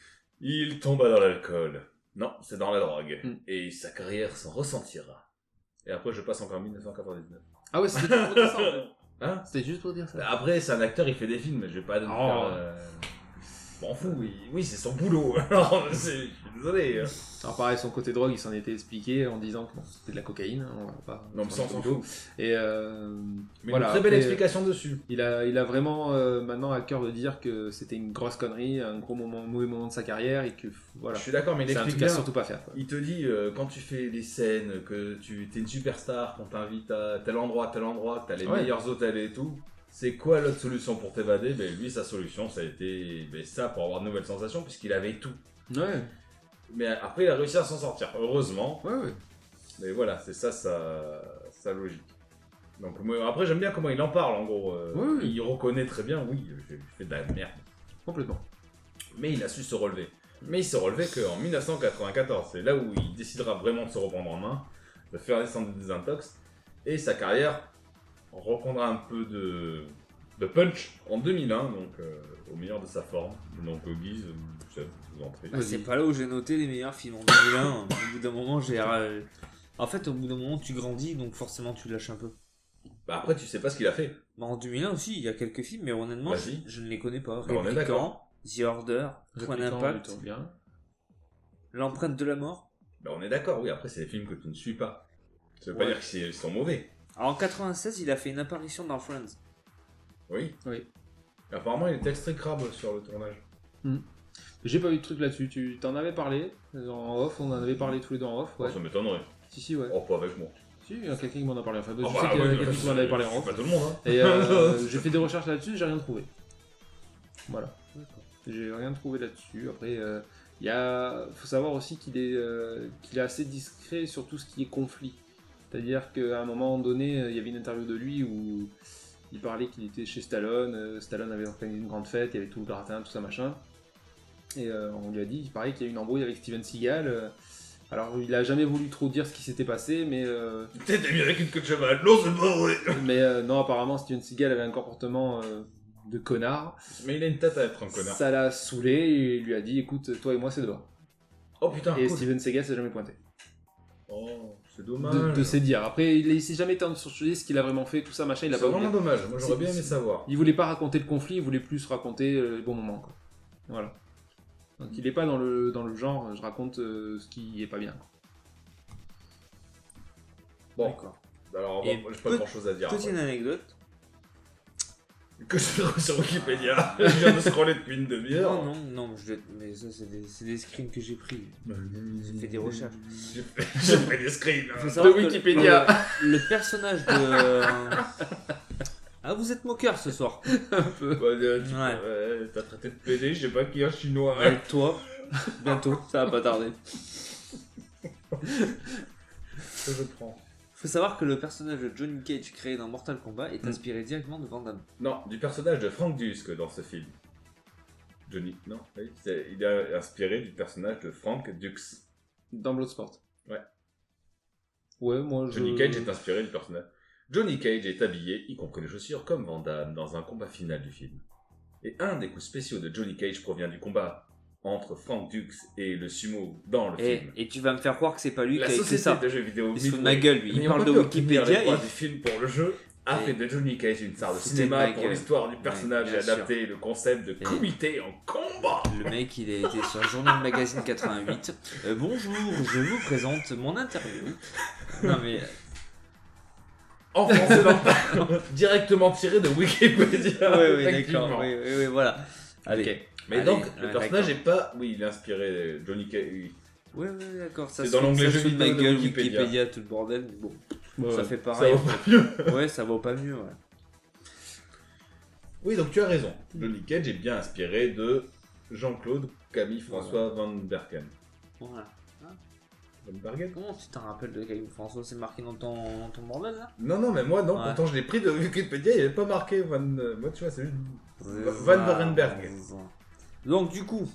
Il tomba dans l'alcool. Non, c'est dans la drogue. Mm. Et sa carrière s'en ressentira. Et après, je passe encore en dix-neuf cent quatre-vingt-dix-neuf. Ah ouais, c'était juste pour dire ça. en fait. Hein C'était juste pour dire ça. Après, c'est un acteur, il fait des films, je vais pas Oh. faire. Euh... M'en fous, oui, oui c'est son boulot. Alors, c'est- je suis désolé. Alors pareil, son côté drogue, il s'en était expliqué en disant que bon, c'était de la cocaïne, hein, on va pas... Non, mais ça, on s'en fout. Et euh, Mais voilà, une très belle après, explication dessus. Il a, il a vraiment euh, maintenant à cœur de dire que c'était une grosse connerie, un gros moment, mauvais moment de sa carrière et que voilà, Je suis d'accord, mais il c'est un explique truc à bien. surtout pas faire. Quoi. Il te dit, euh, quand tu fais des scènes, que tu es une superstar, qu'on t'invite à tel endroit, tel endroit, que t'as les Ouais. meilleurs hôtels et tout, c'est quoi l'autre solution pour t'évader? Ben lui, sa solution, ça a été ben, ça pour avoir de nouvelles sensations, puisqu'il avait tout. Ouais, Mais après, il a réussi à s'en sortir, heureusement. ouais, ouais. Mais voilà, c'est ça sa, sa logique. Donc moi, après, j'aime bien comment il en parle, en gros. Euh, Oui, oui. Il reconnaît très bien, oui, j'ai fait de la merde. Complètement. Mais il a su se relever. Mais il se relevait qu'en mille neuf cent quatre-vingt-quatorze. C'est là où il décidera vraiment de se reprendre en main, de faire des centres de désintox. Et sa carrière reprendra un peu de, de punch en deux mille un, donc euh, au meilleur de sa forme. Donc euh, Guise, euh, je sais, vous en prie. Ah, c'est pas là où j'ai noté les meilleurs films en deux mille un. Au bout d'un moment, j'ai. euh, En fait, au bout d'un moment, tu grandis, donc forcément, tu lâches un peu. Bah après, tu sais pas ce qu'il a fait. Bah, en deux mille un aussi, il y a quelques films, mais honnêtement, je, Vas-y. je ne les connais pas. Bah, on est Répliquant, d'accord. The Order, Point Répliquant, d'impact, plutôt bien. L'empreinte de la mort. Bah on est d'accord, oui, après c'est des films que tu ne suis pas. Ça veut pas Ouais. dire qu'ils sont mauvais. Alors, en quatre-vingt-seize, il a fait une apparition dans Friends. Oui. Oui. Apparemment, il était très crabe sur le tournage. J'ai pas eu de truc là-dessus, tu t'en avais parlé en off, on en avait parlé tous les deux en off, ouais. Oh, ça m'étonnerait. Si, si, ouais. Oh, pas avec moi. Si, il y a quelqu'un qui m'en a parlé, enfin, je Oh, sais bah, qu'il y a oui, quelqu'un je- qui m'en avait parlé en je- off. Pas tout le monde, hein. Et euh, j'ai fait des recherches là-dessus, j'ai rien trouvé. Voilà. J'ai rien trouvé là-dessus. Après, euh, il y a, faut savoir aussi qu'il est, euh, qu'il est assez discret sur tout ce qui est conflit. C'est-à-dire qu'à un moment donné, euh, il y avait une interview de lui où il parlait qu'il était chez Stallone. euh, Stallone avait organisé une grande fête, il y avait tout le gratin, tout ça machin. Et euh, on lui a dit, il paraît qu'il y a eu une embrouille avec Steven Seagal. euh, Alors, il a jamais voulu trop dire ce qui s'était passé, mais euh, T'étais mieux avec une queue de cheval. Non, c'est pas vrai. mais euh, non, apparemment, Steven Seagal avait un comportement euh, de connard. Mais il a une tête à être un connard. Ça l'a saoulé et il lui a dit, écoute, toi et moi, c'est dehors. Oh putain, Et cool. Steven Seagal s'est jamais pointé. Oh, c'est dommage. De, de ses dires. Après, il, il s'est jamais été sur ce qu'il a vraiment fait, tout ça, machin, il a C'est pas vraiment voulu. dommage. Moi, j'aurais C'est- bien aimé c'est- savoir. Il voulait pas raconter le conflit, il voulait plus raconter euh, les bons moments, quoi. Voilà. Donc il est pas dans le, dans le genre, je raconte euh, ce qui est pas bien. quoi. Bon, D'accord. alors, Et bon, j'ai pas pe- grand chose à dire. Petite après. anecdote. Que je trouve sur Wikipédia. Je viens de scroller depuis une demi-heure. Non, non, non, je vais- mais ça, c'est des, c'est des screens que j'ai pris. J'ai fait des recherches. J'ai fait, j'ai fait des screens. Faut hein. savoir De que Wikipédia. Le, le personnage de. Ah, vous êtes moqueur ce soir. Un peu. Ouais, euh, tu- Ouais. ouais, t'as traité de pédé, je sais pas qui est un chinois. Et toi, bientôt, ça va pas tarder. Que je prends. Faut savoir que le personnage de Johnny Cage créé dans Mortal Kombat est inspiré directement de Van Damme. Non, du personnage de Frank Dusek dans ce film. Johnny, non, oui, c'est- il est inspiré du personnage de Frank Dux. Dans Bloodsport. Ouais. Ouais, moi je. Johnny Cage est inspiré du personnage. Johnny Cage est habillé, y compris les chaussures, comme Van Damme dans un combat final du film. Et un des coups spéciaux de Johnny Cage provient du combat entre Frank Dux et le sumo dans le Et, film. et tu vas me faire croire que c'est pas lui La qui a écrit société ça. de jeux vidéo Il se fout de Midway, ma gueule, lui. Il n'ayant parle pas de pu obtenir Wikipédia les droits et- du film pour le jeu, a Et- fait de Johnny Cage une star de Foutez de cinéma ma pour gueule. l'histoire du personnage Ouais, et bien adapté le concept de Et- comité en combat. Le mec, il a été sur Journal Magazine quatre-vingt-huit. Euh, bonjour, je vous présente mon interview. Non mais, En français dans le directement tiré de Wikipédia. ouais, ouais, effectivement. d'accord, oui, oui, oui, voilà. Allez, Ok. Mais Allez, donc, ouais, le personnage d'accord. est pas. Oui, il est inspiré de Johnny Cage. oui. ouais, ouais, d'accord. Ça C'est se dans fout- l'onglet ça jeux se fout de ma vidéo de gueule, Wikipédia. Wikipédia, tout le bordel. Bon, Ouais, ça ouais. fait Ça pareil. va pas mieux. Ouais, ça vaut pas mieux. Ouais. Oui, donc tu as raison. Johnny Cage est bien inspiré de Jean-Claude Camille François Van Bergen. Voilà. Van Bergen Comment tu t'en rappelles de Camille François? C'est marqué dans ton, dans ton bordel là? Non, non, mais moi, non. Ouais. Pourtant, je l'ai pris de Wikipédia, il n'y avait pas marqué Van. euh, Moi, tu vois, c'est juste. Ouais, Van voilà, Varenberg. voilà. Donc du coup,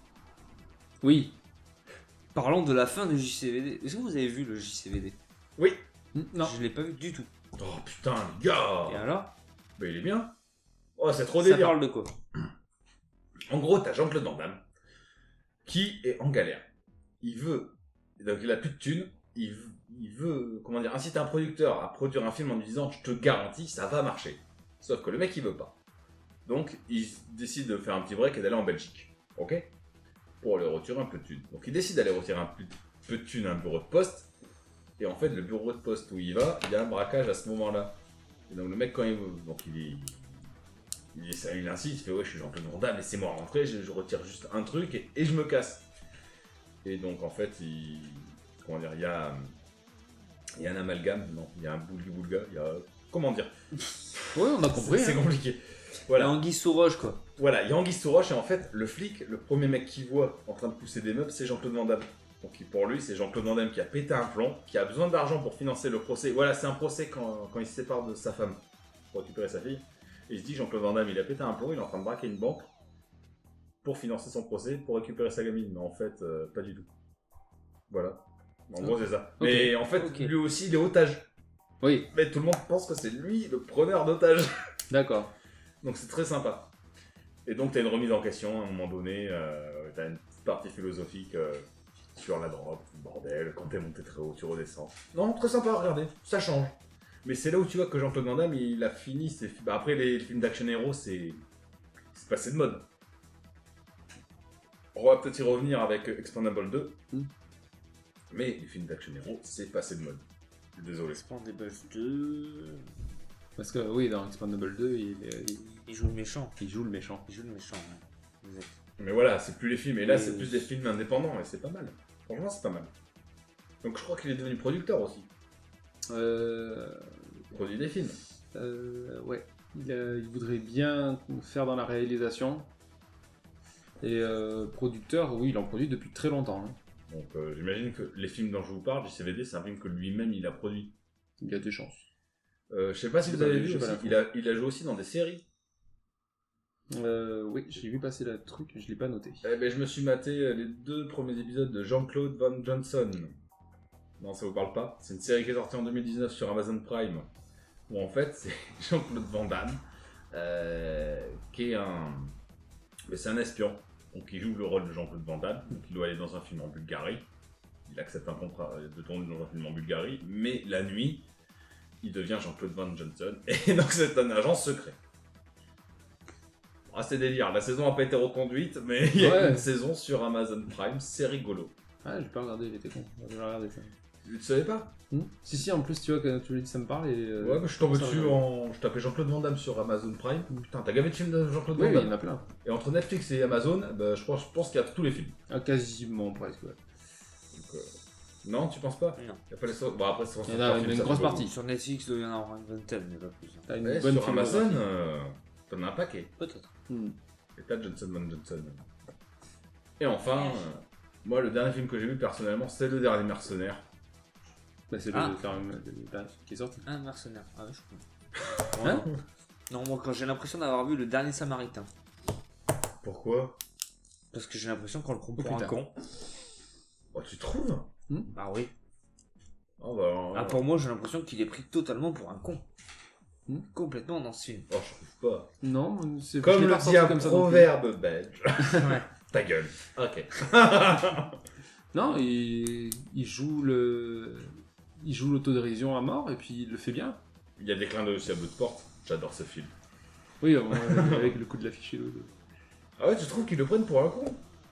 Oui. parlons de la fin de J C V D. Est-ce que vous avez vu le J C V D? Oui. Mm, Non. Je l'ai pas vu du tout. Oh putain, les gars Et alors? Bah, il est bien. Oh, c'est trop Ça délire. parle de quoi? En gros, t'as Jean-Claude Van Damme qui est en galère. Il veut, donc il a plus de thunes, il, v- il veut, comment dire, inciter un producteur à produire un film en lui disant je te garantis, ça va marcher. Sauf que le mec il veut pas. Donc il décide de faire un petit break et d'aller en Belgique. Ok? Pour aller retirer un peu de thunes. Donc il décide d'aller retirer un peu, peu de thunes à un bureau de poste. Et en fait, le bureau de poste où il va, il y a un braquage à ce moment-là. Et donc le mec, quand il veut, donc il est. Il, est- il insiste, il fait ouais, je suis Jean-Claude Van Damme, laissez-moi rentrer, je, je retire juste un truc et, et je me casse. Et donc en fait, il. Comment dire, il y a. Il y a un amalgame, non, il y a un boulga, il y a. Comment dire? Ouais, on a compris. C'est c'est hein. compliqué. Voilà. Voilà. Anguille sous roche quoi. Voilà, il y a Anguille sous roche et en fait, le flic, le premier mec qu'il voit en train de pousser des meubles, c'est Jean-Claude Van Damme. Donc pour lui, c'est Jean-Claude Van Damme qui a pété un plomb, qui a besoin d'argent pour financer le procès. Voilà, c'est un procès quand, quand il se sépare de sa femme pour récupérer sa fille. Et il se dit, Jean-Claude Van Damme, il a pété un plomb, il est en train de braquer une banque pour financer son procès, pour récupérer sa gamine. Mais en fait, euh, pas du tout. Voilà. En gros, c'est ça. Ok. Mais en fait, Ok. lui aussi, il est otage. Oui, Mais tout le monde pense que c'est lui le preneur d'otage. d'accord. Donc c'est très sympa. Et donc t'as une remise en question à un moment donné, euh, t'as une petite partie philosophique euh, sur la drogue, bordel, quand t'es monté très haut, tu redescends. Non, très sympa, regardez, ça change. Mais c'est là où tu vois que Jean-Claude Van Damme, il a fini ses films. Bah, après, les films d'action héros, c'est. C'est passé de mode. On va peut-être y revenir avec Expandable deux. Mm. Mais les films d'action héros, c'est passé de mode. Je suis désolé. Expendables deux. Parce que oui, dans Expandable deux, il, il- Il joue le méchant. il joue le méchant. Il joue le méchant. Ouais. Exact. Mais voilà, c'est plus les films. Et là, Oui. c'est plus des films indépendants. Et c'est pas mal. Franchement, c'est pas mal. Donc je crois qu'il est devenu producteur aussi. Euh, Il produit des films. euh, ouais, il, a- il voudrait bien faire dans la réalisation. Et euh, producteur, oui, il en produit depuis très longtemps. hein. Donc euh, j'imagine que les films dont je vous parle, du C V D, c'est un film que lui-même il a produit. Il y a des chances. Euh, je sais pas si J'ai vous pas avez vu, vu j'ai pas aussi, l'info. il a, il a joué aussi dans des séries. Euh, oui, j'ai vu passer le truc, mais je l'ai pas noté. Eh ben, je me suis maté les deux premiers épisodes de Jean-Claude Van Johnson. Non, ça vous parle pas? C'est une série qui est sortie en deux mille dix-neuf sur Amazon Prime. Où en fait, c'est Jean-Claude Van Damme, euh, qui est un... Mais c'est un espion. Donc il joue le rôle de Jean-Claude Van Damme. Donc il doit aller dans un film en Bulgarie. Il accepte un contrat de tourner dans un film en Bulgarie. Mais la nuit, il devient Jean-Claude Van Johnson. Et donc c'est un agent secret. Ah, c'est délire. La saison n'a pas été reconduite, mais il y a Ouais. une saison sur Amazon Prime. C'est rigolo. Ah, j'ai pas regardé, il était con. Je vais regarder ça. Tu ne savais pas? Hmm si, si, en plus, tu vois, quand tu l'as dit, ça me parle. Et, euh, Ouais, bah, je suis tombé ça, dessus euh, en. Je tapais Jean-Claude Van Damme sur Amazon Prime. Putain, t'as gavé de films de Jean-Claude Oui, Van oui, Damme. il y en a plein. Et entre Netflix et Amazon, bah, je pense, je pense qu'il y a tous les films. Ah, quasiment, presque, ouais. Donc, euh, Non, tu penses pas? Non. Il y a pas les so- Bon, après, c'est Il y en a une grosse partie. Sur Netflix, il doit y en avoir une vingtaine, mais pas plus. hein. T'as une Ouais, bonne sur filmographie. Amazon, euh, t'en as un paquet. Peut-être. Hmm. Et t'as Johnson Van Johnson. Et enfin, euh, moi, le dernier film que j'ai vu personnellement, c'est Le Dernier Mercenaire. Bah, c'est Ah. le, quand même, le dernier film qui est sorti. Un mercenaire. Ah ouais, je crois. Hein? Non, moi, quand j'ai l'impression d'avoir vu Le Dernier Samaritain. Pourquoi? Parce que j'ai l'impression qu'on le prend pour Oh, un putain. con. Oh, tu trouves? Ah oui. Oh, bah, alors, Ah, pour moi, j'ai l'impression qu'il est pris totalement pour un con. Hmm. Complètement dans ce film. oh, je trouve pas. Non, c'est je Comme l'ai le pas dit ressenti un comme ça non plus. proverbe belge. Ouais. Ta gueule. Ok. Non, il, il joue le. Il joue l'autodérision à mort et puis il le fait bien. Il y a des clins d'œil aussi à bout de porte. J'adore ce film. Oui, euh, avec le coup de l'affiche et le. Ah ouais, tu trouves qu'ils le prennent pour un con?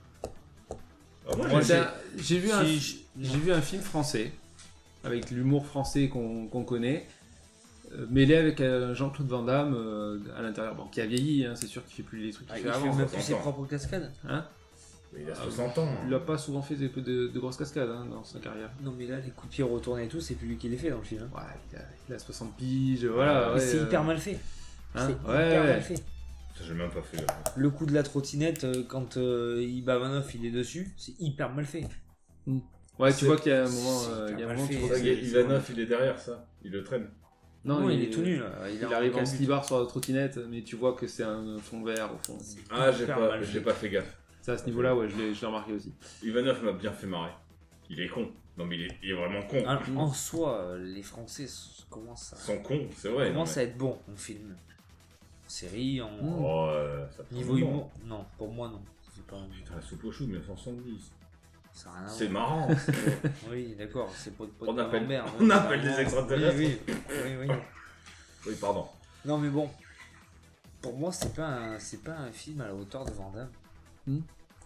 Ah, moi, Moi, j'ai- J'ai- J'ai vu, un... Si, je- j'ai vu un film français, avec l'humour français qu'on qu'on connaît, euh, mêlé avec euh, Jean-Claude Van Damme euh, à l'intérieur. Bon, qui a vieilli, hein, c'est sûr qu'il fait plus les trucs Ah, qu'il il fait fait avant. même ça plus ses s'entend. propres cascades. Hein. Mais il a soixante ans. Il a pas souvent fait de, de, de grosses cascades hein, dans sa carrière. Non, mais là, les coups de pied retournés et tout, c'est plus lui qui les fait dans le film. hein. Ouais, il a, il a soixante piges, voilà. Mais ouais, c'est euh, hyper mal fait. hein, c'est ouais, hyper ouais. mal fait. Ça, j'ai même pas fait. Le coup de la trottinette, euh, quand euh, Ivanov il est dessus, c'est hyper mal fait. Ouais, C'est- tu vois qu'il y a un moment, c'est euh, il y a un mal moment fait. tu vois Ça, que c'est- Ivanov, il est derrière ça. Il le traîne. Non, Non, il, est tout nul. là. Il, en arrive en calbut. slibard sur la trottinette, mais tu vois que c'est un fond vert au fond. Ah, j'ai hyper pas, mal j'ai fait. pas fait gaffe. Ça, à ce niveau-là, ouais, je l'ai je l'ai remarqué aussi. Ivanov m'a bien fait marrer. Il est con. Non, mais il est, il est vraiment con. Alors, en soi, euh, les Français s- commencent à, Ils sont cons, c'est vrai. non, commencent mais- à être bons en film. En série, en Mm. Oh, euh, ça prend niveau du temps. humour. Non, pour moi, non. C'est pas... Putain, la soupe au chou, mille neuf cent soixante-dix. Ça a rien à C'est voir. marrant. Oui, d'accord, c'est pas, pas On de appelle- camembert, on oui, appelle clairement. des extraterrestres. Oui, oui, oui, oui. Oui, pardon. Non, mais bon. Pour moi, c'est pas un, c'est pas un film à la hauteur de Van Damme.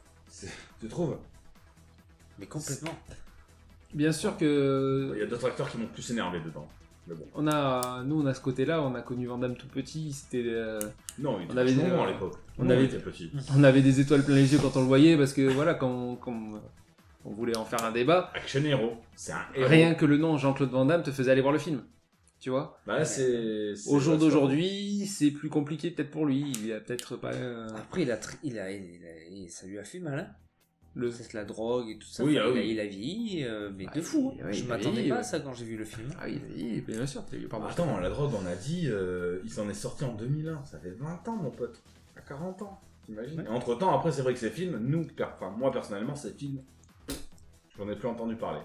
Tu trouves? Mais complètement. Bien sûr que Il y a d'autres acteurs qui m'ont plus énervé dedans. Mais bon. on a, nous, on a ce côté-là, on a connu Van Damme tout petit, c'était, euh, Non, il On était avait vachement des- bon à l'époque. on Non, avait- il était petit. on avait des étoiles plein les yeux quand on le voyait, parce que voilà, quand, quand on voulait en faire un débat, Action Hero. C'est un héros. rien que le nom Jean-Claude Van Damme te faisait aller voir le film, tu vois. Bah là, c'est. c'est Au jour la d'aujourd'hui, c'est plus compliqué peut-être pour lui, il a peut-être pas euh, Après, il a, tri- il a, il a- il- ça lui a fait mal, hein. le... C'est la drogue et tout ça. Oui, Enfin, ah il, a, oui. il a vieilli, euh, mais Ah, de fou. il- hein. ouais, Je il a m'attendais vieilli, pas ouais. à ça quand j'ai vu le film. Ah oui, oui, bien sûr, t'as eu pardon. Attends, la drogue, on a dit, euh, il s'en est sorti en deux mille un. Ça fait vingt ans, mon pote. À quarante ans. T'imagines? Ouais. Et entre temps, après, c'est vrai que ces films, nous, per- enfin, moi personnellement, ces films, j'en ai plus entendu parler.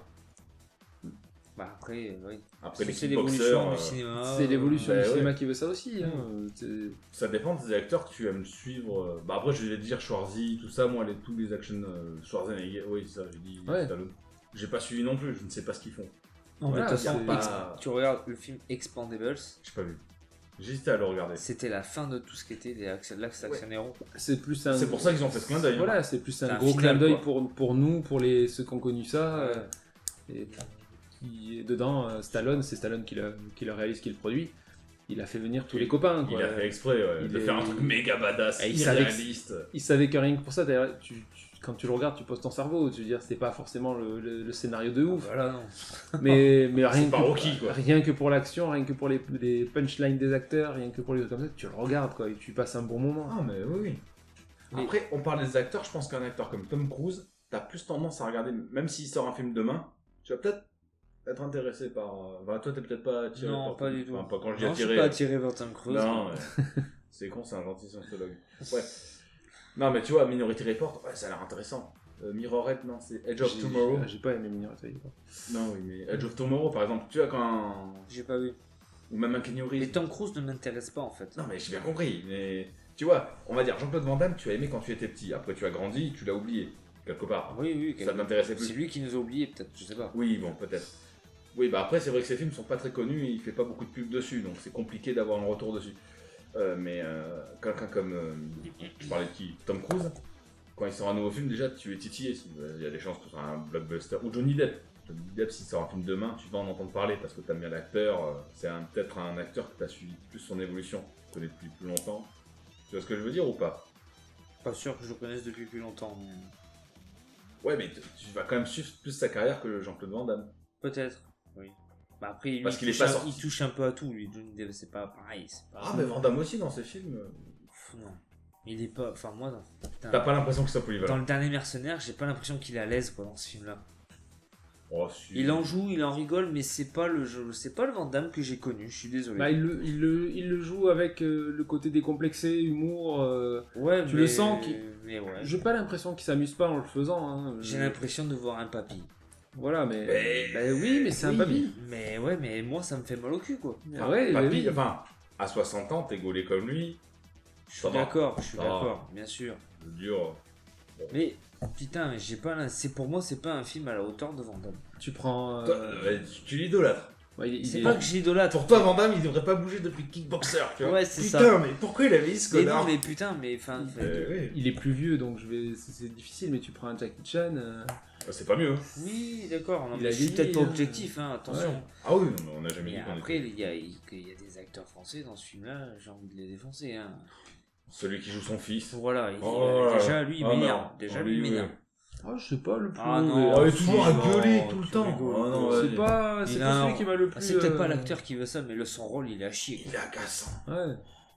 Bah après, euh, oui. Après, les C'est kickboxers, l'évolution euh, du cinéma. C'est l'évolution bah du ouais. cinéma qui veut ça aussi. Hein. c'est- ça dépend des acteurs que tu aimes suivre. euh, Bah après, je vais dire Schwarzy, tout ça, moi, les, tous les action euh, Schwarzenegger, oui, ça, j'ai dit Ouais. Stallone. J'ai pas suivi non plus, je ne sais pas ce qu'ils font. Non, mais Voilà, de toute façon, c'est- pas- ex- tu regardes le film Expandables, J'ai pas vu. J'hésitais à le regarder. c'était la fin de tout ce qui était les action- l'axe Ouais. action héros. C'est plus un. C'est pour ça qu'ils ont fait ce clin d'œil. hein. Voilà, c'est plus C'est un un gros final, clin d'œil quoi. pour, pour nous, pour les, ceux qui ont connu ça. Ouais. euh, et qui, dedans, euh, Stallone, c'est Stallone qui le, qui le réalise, qui le produit. Il a fait venir tous Il- les copains. Il quoi. a fait exprès ouais, Il de est- faire un truc méga badass, Et il savait que- irréaliste. Il savait que rien que pour ça, d'ailleurs, tu, tu- quand tu le regardes, tu poses ton cerveau. Tu veux dire, c'est pas forcément le, le- le scénario de ouf. Voilà, non. Mais, mais rien, C'est pas que, Rocky, quoi. rien que pour l'action, rien que pour les, les punchlines des acteurs, rien que pour les trucs comme ça, tu le regardes quoi, et tu passes un bon moment. Ah, mais oui, oui. Mais- Après, on parle des acteurs, je pense qu'un acteur comme Tom Cruise, t'as plus tendance à regarder, même s'il sort un film demain, tu vas peut-être être intéressé par. euh, Enfin, toi, t'es peut-être pas attiré Non, par pas Tom- du tout. Enfin, pas quand je dis Non, je suis attiré. pas attiré vers Tom Cruise. Non, ouais. C'est con, c'est un gentil sociologue. Ouais. Non, mais tu vois, Minority Report, ouais, ça a l'air intéressant. Euh, Mirrorhead, non, c'est Edge of J'ai- Tomorrow. J'ai pas aimé Minority Report. Non, oui, mais Edge of Tomorrow, par exemple, tu vois, quand. un- J'ai pas vu. Ou même un Keanu Mais Reeves. Tom Cruise ne m'intéresse pas en fait. Non, mais j'ai bien compris. Mais tu vois, on va dire, Jean-Claude Van Damme, tu as aimé quand tu étais petit. Après, tu as grandi, tu l'as oublié, quelque part. Oui, oui. Ça quelque- t'intéressait C'est plus. lui qui nous a oubliés peut-être, je sais pas. Oui, bon, peut-être. Oui, bah après, c'est vrai que ces films sont pas très connus et il fait pas beaucoup de pubs dessus, donc c'est compliqué d'avoir un retour dessus. Euh, mais euh, quelqu'un comme. euh, je parlais de qui Tom Cruise. Quand il sort un nouveau film, déjà, tu es titillé. si- Il y a des chances que ce soit un blockbuster. Ou Johnny Depp. Johnny Depp, s'il sort un film demain, tu vas en entendre parler parce que tu aimes bien l'acteur. euh, C'est un- peut-être un acteur que tu as suivi plus son évolution, que tu connais depuis plus longtemps. Tu vois ce que je veux dire ou pas? Pas sûr que je le connaisse depuis plus longtemps. Mais... Ouais, mais t- tu vas quand même suivre plus sa carrière que Jean-Claude Van Damme. Peut-être, oui. Bah après, lui, Parce il, qu'il est touche pas un, sorti. il touche un peu à tout, lui. Johnny Depp, c'est pas pareil. C'est pas... Ah, mais Van Damme aussi dans ses films. euh, Pff, non. Il est pas. Enfin, moi, non. Putain. T'as pas l'impression que c'est Dans polyvalent. le dernier mercenaire, j'ai pas l'impression qu'il est à l'aise quoi, dans ce film-là. Oh, si. Il en joue, il en rigole, mais c'est pas le jeu, c'est pas le Van Damme que j'ai connu. Je suis désolé. Bah, il, le, il, le, il le joue avec euh, le côté décomplexé, humour. euh, ouais, tu mais... le sens qu'il- Mais ouais. J'ai pas l'impression qu'il s'amuse pas en le faisant. Hein. J'ai Euh, l'impression de voir un papy. Voilà, mais. Mais- Bah oui, mais c'est un oui. papy. Mais ouais, mais moi ça me fait mal au cul quoi. Ah ouais, bah Papy, oui. enfin, à soixante ans, t'es gaulé comme lui. Je suis Ça va. d'accord, je suis Ça va. d'accord, bien sûr. C'est dur. Mais putain, mais j'ai pas. la- C'est pour moi, c'est pas un film à la hauteur de Van Damme. Tu prends. euh, Toi, euh, tu- tu l'idolâtres. ouais, il- il C'est est- pas que j'idolâtre. Pour toi, Van Damme, il devrait pas bouger depuis Kickboxer. Tu vois. Ouais, c'est Putain, ça. mais pourquoi il avait dit ce Mais connard non, mais putain, mais enfin. fait- Euh, oui. il est plus vieux, donc je vais. C'est c'est difficile, mais tu prends un Jackie Chan. euh, Bah, c'est pas mieux. hein. Oui, d'accord. non, Il mais a Je suis dit, peut-être pas euh, objectif, hein, attention. ouais. Ah oui, non, mais on n'a jamais Mais dit qu'on après, était. il y, a, il y a des acteurs français dans ce film-là, j'ai envie de les défoncer. Hein. Celui qui joue son fils. Voilà, il- Oh là là. déjà lui il Ah m'énerve. non. Déjà Oh, lui il lui, m'énerve. Ah, je sais pas le plus. Ah non. mauvais. Oh, il est si, toujours à non, gueuler tout le tu temps. rigoles. Oh non, C'est vas-y. pas, c'est Il pas a celui un- qui m'a le Ah, plus. c'est peut-être euh, pas l'acteur qui veut ça, mais le son rôle il est à chier. Il est agaçant. Ouais.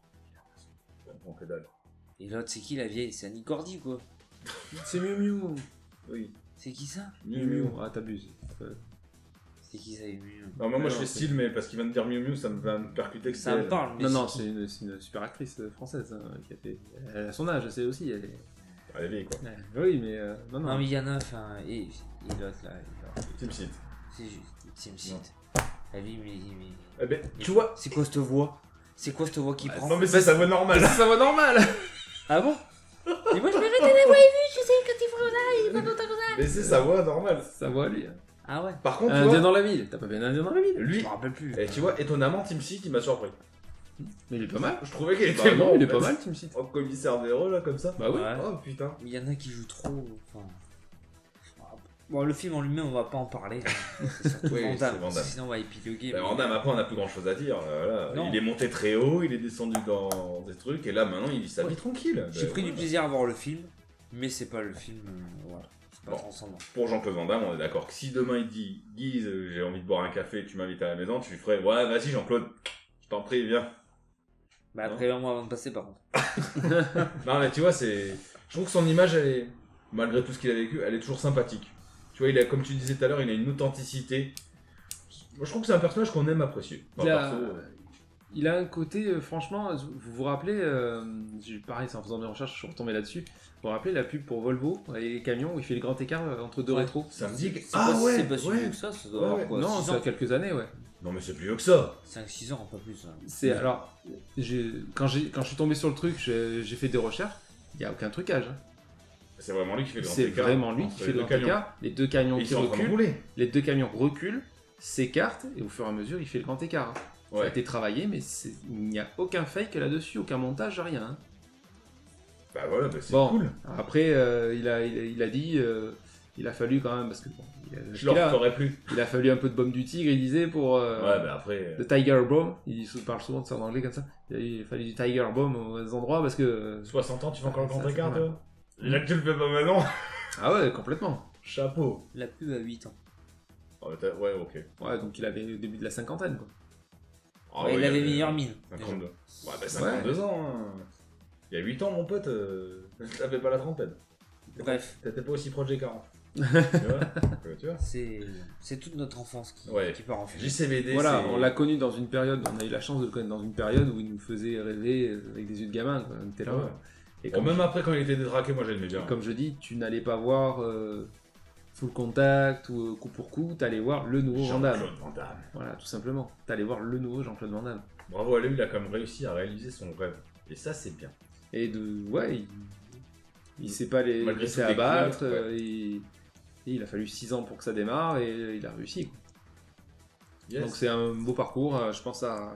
Bon, que dalle. Et l'autre c'est qui la vieille? C'est Annie Cordy quoi. C'est Miu Miu. Oui. C'est qui ça? Miu Miu. Ah, t'abuses. Ouais. C'est qui ça? Miu Non, moi, moi je Non, fais c'est- style, mais parce qu'il vient de dire Miu Miu, ça me va me percuter que Ça c'est me elle. parle, mais Non, non, c'est- c'est une, c'est une super actrice euh, française hein, qui a fait. Elle a son âge, c'est aussi. Elle est... Elle est vieille, quoi. Ouais, oui, mais euh, non, non. Non mais il y en a, enfin, et, et l'autre là, et l'autre. Team Seat. C'est juste Team Seat. Ah oui, mais, mais... Eh ben, mais tu vois. C'est quoi cette voix? C'est quoi cette voix qui prend? Non, mais c'est sa voix normale. Ça va normal. Ah bon? Et moi je vais arrêter la voix émue, tu sais, quand il faut là, il est pas content comme ça. Mais c'est sa voix normale. Ça va lui. hein. Ah ouais? Par contre, tu Un Indien vois. dans la ville. T'as pas vu un Indien dans la ville? Lui, Je me rappelle plus. et tu vois, étonnamment, Team Seat, il m'a surpris. Mais il est pas mal. Je trouvais qu'il Bah était non, bon. il est en pas fait. mal, Team Seat. En commissaire véreux, là, comme ça. Bah oui. Ouais. Oh putain. Mais il y en a qui jouent trop. Enfin... Bon, le film en lui-même, on va pas en parler. C'est surtout Oui, Van c'est Damme, Van Damme. sinon on va épiloguer. Bah, mais- Van Damme, après, on n'a plus grand chose à dire. euh, voilà. Non. Il est monté très haut, il est descendu dans des trucs, et là, maintenant, il vit sa vie tranquille. J'ai Bah, pris du voilà. plaisir à voir le film, mais c'est pas le film. euh, voilà. C'est pas Bon. transcendant. Pour Jean-Claude Van Damme, on est d'accord que si demain il te dit Guise, euh, j'ai envie de boire un café, tu m'invites à la maison, tu lui ferais ouais, vas-y Jean-Claude, je t'en prie, viens. Bah, après un mois avant de passer, par contre. Non, mais tu vois, c'est. Je trouve que son image, elle est, malgré tout ce qu'il a vécu, elle est toujours sympathique. Tu vois, il a, comme tu disais tout à l'heure, il a une authenticité. Moi, je trouve que c'est un personnage qu'on aime apprécier. Enfin, Il a, perso, euh, il a un côté, euh, franchement, vous vous rappelez, euh, j'ai- pareil, c'est en faisant des recherches, je suis retombé là-dessus. Vous vous rappelez la pub pour Volvo, et les camions, où il fait le grand écart euh, entre deux Ouais. rétros? Ça me dit que. C'est Ah pas, ouais, c'est pas si ouais. vieux que ça, ça doit Ouais, avoir ouais. quoi, Non, six ça a ans quelques années, ouais. Non, mais c'est plus vieux que ça. cinq six ans, pas plus. hein. C'est alors, j'ai- quand, j'ai, quand je suis tombé sur le truc, j'ai, j'ai fait des recherches, il n'y a aucun trucage. hein. C'est vraiment lui qui fait le grand C'est écart. vraiment lui entre qui les fait le deux grand camions. écart. Les deux camions Et ils qui sont en train de reculent, rouler. les deux camions reculent, s'écartent, et au fur et à mesure, il fait le grand écart. hein. Ça a Ouais. été travaillé, mais c'est- il n'y a aucun fake là-dessus, aucun montage, rien. hein. Bah voilà, bah, c'est Bon, cool. après, euh, il, a, il, a, il a dit, euh, il a fallu quand même, parce que bon, il, a, Je leur il a- ferai plus. il a fallu un peu de baume du tigre, il disait, pour... euh, Ouais, bah après. euh, le Tiger Bomb, il se parle souvent de ça en anglais comme ça. Il a fallu du Tiger Bomb aux endroits parce que... soixante ans, tu fais encore le Ça, grand c'est écart, pas mal. toi Déjà que tu le fais pas maintenant. Ah ouais, complètement. Chapeau. La pub à huit ans. Ah, bah, t'as- ouais, ok. Ouais, donc il avait le début de la cinquantaine, quoi. Ah Ouais, ouais, il avait y meilleure mine. déjà. cinquante-deux. Ouais, bah cinquante-deux ans. Hein. Il y a huit ans, mon pote, euh, t'avais pas la trentaine. Bref. T'étais pas aussi proche des quarante. Tu vois Euh, tu vois C'est c'est toute notre enfance qui, Ouais. qui part en fumée. J C V D, Voilà, c'est- on l'a connu dans une période, on a eu la chance de le connaître dans une période où il nous faisait rêver euh, avec des yeux de gamin. Quoi. On était là. Ouais. Et Bon, comme, même après, quand il était détraqué, moi j'aimais bien. comme je dis, tu n'allais pas voir euh, Full Contact ou euh, coup pour coup, t'allais voir le nouveau Van Damme. Jean-Claude Van Damme. Voilà, tout simplement. T'allais voir le nouveau Jean-Claude Van Damme. Bravo à lui, il a quand même réussi à réaliser son rêve. Et ça, c'est bien. Et de. Ouais, il, il s'est pas les, Malgré laissé toutes les abattre. couilles, ouais. euh, et, et il a fallu six ans pour que ça démarre et il a réussi. Quoi. Yes. Donc c'est un beau parcours, euh, je pense, à,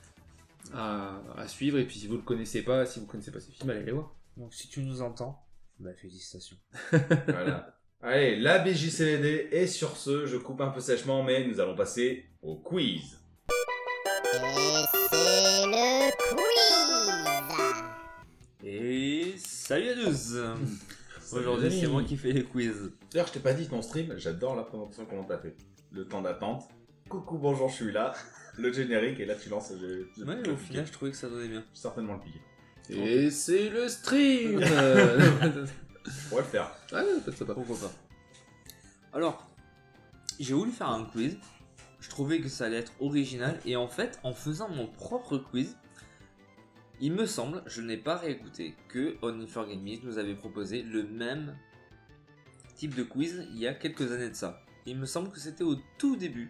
à, à suivre. Et puis si vous le connaissez pas, si vous connaissez pas ces films, allez les voir. Donc si tu nous entends, bah félicitations. Voilà. Allez, la B J C V D. Et sur ce, je coupe un peu sèchement, mais nous allons passer au quiz. Et c'est le quiz. Et salut à tous. Aujourd'hui les c'est amis. moi qui fais les quiz. D'ailleurs, je t'ai pas dit ton stream, j'adore la présentation comment t'as fait. Le temps d'attente. Coucou, bonjour, je suis là. Le générique, et là tu lances. J'ai j'ai- Ouais, j'ai au piqué. final je trouvais que ça donnait bien. Je vais certainement le piquer. Et c'est le stream euh, Je pourrais le faire. Ouais, peut-être pas. Pourquoi pas. Alors, j'ai voulu faire un quiz. Je trouvais que ça allait être original. Et en fait, en faisant mon propre quiz, il me semble, je n'ai pas réécouté, que Only for Gamers nous avait proposé le même type de quiz il y a quelques années de ça. Il me semble que c'était au tout début.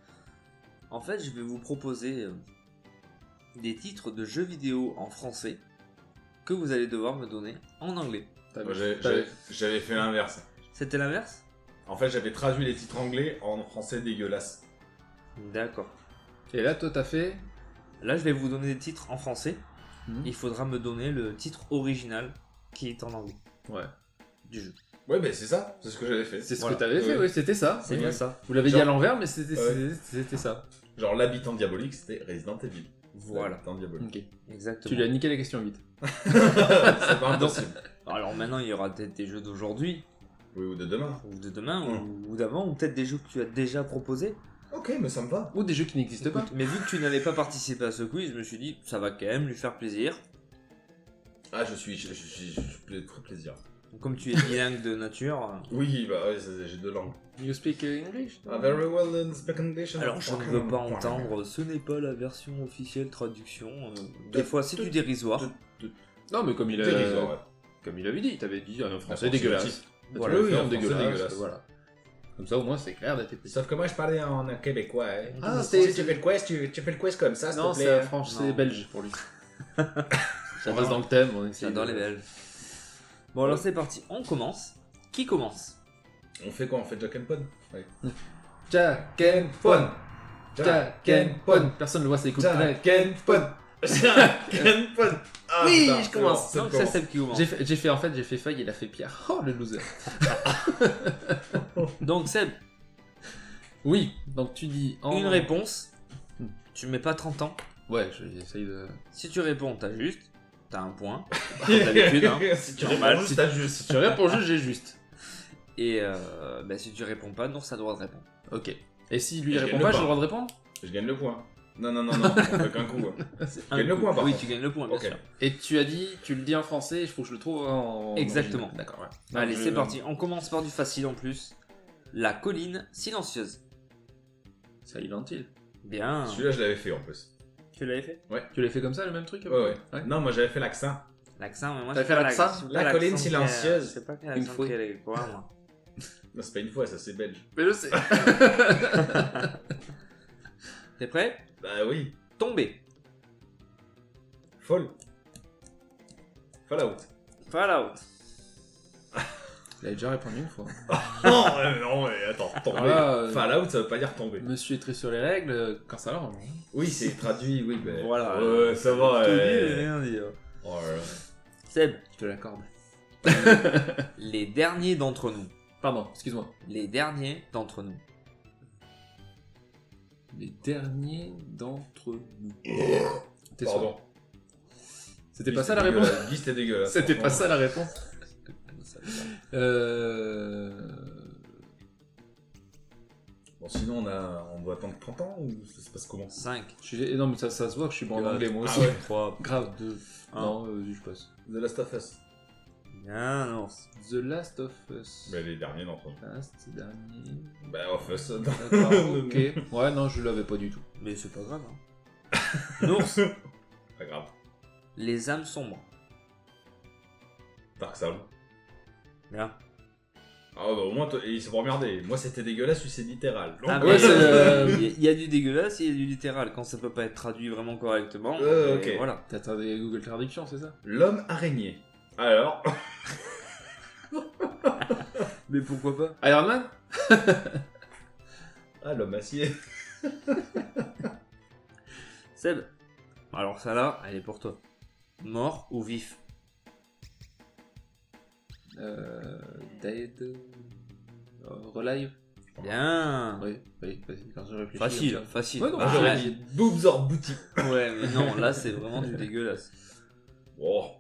En fait, je vais vous proposer euh, des titres de jeux vidéo en français que vous allez devoir me donner en anglais. Moi, j'ai- T'avais- j'ai- J'avais fait l'inverse. C'était l'inverse? En fait, j'avais traduit les titres anglais en français dégueulasse. D'accord. Et là, toi, t'as fait. Là, je vais vous donner des titres en français. Mhm. Il faudra me donner le titre original qui est en anglais Ouais. du jeu. Ouais, ben c'est ça, c'est ce que j'avais fait. C'est ce Voilà. que t'avais fait, Ouais. oui, c'était ça. C'est Oui, bien oui. ça. Vous l'avez dit Genre- à l'envers, mais c'était Ouais. c'était- c'était ça. Genre l'habitant diabolique, c'était Resident Evil. Voilà, L'habitant diabolique. Ok. exactement. Tu lui as niqué la question vite. c'est pas impossible. Alors maintenant, il y aura peut-être des jeux d'aujourd'hui, Oui, ou de demain. ou de demain, Mm. ou, ou d'avant, ou peut-être des jeux que tu as déjà proposés. Ok, mais ça me va. Ou des jeux qui n'existent pas. Mais vu que tu n'avais pas participé à ce quiz, je me suis dit, ça va quand même lui faire plaisir. Ah, je suis, je, je, je, je, je- très plaisir. Donc, comme tu es bilingue de nature, euh, Oui, bah ouais, c'est- j'ai deux langues. You speak English? Ah, very well in speak English. alors je ne veux pas entendre, ce n'est pas la version officielle traduction. euh, des fois, c'est du dérisoire. Non, mais comme il, a... Dérisoire, ouais. comme il avait dit, il t'avait dit un français Un dégueulasse. français Bah, Voilà. tu l'as Oui, fait un en français dégueulasse, dégueulasse. voilà. Comme ça, au moins, c'est clair d'être Sauf que moi, je parlais en québécois. Hein. Ah, si c'était- tu fais le quiz, tu, tu fais le quiz comme ça, s'il Non, te c'est plaît. un hein. français Non. belge pour lui. On reste dans le thème, on essaie. J'adore de- les Belges. Bon, alors c'est parti, on commence. Qui commence? On fait quoi? On fait Jack and Pod? Ouais. Jack and Pon. Jack and Pon. Personne ne le voit, c'est écoute. Jack and Pod. Jack and Pod. Ah, Oui, putain, je c'est commence. bon, ça Donc c'est commence. Seb qui commence. J'ai fait, j'ai fait, en fait, j'ai fait Feuille, il a fait Pierre. Oh, le loser. Donc Seb, Oui, donc tu dis en... une réponse. Hmm. Tu mets pas trente ans. Ouais, je- j'essaye de... Si tu réponds, t'as juste. T'as un point. Comme d'habitude. Hein. Si tu Normal. réponds juste, t'as juste. Si tu réponds juste, j'ai juste. Et euh, bah, si tu réponds pas, non, ça doit te répondre. Ok. Et si lui Je répond gagne pas, le j'ai le point. droit de répondre? Je gagne le point. Non, non, non, non, on fait qu'un coup. hein. Un gagnes le coup. point, par Oui, contre. tu gagnes le point, bien Ok. sûr. Et tu as dit, tu le dis en français, il faut que je le trouve en... Exactement. en- D'accord, ouais. Allez, Donc, c'est je- parti. On commence par du facile en plus. La colline silencieuse. Silent Hill. Bien. Celui-là, je l'avais fait en plus. Tu l'avais fait? Tu l'as fait comme ça, le même truc? Ouais, ouais. Non, moi, j'avais fait l'accent. L'accent, mais moi T'as je fait sais pas l'accent je sais pas La l'accent colline qui est- silencieuse. Je sais pas quel Une accent fois. qui est quoi, moi. Non, c'est pas une fois, ça, c'est belge. Mais je sais. T'es prêt? Bah oui. Tomber. Fall. Fallout. Fallout. Il a déjà répondu une fois. non, ouais, non, mais attends, tomber. Ah, euh, Fallout, ça veut pas dire tomber. Monsieur est très sur les règles, euh, quand ça l'arrange. Oui, c'est traduit, oui, ben. Voilà. Ouais, ça va. Tout dit, ouais. rien dire. Oh là là. Seb, Je te l'accorde. les derniers d'entre nous. Pardon, excuse-moi. Les derniers d'entre nous. Les derniers d'entre nous. T'es sûr? Pardon. C'était Guy, pas ça la réponse? dégueulasse. Guy, c'était dégueulasse. C'était pas ça franchement. la réponse. Euh... Bon, sinon, on, a... on doit attendre trente ans ou ça se passe comment? cinq, Je suis... Non mais ça, ça se voit que je suis bon en Quatre. anglais moi Ah aussi. ouais. trois, Grave, deux. Un. Non, euh, je passe. The Last of Us. Bien, non. The Last of Us. Mais les derniers d'entre eux. Last, dernier. Bah, of Us. D'accord, ok. Ouais, non, je l'avais pas du tout. Mais c'est pas grave. Hein. Nours. Pas grave. Les âmes sombres. Dark Soul. Bien. Ah bah au moins, toi- ils se vont emmerder. Moi, c'était dégueulasse, lui, c'est littéral. Donc, Ah, ouais, mais, c'est, euh, euh, Il y, a- il y a du dégueulasse et il y a du littéral. Quand ça peut pas être traduit vraiment correctement. Euh, et ok. Voilà. T'as des Google Traduction, c'est ça? L'homme araignée. Alors, Mais pourquoi pas? Iron Man? ah, l'homme acier. Seb. Alors ça là, elle est pour toi. Mort ou vif? Euh. Dead. euh, Relive? Bien. Oui, oui, vas-y, quand je réfléchis. Facile, comme ça. facile. Ouais, non, Bah, j'aurais ouais. dit. Boobs or booty. Ouais, mais non, là c'est vraiment du dégueulasse. Oh.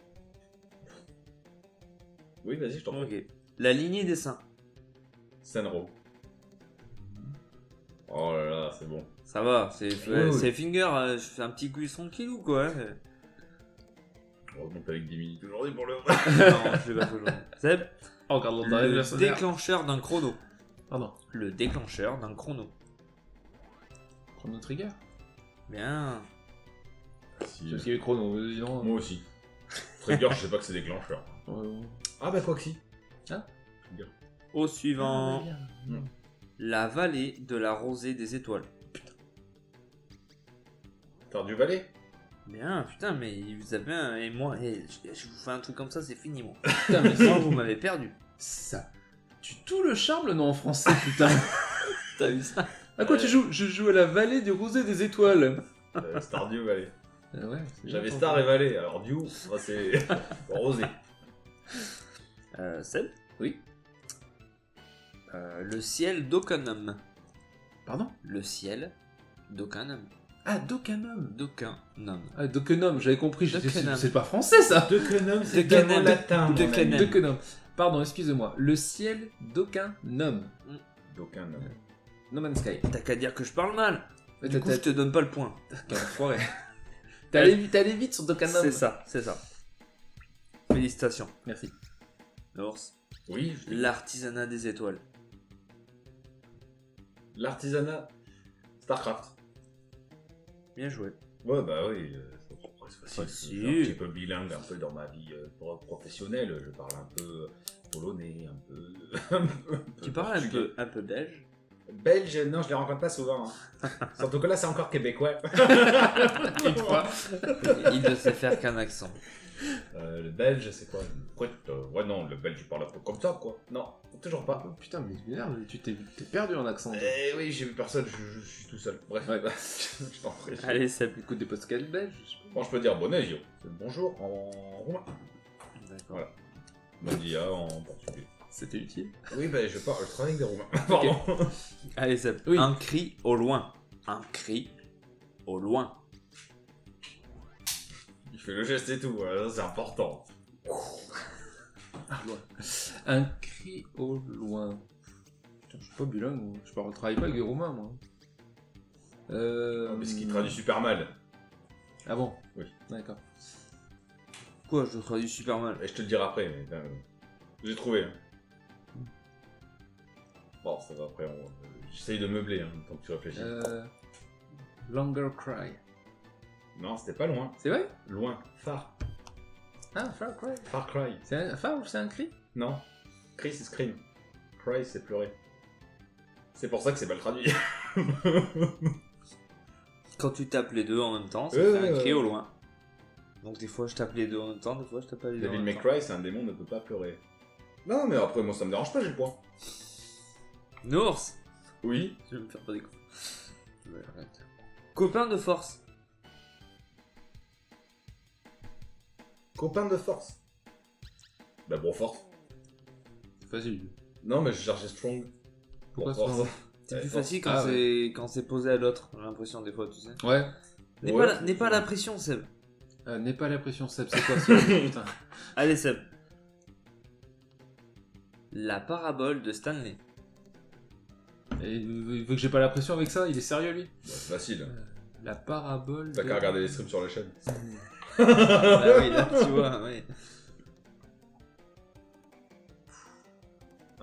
Oui, vas-y, je t'en prie. Ok. La lignée des saints. Senro. Oh là là, c'est bon. Ça va, c'est Oui, oui. c'est finger, euh, je fais un petit quiz tranquille ou quoi? hein. On remonte avec dix minutes aujourd'hui pour le. Non, je l'ai pas fait aujourd'hui. Seb, Oh, regarde l'autre le déclencheur d'un chrono. Pardon. Le déclencheur d'un chrono. Chrono Trigger? Bien. Si, C'est ce qui est chrono, euh, sinon. Moi aussi. Trigger, je sais pas que c'est déclencheur. euh, Ah bah quoi que si. Au suivant. Ah, ouais, La vallée de la rosée des étoiles. T'as du Valais. Bien, putain, mais vous avez un... Et moi, et je, je vous fais un truc comme ça, c'est fini, moi. Putain, mais Moi, ça, vous m'avez perdu. ça. Tu tout le charme le nom en français, putain. T'as vu ça? À quoi tu joues? Je joue à la vallée du rosé des étoiles. Euh, Stardew Valley. Ah ouais, c'est J'avais bien, Star et Valley, alors Dew, bah, c'est rosé. Euh, Seb? Oui. Euh, le ciel d'aucun homme. Pardon? Le ciel d'aucun homme. Ah, Docanum. D'aucun homme. Ah, Docanum, j'avais compris. j'étais- Docanum. C'est c'est pas français ça. Dekenum, c'est Dekenum. tellement latin. De- mon ami. Dekenum. Docanum. Pardon, excusez-moi. Le ciel d'aucun homme. D'aucun. No Man's Sky. T'as qu'à dire que je parle mal. Ouais, Du t'as- coup, je t'as- te donne pas le point. Quel enfoiré. T'es allé vite, t'es allé vite sur Docanum. C'est ça, c'est ça. Félicitations. Merci. L'ours. Oui, je- L'artisanat des étoiles. l'artisanat. Starcraft. Bien joué. Ouais, bah oui, euh, c'est facile. Facile. Je suis un petit peu bilingue un peu dans ma vie euh, pro- professionnelle. Je parle un peu polonais, un peu. un peu Tu parles un portugais. peu, un peu belge. Belge, non, je les rencontre pas souvent. hein. Surtout que là, c'est encore québécois. Il ne sait faire qu'un accent. Euh, le belge, c'est quoi une couette, euh, Ouais, non, le belge, il parle un peu comme ça, quoi. Non, toujours pas. Oh, putain, mais merde, tu t'es t'es perdu en accent. toi. Eh oui, j'ai vu personne, je, je suis tout seul. Bref, Ouais. je t'en prie. Allez, Seb. Écoute des podcasts belges, je sais pas. Bon, je peux dire bonjour, c'est bonjour en roumain. D'accord. Voilà. Bon dia en portugais. C'était utile. Oui, bah je parle, je travaille avec des roumains. Pardon. Allez, Seb. Oui. Un cri au loin. Un cri au loin. Il fait le geste et tout, voilà, c'est important. Ah, loin. Un cri au loin. Putain, je suis pas bilingue, moi. je parle, travaille pas avec des roumains, moi. Euh... Mais ce qui traduit super mal. Ah bon? Oui. D'accord. Quoi, je traduis super mal. Et je te le dirai après, mais euh, j'ai trouvé. hein. Bon, ça va après, on... euh, j'essaye de meubler hein, tant que tu réfléchis. Euh... Longer Cry. Non, c'était pas loin. C'est vrai? Loin. Far. Ah, Far Cry. Far Cry. C'est un Far ou c'est un cri? Non. Cry, c'est scream. Cry, c'est pleurer. C'est pour ça que c'est mal traduit. Quand tu tapes les deux en même temps, ça Ouais, fait ouais, un ouais. cri au loin. Donc des fois je tape les deux en même temps, des fois je tape pas les deux en Devil même May temps. Cry, c'est un démon, ne peut pas pleurer. Non, mais après, moi, ça me dérange pas, j'ai le point. Nours. Oui. Je vais me faire pas des coups. Ouais, arrête. Copain de force. Copain de force. Bah, bon, force. C'est facile. Non, mais je cherchais strong. Pourquoi Bon, ça? force. C'est Ouais, plus force. facile quand Ah, c'est quand c'est posé à l'autre, j'ai l'impression des fois, tu sais. Ouais. N'aie Ouais. pas, la- n'aie pas la pression, Seb. Euh, N'aie pas la pression, Seb, c'est quoi ça? Putain. Allez, Seb. La parabole de Stanley. Et il veut que j'ai pas la pression avec ça? Il est sérieux, lui? Bah, c'est facile. La parabole. T'as de- qu'à regarder les streams sur la chaîne. Ah oui, là, tu vois, oui.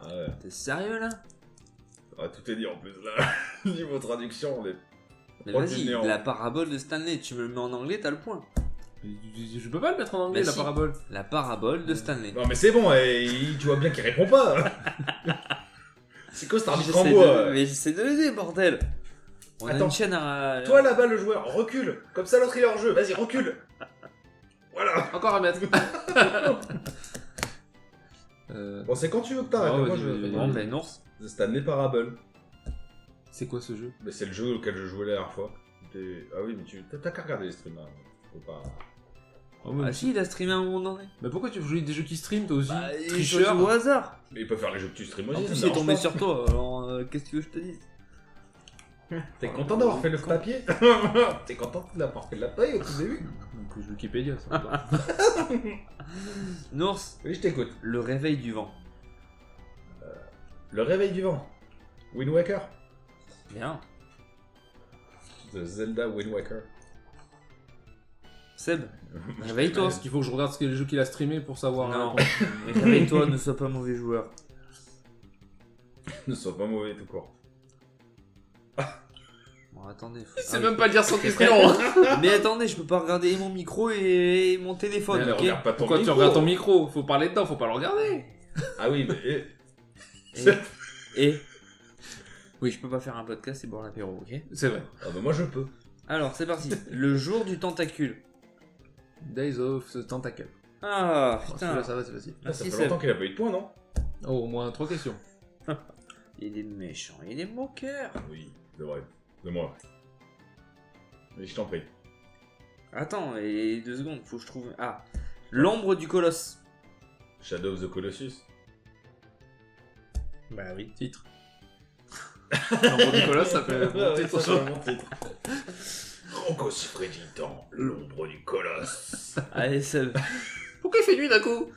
Ah ouais. T'es sérieux là? Ah, tout est dit en plus là. Niveau traduction, on est. Mais Proche vas-y, du néant. la parabole de Stanley, tu me le mets en anglais, t'as le point. Je peux pas le mettre en anglais, Bah la si. parabole. La parabole de Stanley. Non, mais c'est bon, et il- tu vois bien qu'il répond pas. C'est quoi cet arbitre en J'essaie bois? de... Mais j'essaie de l'aider, bordel. On a Attends. une chaîne à... Toi là-bas, le joueur, recule. Comme ça, l'autre il est hors jeu. Vas-y, recule. Voilà. Encore à mettre. euh, Bon, c'est quand tu veux que t'arrêtes. Oh, moi, vas-y, je... vas-y, Bon, ben Nours. The Stanley Parable. c'est quoi ce jeu? Mais c'est le jeu auquel je jouais la dernière fois. T'es- Ah oui, mais tu t'as t'as qu'à regarder les streams. Hein. Faut pas. Oh, mais, Ah si, il a streamé à un moment donné. mais pourquoi tu veux jouer des jeux qui streament toi aussi? Bah, il Tricheur. choisit au hasard. Mais il peut faire les jeux que tu streams En aussi. plus, ça il me est tombé dérange sur toi, alors euh, qu'est-ce que tu veux que je te dise? T'es content d'avoir fait le papier? T'es content d'avoir fait de la paille au tout début? Donc je Wikipédia ça. Nours, Oui, je t'écoute. le réveil du vent. Le réveil du vent. Wind Waker. Bien. pas. The Zelda Wind Waker. Seb, réveille-toi. Est-ce qu'il faut que je regarde ce que les jeux qu'il a streamé pour savoir? Non. hein, Mais réveille-toi, ne sois pas mauvais joueur. Ne sois pas mauvais tout court. Bon, attendez. faut- Il sait Ah, même pas dire son question. Mais attendez, je peux pas regarder et mon micro et mon téléphone, Mais ok? regarde pas ton Pourquoi tu micro. regardes ton micro? Faut parler dedans, faut pas le regarder. Ah oui, mais. eh, Et, et- Oui, je peux pas faire un podcast et boire l'apéro, ok? C'est vrai. Ah bah moi je peux. Alors, c'est parti. Le jour du tentacule. Days of the Tentacle. Ah, Oh, putain. celui-là, ça va, c'est facile. Ah, ça Merci, fait Seb. longtemps qu'il a pas eu de points, non? Oh, au moins trois questions. Il est méchant, il est moqueur. Oui, c'est vrai. De moi. Mais je t'en prie. Attends, et deux secondes, faut que je trouve... Ah, l'ombre du colosse. Shadow of the Colossus. Bah oui. Titre. L'ombre du colosse, ça fait bon Ouais, titre. ça, c'est mon titre. Rocco Siffredi dans l'ombre du colosse. Allez, Seb. Pourquoi il fait nuit d'un coup?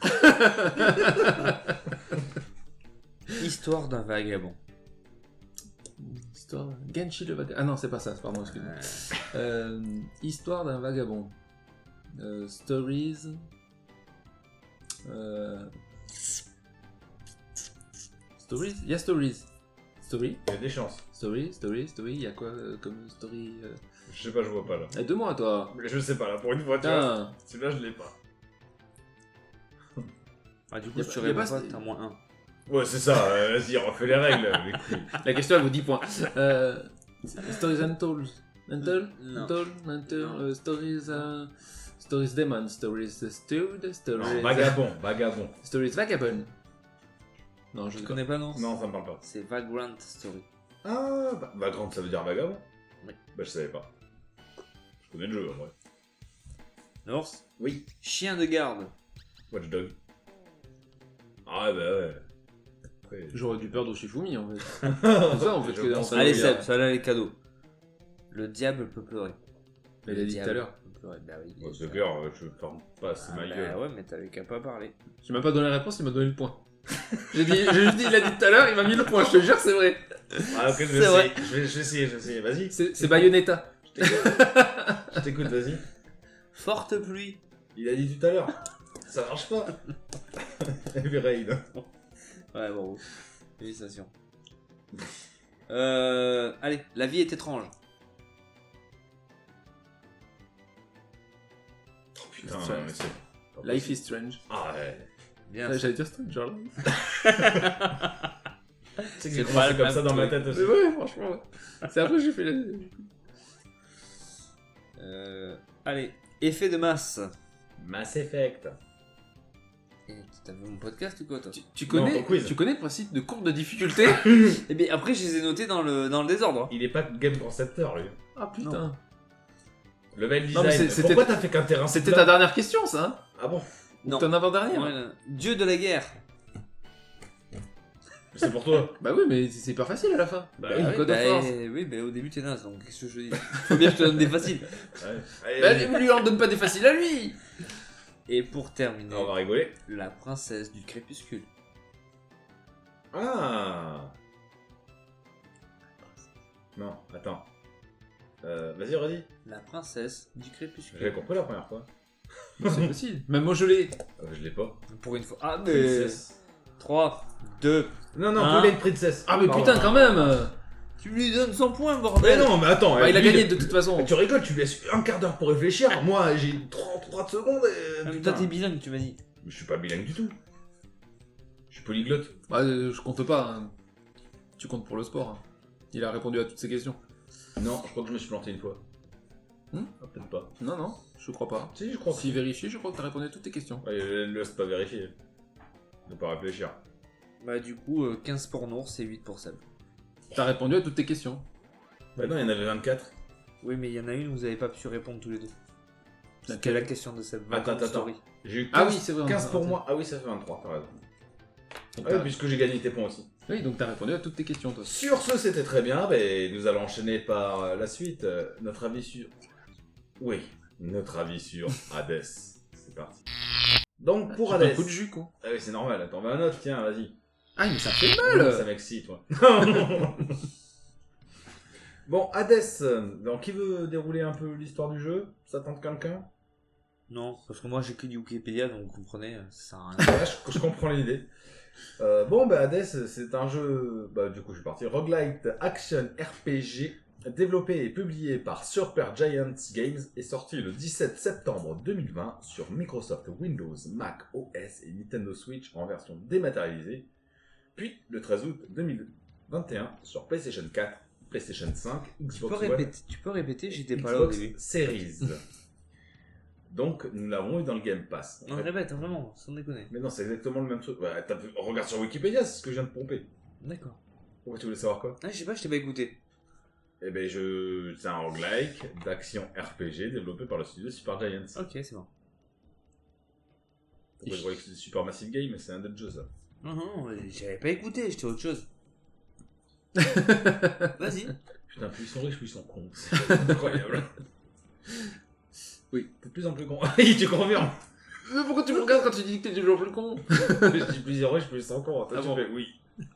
Histoire d'un vagabond. Histoire. Genshi le vagabond. Ah non, c'est pas ça, pardon, excuse-moi. Euh, Histoire d'un vagabond. Euh, stories. Euh... Stories? Il y a Stories. Story? Il y a des chances. Story, Story, Story. Il y a quoi euh, comme story euh... Je sais pas, je vois pas là. Eh, deux mots à toi. Mais je sais pas là, pour une fois, tu vois. Putain. Celui-là, je l'ai pas. Ah, du coup, Y a si pas- tu y a réponds pas- pas, t'as moins un. Ouais, c'est ça, euh, vas-y, refais les règles. les couilles. La question elle vaut dix points. Euh, stories Untold. Untold? Non. Untold? Untold? Non. euh, stories. Euh, stories Demon. Stories Stewed. Stories. Non, vagabond, vagabond. Stories Vagabond. Non, je Tu ne connais pas, non? Non, ça me parle pas. C'est Vagrant Story. Ah, bah, vagrant, ça veut dire vagabond? Oui. Bah, je savais pas. Je connais le jeu, en vrai. Nours? Oui. Chien de garde. Watch Dog. Ah, bah ouais. Après... J'aurais dû perdre au Shifumi en fait. C'est ça en fait. Je que- pense on- que Allez, oui, Seb, hein. ça là les cadeaux. Le diable peut pleurer. Mais il a Le dit tout à diable l'heure. peut pleurer. Bah oui. Bon, c'est clair, euh, je ferme pas, c'est Ah, ma bah gueule. ouais, mais t'avais qu'à pas parler. J'ai même pas donné la réponse, il m'a donné le point. J'ai dit, j'ai juste dit, il a dit tout à l'heure, il m'a mis le point, je te jure, c'est vrai. Ah, ok, je C'est vais vrai. essayer. Je vais, je vais essayer, je vais essayer. Vas-y. C'est c'est Bayonetta. Je t'écoute, vas-y. Forte pluie. Il a dit tout à l'heure. Ça marche pas. Heavy Rain. Ouais, bon. Félicitations. Euh, allez, la vie est étrange. Oh putain, Strange. mais c'est. pas Life possible. is Strange. Ah ouais. Bien. Ouais, J'allais dire Stranger Life. Tu sais que j'ai C'est pas commencé le comme même ça dans ma truc. tête aussi. Mais ouais, franchement, ouais. C'est après que j'ai fait la. Euh, allez, effet de masse. Mass Effect. Eh, T'as vu mon podcast ou quoi, toi? Tu, tu Non, connais, ton quiz. tu connais le principe de courbe de difficulté? Eh bien, après, je les ai notés dans le, dans le désordre. Il est pas game concepteur lui. Ah putain. Level Non, mais design. c'est- c'était- Pourquoi t'as fait qu'un terrain C'était plat ta dernière question, ça hein? Ah bon? Non. Ton avant-dernière? Ouais, là. Dieu de la guerre. C'est pour toi. Bah oui, mais c'est hyper facile à la fin. Bah oui, Ah oui, God bah, of War. eh, oui, mais au début, t'es naze, donc qu'est-ce que je te dis? Faut bien que je te donne des faciles. Ouais. Bah, Allez, lui, lui en donne pas des faciles à lui. Et pour terminer, On va rigoler. la princesse du crépuscule. Ah. Non, attends. Euh, vas-y, redis. La princesse du crépuscule. J'avais compris la première fois. C'est possible. Même moi je l'ai. Euh, je l'ai pas. Pour une fois. Ah, mais. Princess. trois, deux. Non, non, Hein Twilight Princess. Ah, mais Pardon. putain, quand même. Tu lui donnes cent points, Mais bordel. non, mais attends. Bah, il a lui, gagné de toute façon. Tu rigoles, tu lui laisses un quart d'heure pour réfléchir. Moi, j'ai trente secondes et. Ah, mais putain. toi, t'es bilingue, tu m'as dit. Je suis pas bilingue du tout. Je suis polyglotte. Bah, euh, je compte pas. hein. Tu comptes pour le sport. hein. Il a répondu à toutes ces questions. Non, je crois que je me suis planté une fois. Hmm Ah, peut-être pas. Non, non, je crois pas. Si, je crois. Si vérifié, je crois que t'as répondu à toutes tes questions. Ouais, elle laisse pas vérifier. Ne pas réfléchir. Bah, du coup, euh, quinze pour Nours et huit pour Seb. T'as répondu à toutes tes questions. Bah non, il y en avait vingt-quatre. Oui, mais il y en a une où vous avez pas pu répondre tous les deux. C'était Laquelle la question de Seb. Attends, Vacances attends, Story. J'ai eu quinze, Ah oui, c'est vrai. quinze on a- pour moi. Ah oui, ça fait vingt-trois, t'as raison. Donc, Ah oui, t'as- puisque j'ai gagné tes points aussi. Oui, donc t'as répondu à toutes tes questions, toi. Sur ce, c'était très bien. Ben, nous allons enchaîner par euh, la suite. Euh, notre avis sur. Oui, notre avis sur Hades. C'est parti. Donc, pour Tu prends un Hades. coup de jus, quoi. Ah oui, c'est normal. T'en veux un autre Tiens, vas-y. Ah, mais ça fait Ça mal. m'excite, toi. Bon, Hades. euh, Donc, qui veut dérouler un peu l'histoire du jeu Ça tente quelqu'un Non, parce que moi j'ai que du Wikipédia, donc vous comprenez, ça sert à rien. Ouais, je, je comprends l'idée. Euh, bon, bah Hades, c'est un jeu, bah du coup je suis parti, roguelite action R P G, développé et publié par Super Giant Games, et sorti le dix-sept septembre deux mille vingt sur Microsoft Windows, Mac O S et Nintendo Switch en version dématérialisée, puis le treize août deux mille vingt et un sur PlayStation quatre, PlayStation cinq, Tu peux Xbox One, répéter, tu peux répéter, j'étais pas là au Xbox début. Series. Donc nous l'avons eu dans le Game Pass. Non, répète, vraiment, sans déconner. Mais non, c'est exactement le même truc. Ouais, t'as vu- regarde sur Wikipédia, c'est ce que je viens de pomper. D'accord. Pourquoi tu voulais savoir quoi Ah, je sais pas, je t'ai pas écouté. Eh ben, je... c'est un roguelike d'action R P G développé par le studio Super Giant. Ok, c'est bon. Pourquoi je voyais que c'était Super Massive Game, mais c'est un autre jeu ça. Non, non, non, j'avais pas écouté, j'étais autre chose. Vas-y. Putain, plus ils sont riches, plus ils sont cons. C'est incroyable. Oui, t'es de plus en plus con. Oui, tu confirmes. Mais pourquoi tu me regardes quand tu dis que t'es du genre plus con? Je dis plus ils sont riches, plus ils sont cons. Toi, Ah tu bon. fais oui.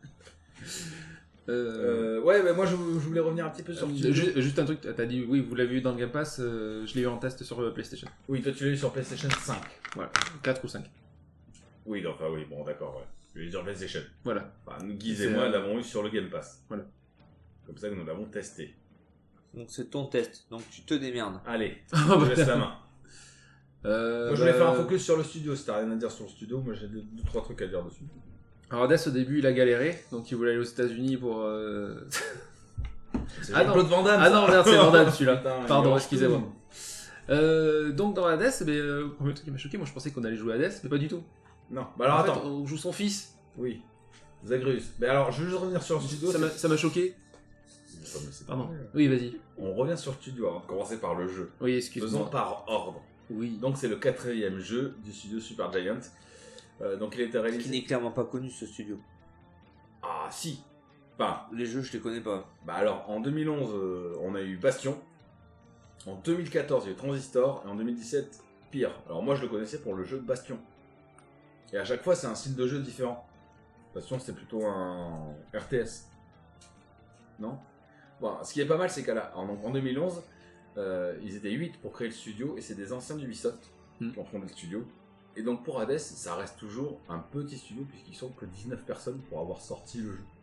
Euh... Euh, ouais, mais moi je, je voulais revenir un petit peu sur le studio. ju- Juste un truc, t'as dit oui, vous l'avez eu dans le Game Pass, euh, je l'ai eu en test sur euh, PlayStation. Oui, toi tu l'as eu sur PlayStation cinq. Voilà, quatre ou cinq. Oui, enfin oui, bon d'accord, ouais. Je vais dire PlayStation. Voilà. Enfin, nous, Guise C'est, et moi euh, l'avons eu sur le Game Pass. Voilà. Comme ça que nous l'avons testé. Donc c'est ton test, donc tu te démerdes. Allez, Ah, je laisse la main. Euh, Moi je voulais bah, faire un focus sur le studio, si t'as rien à dire sur le studio, moi j'ai deux, deux trois trucs à dire dessus. Alors Hades au début il a galéré, donc il voulait aller aux États-Unis pour. euh, C'est Ah Jean-Claude Van Damme. Ah ça. non, merde, c'est Vandal celui-là. Putain, il Pardon, range excusez-moi. tout. Euh, donc dans Hades, ben, euh, le premier truc qui m'a choqué, moi je pensais qu'on allait jouer Hades, mais pas du tout. Non, bah alors En fait, attends. on joue son fils. Oui. Zagreus. Mais alors, je veux juste revenir sur le studio. Ça m'a- c'est- ça m'a choqué. Oh, mais c'est Pardon. pas vrai. Oui, vas-y. On revient sur le studio avant de commencer par le jeu. Oui, Faisons excuse-moi. par ordre. Oui. Donc c'est le quatrième jeu du studio Super Giant. Euh, donc il a été Qui réalisé. n'est clairement pas connu ce studio. Ah si. Enfin, Les jeux, je les connais pas. bah alors en deux mille onze, euh, on a eu Bastion. En deux mille quatorze, il y a eu Transistor. Et en deux mille dix-sept, Pire. Alors moi, je le connaissais pour le jeu Bastion. Et à chaque fois, c'est un style de jeu différent. Bastion, c'était plutôt un R T S. Non Bon, ce qui est pas mal, c'est qu'en en deux mille onze, euh, ils étaient huit pour créer le studio. Et c'est des anciens d'Ubisoft Hmm. qui ont fondé le studio. Et donc pour Hades, ça reste toujours un petit studio puisqu'ils sont que dix-neuf personnes pour avoir sorti le jeu.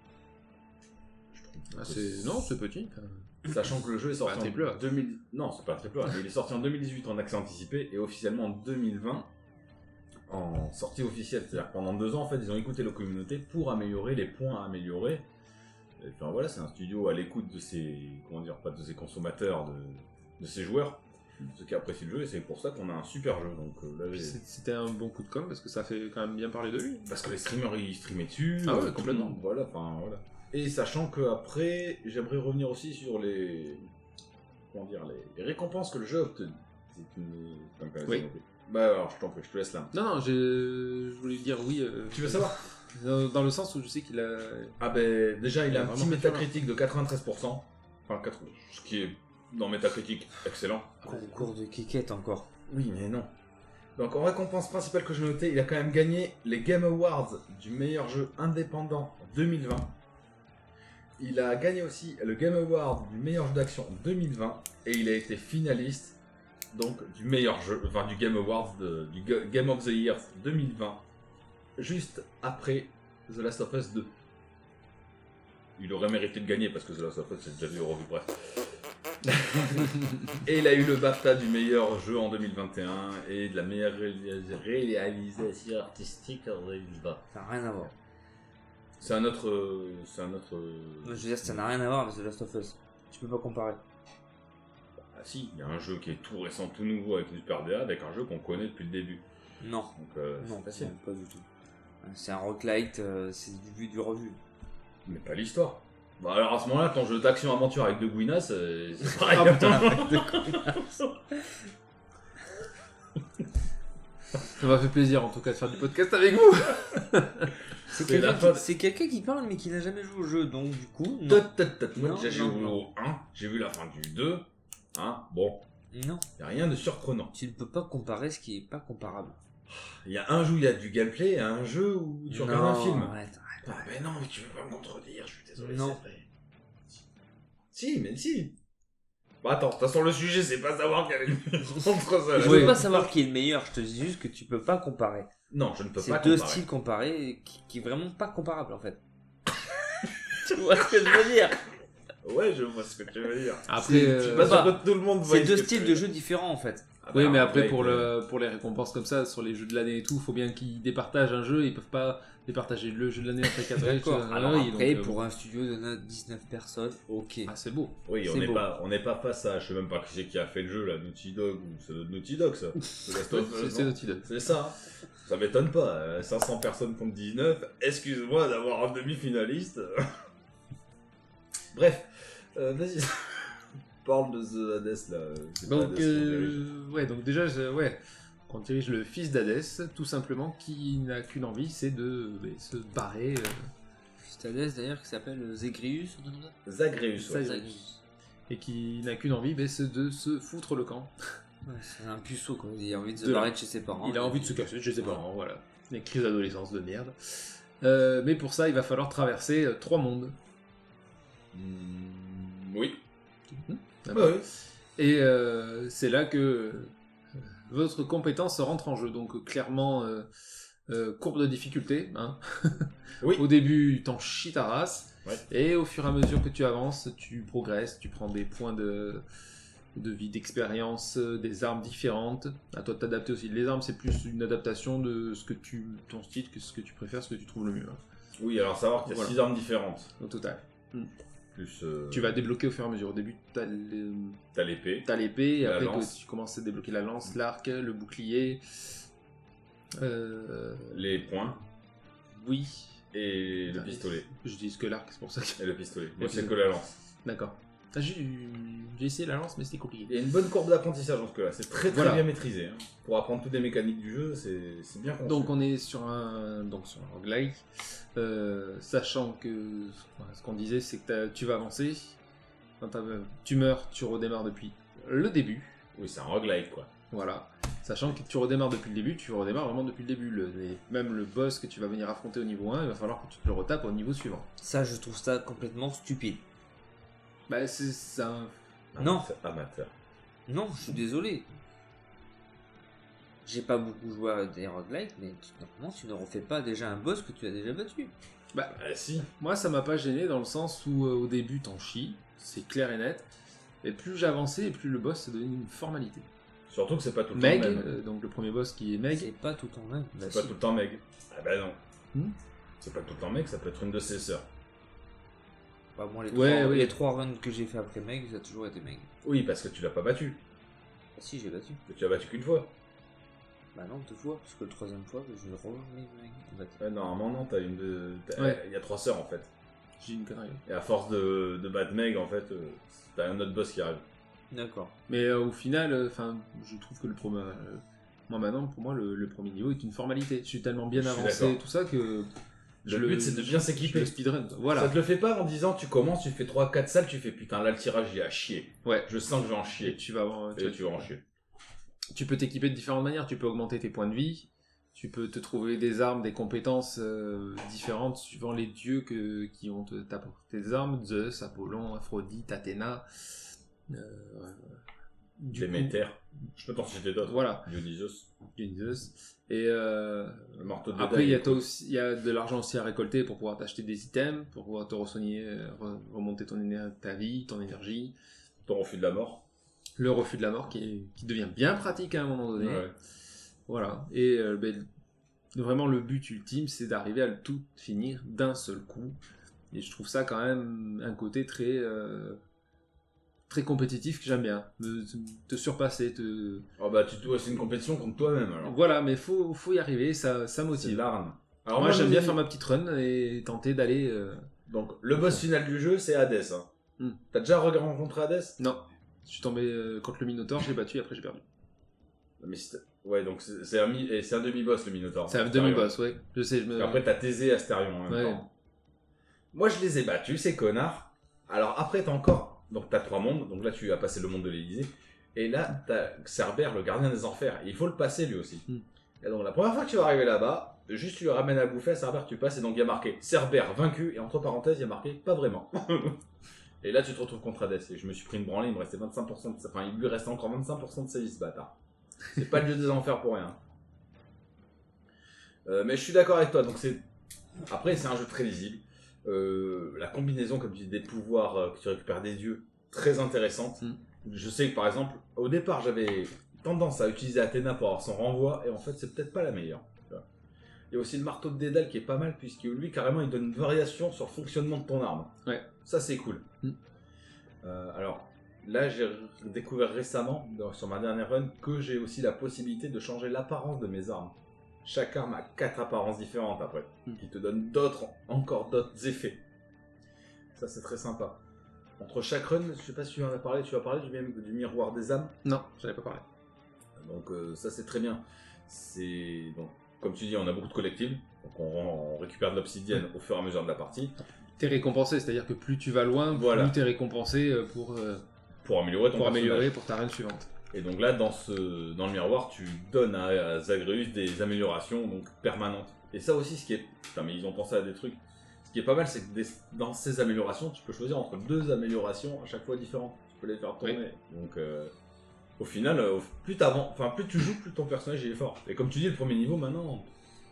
Je trouve Ah, que c'est... Non, c'est petit. Sachant que le jeu est sorti Pas un en triple A. deux mille... Non, c'est pas un triple A, mais il est sorti en deux mille dix-huit en accès anticipé et officiellement en deux mille vingt en sortie officielle. C'est-à-dire que pendant deux ans, en fait, ils ont écouté la communauté pour améliorer les points à améliorer. Et enfin voilà, c'est un studio à l'écoute de ses... Comment dire, pas de ses consommateurs, de, de ses joueurs, ceux qui apprécient le jeu, et c'est pour ça qu'on a un super jeu. Donc euh, là, j'ai- C'est- C'était un bon coup de com' parce que ça fait quand même bien parler de lui. Parce que les streamers ils streamaient dessus. Ah ouais, euh, tout complètement. le monde, Voilà, enfin voilà. Et sachant que après, j'aimerais revenir aussi sur les. Comment dire, les, les récompenses que le jeu a obtenues. C'est une. T'as me connais, Oui. ça, ok. Bah alors, je t'en prie, je te laisse là. Non, non, j'ai- je voulais dire oui. euh, Tu veux savoir dans, dans le sens où je sais qu'il a. Ah ben déjà, il Il a a un vraiment petit fait métacritique de quatre-vingt-treize pour cent. Enfin, quatre... ce qui est dans métacritique excellent. Concours de Kikette encore. Oui, mais non. Donc en récompense principale que je notais, il a quand même gagné les Game Awards du meilleur jeu indépendant deux mille vingt. Il a gagné aussi le Game Award du meilleur jeu d'action deux mille vingt et il a été finaliste donc du meilleur jeu, enfin du Game Awards de- du Ga- Game of the Year deux mille vingt, juste après The Last of Us deux. Il aurait mérité de gagner parce que The Last of Us, c'est déjà vu au revu, bref. Et il a eu le BAFTA du meilleur jeu en deux mille vingt et un et de la meilleure réalis- réalisation artistique en deux mille vingt. Ça n'a rien à voir. C'est un autre. euh, C'est un autre. euh, Je veux dire, ça n'a rien à voir avec The Last of Us. Tu peux pas comparer. Ah si, il y a un jeu qui est tout récent, tout nouveau avec une super D A, avec un jeu qu'on connaît depuis le début. Non. Donc euh, Non, c'est facile. non, pas du tout. C'est un roguelite, euh, c'est du vu du revu. Mais pas l'histoire. Bah alors à ce moment-là, ton jeu d'action-aventure avec deux Gouinas, c'est c'est pareil. Ah, putain. Ça m'a fait plaisir en tout cas de faire du podcast avec vous. C'est C'est la quelqu'un faute. qui, c'est quelqu'un qui parle mais qui n'a jamais joué au jeu, donc du coup, Tot, non. tot, tot. Moi Non, déjà j'ai non, joué non. au un, j'ai vu la fin du deux. Hein, bon, Non, y a rien de surprenant. tu ne peux pas comparer ce qui est pas comparable. Il y a un jeu où il y a du gameplay et un jeu où tu regardes un film. Arrête, arrête. Ah mais non, mais tu veux pas me contredire, je suis désolé. Non. c'est vrai. Si, mais si. Bah attends, de toute façon le sujet c'est pas savoir quel est le meilleur entre ça. Je là. veux pas savoir qui est le meilleur, je te dis juste que tu peux pas comparer. Non, je ne peux C'est pas deux comparer. styles comparés qui, qui est vraiment pas comparable en fait. Tu vois ce que je veux dire? Ouais, je vois ce que tu veux dire. Après, je euh, suis pas bah, sûr que tout le monde voit C'est ce deux que tu styles veux de dire. jeux différents en fait. Ah oui, bah, mais un après mec, pour, euh, le, pour les récompenses comme ça, sur les jeux de l'année et tout, faut bien qu'ils départagent un jeu, ils peuvent pas départager le jeu de l'année après quatre D'accord. Ah Alors oui, après, donc, euh, pour un studio de dix-neuf personnes, ok. Ah, c'est beau. Oui, on C'est n'est beau. pas, on n'est pas face à, je sais même pas qui c'est qui a fait le jeu là, Naughty Dog ou c'est de Naughty Dog ça. C'est Last of Us, C'est c'est non Naughty Dog. C'est ça. Ça m'étonne pas. euh, cinq cents personnes contre dix-neuf. Excuse-moi d'avoir un demi-finaliste. Bref, euh, vas-y. Parle de The Hades là. C'est pas Hades Donc, qu'on dirige. euh, ouais, donc déjà, je- ouais, on dirige le fils d'Hadès, tout simplement, qui n'a qu'une envie, c'est de bah, se barrer. euh, Stades d'ailleurs qui s'appelle Zagreus, on dit comme ça Zagreus. ouais. Zagreus. et qui n'a qu'une envie, bah, c'est de se foutre le camp. Ouais, c'est un puceau quoi, il a envie de se De- barrer de chez ses parents. Il a envie de se casser. casser, je sais pas, hein, voilà. Des crises d'adolescence de merde. Euh, mais pour ça, il va falloir traverser euh, trois mondes. Hmm, oui. D'accord. Bah oui. Et euh, c'est là que euh, votre compétence rentre en jeu. Donc clairement, euh, euh, courbe de difficulté. Hein. Oui. Au début, t'en chies ta race. Ouais. Et au fur et à mesure que tu avances, tu progresses, tu prends des points de, de vie, d'expérience, euh, des armes différentes. À toi de t'adapter aussi. Les armes, c'est plus une adaptation de ce que tu, ton style, que ce que tu préfères, ce que tu trouves le mieux. Hein, Oui, alors savoir qu'il y a Voilà. six armes différentes. au total. Plus. euh, Tu vas débloquer au fur et à mesure. Au début, t'as le- T'as l'épée. T'as l'épée, et La après lance. que tu commences à débloquer la lance, l'arc, le bouclier. Euh, Les poings. oui. Et le Putain, pistolet. Je dis que l'arc, c'est pour ça que. Et le pistolet. Le Moi c'est que pistolet. la lance. D'accord. Ah, J'ai j'ai essayé la lance, mais c'était compliqué. Il y a une bonne courbe d'apprentissage en ce cas-là. C'est très très Voilà. bien maîtrisé. hein. Pour apprendre toutes les mécaniques du jeu, c'est c'est bien conçu. Donc on est sur un, donc sur un roguelike, euh, sachant que voilà, ce qu'on disait, c'est que t'as- tu vas avancer. Quand t'as- tu meurs, tu redémarres depuis le début. Oui, c'est un roguelike quoi. Voilà. Sachant que tu redémarres depuis le début, tu redémarres vraiment depuis le début. Le, les- même le boss que tu vas venir affronter au niveau un, il va falloir que tu te le retapes au niveau suivant. Ça, je trouve ça complètement stupide. Bah, c'est ça. Non. C'est amateur. Non, je suis désolé. J'ai pas beaucoup joué à des roguelikes, mais tu, normalement, tu ne refais pas déjà un boss que tu as déjà battu. Bah, Ah si. moi, ça m'a pas gêné dans le sens où euh, au début, t'en chies, c'est clair et net. Et plus j'avançais, et plus le boss c'est devenu une formalité. Surtout que c'est pas tout le Meg, temps le même. euh, donc le premier boss qui est Meg, C'est pas tout en même. Bah, C'est pas si. tout le temps Meg. Ah bah non. Hmm C'est pas tout le temps Meg, ça peut être une de ses sœurs. Bah, moi, les, Ouais, trois, oui. les trois runs que j'ai fait après Meg, ça a toujours été Meg. Oui, parce que tu l'as pas battu. Ah, si, j'ai battu. Que tu l'as battu qu'une fois. Bah non, deux fois, parce que le troisième fois, je remets Meg. En fait. Ouais, normalement non, t'as une de. t'as- Ouais. Il y a trois sœurs en fait. j'ai une connerie. Et à force de, de battre Meg, en fait, euh, t'as un autre boss qui arrive. D'accord. Mais euh, au final, enfin, je trouve que le premier, euh, moi maintenant, pour moi, le, le premier niveau est une formalité. Je suis tellement bien Je suis avancé, d'accord. tout ça que. Le but, c'est de bien s'équiper. je le speedrun. quoi. Voilà. Ça te le fait pas en disant tu commences, tu fais trois quatre salles, tu fais putain là le tirage il est à chier. Ouais. Je sens que je vais en Et chier. tu vas avoir. Et tu vas en chier. Tu peux t'équiper de différentes manières. Tu peux augmenter tes points de vie. Tu peux te trouver des armes, des compétences euh, différentes suivant les dieux que, qui vont te t'apporter des armes. Zeus, Apollon, Aphrodite, Athéna. Euh, du coup, Déméter. Je peux t'en citer d'autres. Voilà, Dionysos, Dionysos. Et euh, le marteau de après, il y, a Dédale. t'as aussi- il y a de l'argent aussi à récolter pour pouvoir t'acheter des items, pour pouvoir te re-soigner, euh, re- remonter ton éner- ta vie, ton énergie. Ton refus de la mort. Le refus de la mort qui, est- qui devient bien pratique à un moment donné. Ouais. Voilà. Et euh, ben, vraiment, le but ultime, c'est d'arriver à le tout finir d'un seul coup. Et je trouve ça quand même un côté très, euh, très compétitif que j'aime bien. De- de- te surpasser, te... Oh bah, tu dois, c'est une compétition contre toi-même alors. Voilà, mais faut, faut y arriver, ça, ça C'est motive. l'arme. Alors moi, j'aime je bien dis- faire ma petite run et tenter d'aller... euh, Donc, le boss final du jeu, c'est Hades. Hein. Hmm. T'as déjà rencontré Hades? Non, je suis tombé euh, contre le Minotaur, je l'ai battu et après j'ai perdu. Mais c'est- ouais, donc c'est c'est un, mi- et c'est un demi-boss le Minotaur. C'est un Astérion. demi-boss, ouais. Je sais, je me... Et après, t'as Thésée et Astérion en même Ouais. temps. Moi, je les ai battus, ces connards. Alors après, t'as encore... Donc, t'as trois mondes. Donc là, tu as passé le monde de l'Élysée. Et là, t'as Cerbère, le gardien des enfers. Et il faut le passer, lui aussi. Hmm. Et donc, la première fois que tu vas arriver là-bas, juste tu lui ramènes à bouffer à Cerbère, tu passes, et donc il y a marqué Cerbère vaincu, et entre parenthèses, il y a marqué pas vraiment. Et là, tu te retrouves contre Hades. Et je me suis pris une branlée, il me restait vingt-cinq pour cent de sa... Enfin, il lui restait encore vingt-cinq pour cent de sa vie, ce bâtard. C'est pas le dieu des enfers pour rien. Euh, mais je suis d'accord avec toi. Donc c'est après c'est un jeu très lisible. Euh, la combinaison comme tu dis des pouvoirs euh, que tu récupères des dieux très intéressante. Mm. Je sais que par exemple au départ j'avais tendance à utiliser Athéna pour avoir son renvoi et en fait c'est peut-être pas la meilleure. Tu vois. Il y a aussi le marteau de Dédale qui est pas mal puisque lui carrément il donne une variation sur le fonctionnement de ton arme. Ouais. Ça c'est cool. Mm. Euh, alors là j'ai découvert récemment dans- sur ma dernière run que j'ai aussi la possibilité de changer l'apparence de mes armes. Chaque arme a quatre apparences différentes après, Mm. qui te donnent d'autres, encore d'autres effets. Ça c'est très sympa. Entre chaque run, je sais pas si tu en as parlé, tu as parlé du, même, du miroir des âmes. Non, j'avais pas parlé. Donc euh, ça c'est très bien. C'est donc comme tu dis, on a beaucoup de collectibles, donc on, on récupère de l'obsidienne au fur et à mesure de la partie T'es récompensé, c'est-à-dire que plus tu vas loin, Voilà. plus t'es récompensé euh, pour, euh, pour améliorer ton pour personnage. améliorer pour ta run suivante. Et donc là, dans, ce, dans le miroir, tu donnes à, à Zagreus des améliorations donc, permanentes. Et ça aussi, ce qui est... Putain, mais ils ont pensé à des trucs. Ce qui est pas mal, c'est que des- dans ces améliorations, tu peux choisir entre deux améliorations à chaque fois différentes. Tu peux les faire tourner. Donc, euh, au final, euh, plus, t'avances- enfin, plus tu joues, plus ton personnage il est fort. Et comme tu dis, le premier niveau, maintenant,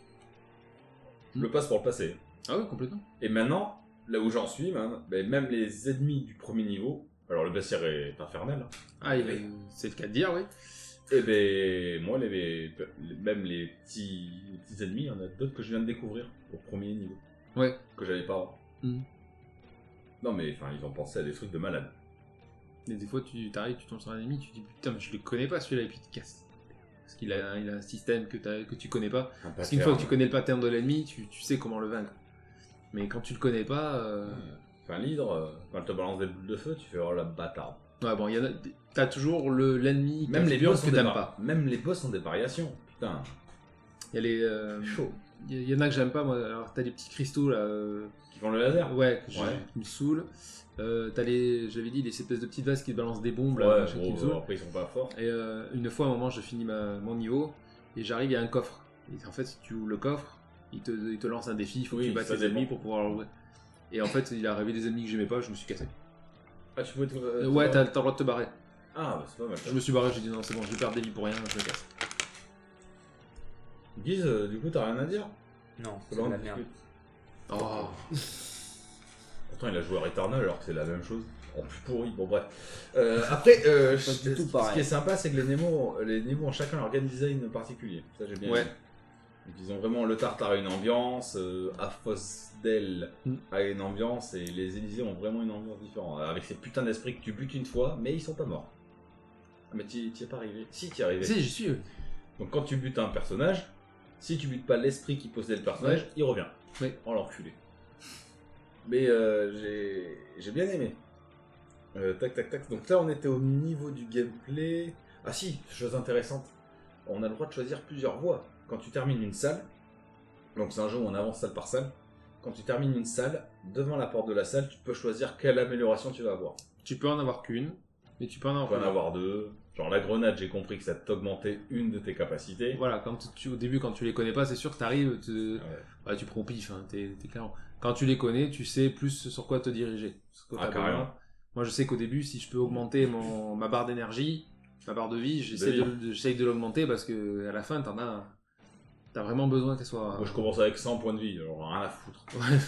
je le passe pour le passer. Ah ouais, complètement. Et maintenant, là où j'en suis, man, ben, même les ennemis du premier niveau, alors le bestiaire est infernal, hein. Ah, il est- c'est le cas de dire, oui. Et ben moi, les, les- même les petits, les petits ennemis, il y en a d'autres que je viens de découvrir au premier niveau, Ouais. que j'avais pas avant. Mhm. Non mais enfin, ils ont pensé à des trucs de malade. Et des fois, tu t'arrives, tu tombes sur un ennemi, tu te dis putain, mais je le connais pas celui-là, et puis tu te casses. Parce qu'il a, il a un système que, t'as- que tu connais pas. Parce qu'une fois que tu connais le pattern de l'ennemi, tu, tu sais comment le vaincre. Mais quand tu le connais pas. euh, Enfin, l'hydre, euh, quand elle te balance des boules de feu, tu fais oh la bâtarde. Ouais, bon, il y en a. T'as toujours le- l'ennemi Même les dur boss que ont des t'aimes var- pas. Même les boss ont des variations. Putain, Il y a les. euh, chaud. Il y, il y en a que j'aime pas, moi. Alors, t'as les petits cristaux là. euh, Qui font le laser. Ouais, que je- Ouais. qui me saoulent. Euh, t'as les. J'avais dit, les espèces de petites vases qui te balancent des bombes Ouais, là, machin, qui bon, me saoulent. après ils sont pas forts. Et euh, une fois, à un moment, je finis ma, mon niveau et j'arrive, il y a un coffre. Et en fait, si tu ouvres le coffre, il te, il te lance un défi, il faut Oui, que tu battes ça les dépend. ennemis pour pouvoir l'ouvrir. Et en fait, il est arrivé des ennemis que j'aimais pas, je me suis cassé. Ah, tu pouvais te... Euh, te- ouais, t'as t'as le droit de te barrer. Ah, bah, c'est pas mal. ça. Je me suis barré, j'ai dit non, c'est bon, je vais perdre des vies pour rien, je me casse. Guise, euh, du coup, t'as rien à dire? Non, c'est Comment de la tu merde. discutes Oh, Pourtant, il a joué à Returnal alors que c'est la même chose. En plus pourri, bon bref. Euh, après, euh, Pas je- du tout ce pareil. qui est sympa, c'est que les niveaux, les niveaux ont chacun leur game design particulier. Ça, j'ai bien Ouais. aimé. Donc, ils ont vraiment le Tartare a une ambiance, euh, Aphosdel Mm. a une ambiance, et les Élysées ont vraiment une ambiance différente. Avec ces putains d'esprits que tu butes une fois, mais ils sont pas morts. Ah, mais tu es pas arrivé. Si, tu es arrivé. si, j'y suis. euh. Donc quand tu butes un personnage, si tu butes pas l'esprit qui possédait le personnage, Ouais. il revient. Oui. Oh l'enculé. Mais euh, j'ai j'ai bien aimé. Euh, tac tac tac. Donc là on était au niveau du gameplay. Ah si, chose intéressante. On a le droit de choisir plusieurs voies. Quand tu termines une salle, donc c'est un jeu où on avance salle par salle. Quand tu termines une salle, devant la porte de la salle, tu peux choisir quelle amélioration tu vas avoir. Tu peux en avoir qu'une, mais tu peux en Tu avoir peux en plusieurs. avoir deux. Genre la grenade, j'ai compris que ça t'augmentait une de tes capacités. Voilà, quand tu, au début, quand tu les connais pas, c'est sûr que t'arrives, te- Ouais. bah, tu prends pif, hein, t'es t'es clairement. Quand tu les connais, tu sais plus sur quoi te diriger. sur quoi Ah, t'as carrément. besoin. Moi, je sais qu'au début, si je peux augmenter mon, ma barre d'énergie, ma barre de vie, j'essaie De de, vie. de- j'essaie de l'augmenter parce que à la fin, t'en as, t'as vraiment besoin qu'elle soit. Moi, je commence avec cent points de vie, alors rien à foutre. Ouais.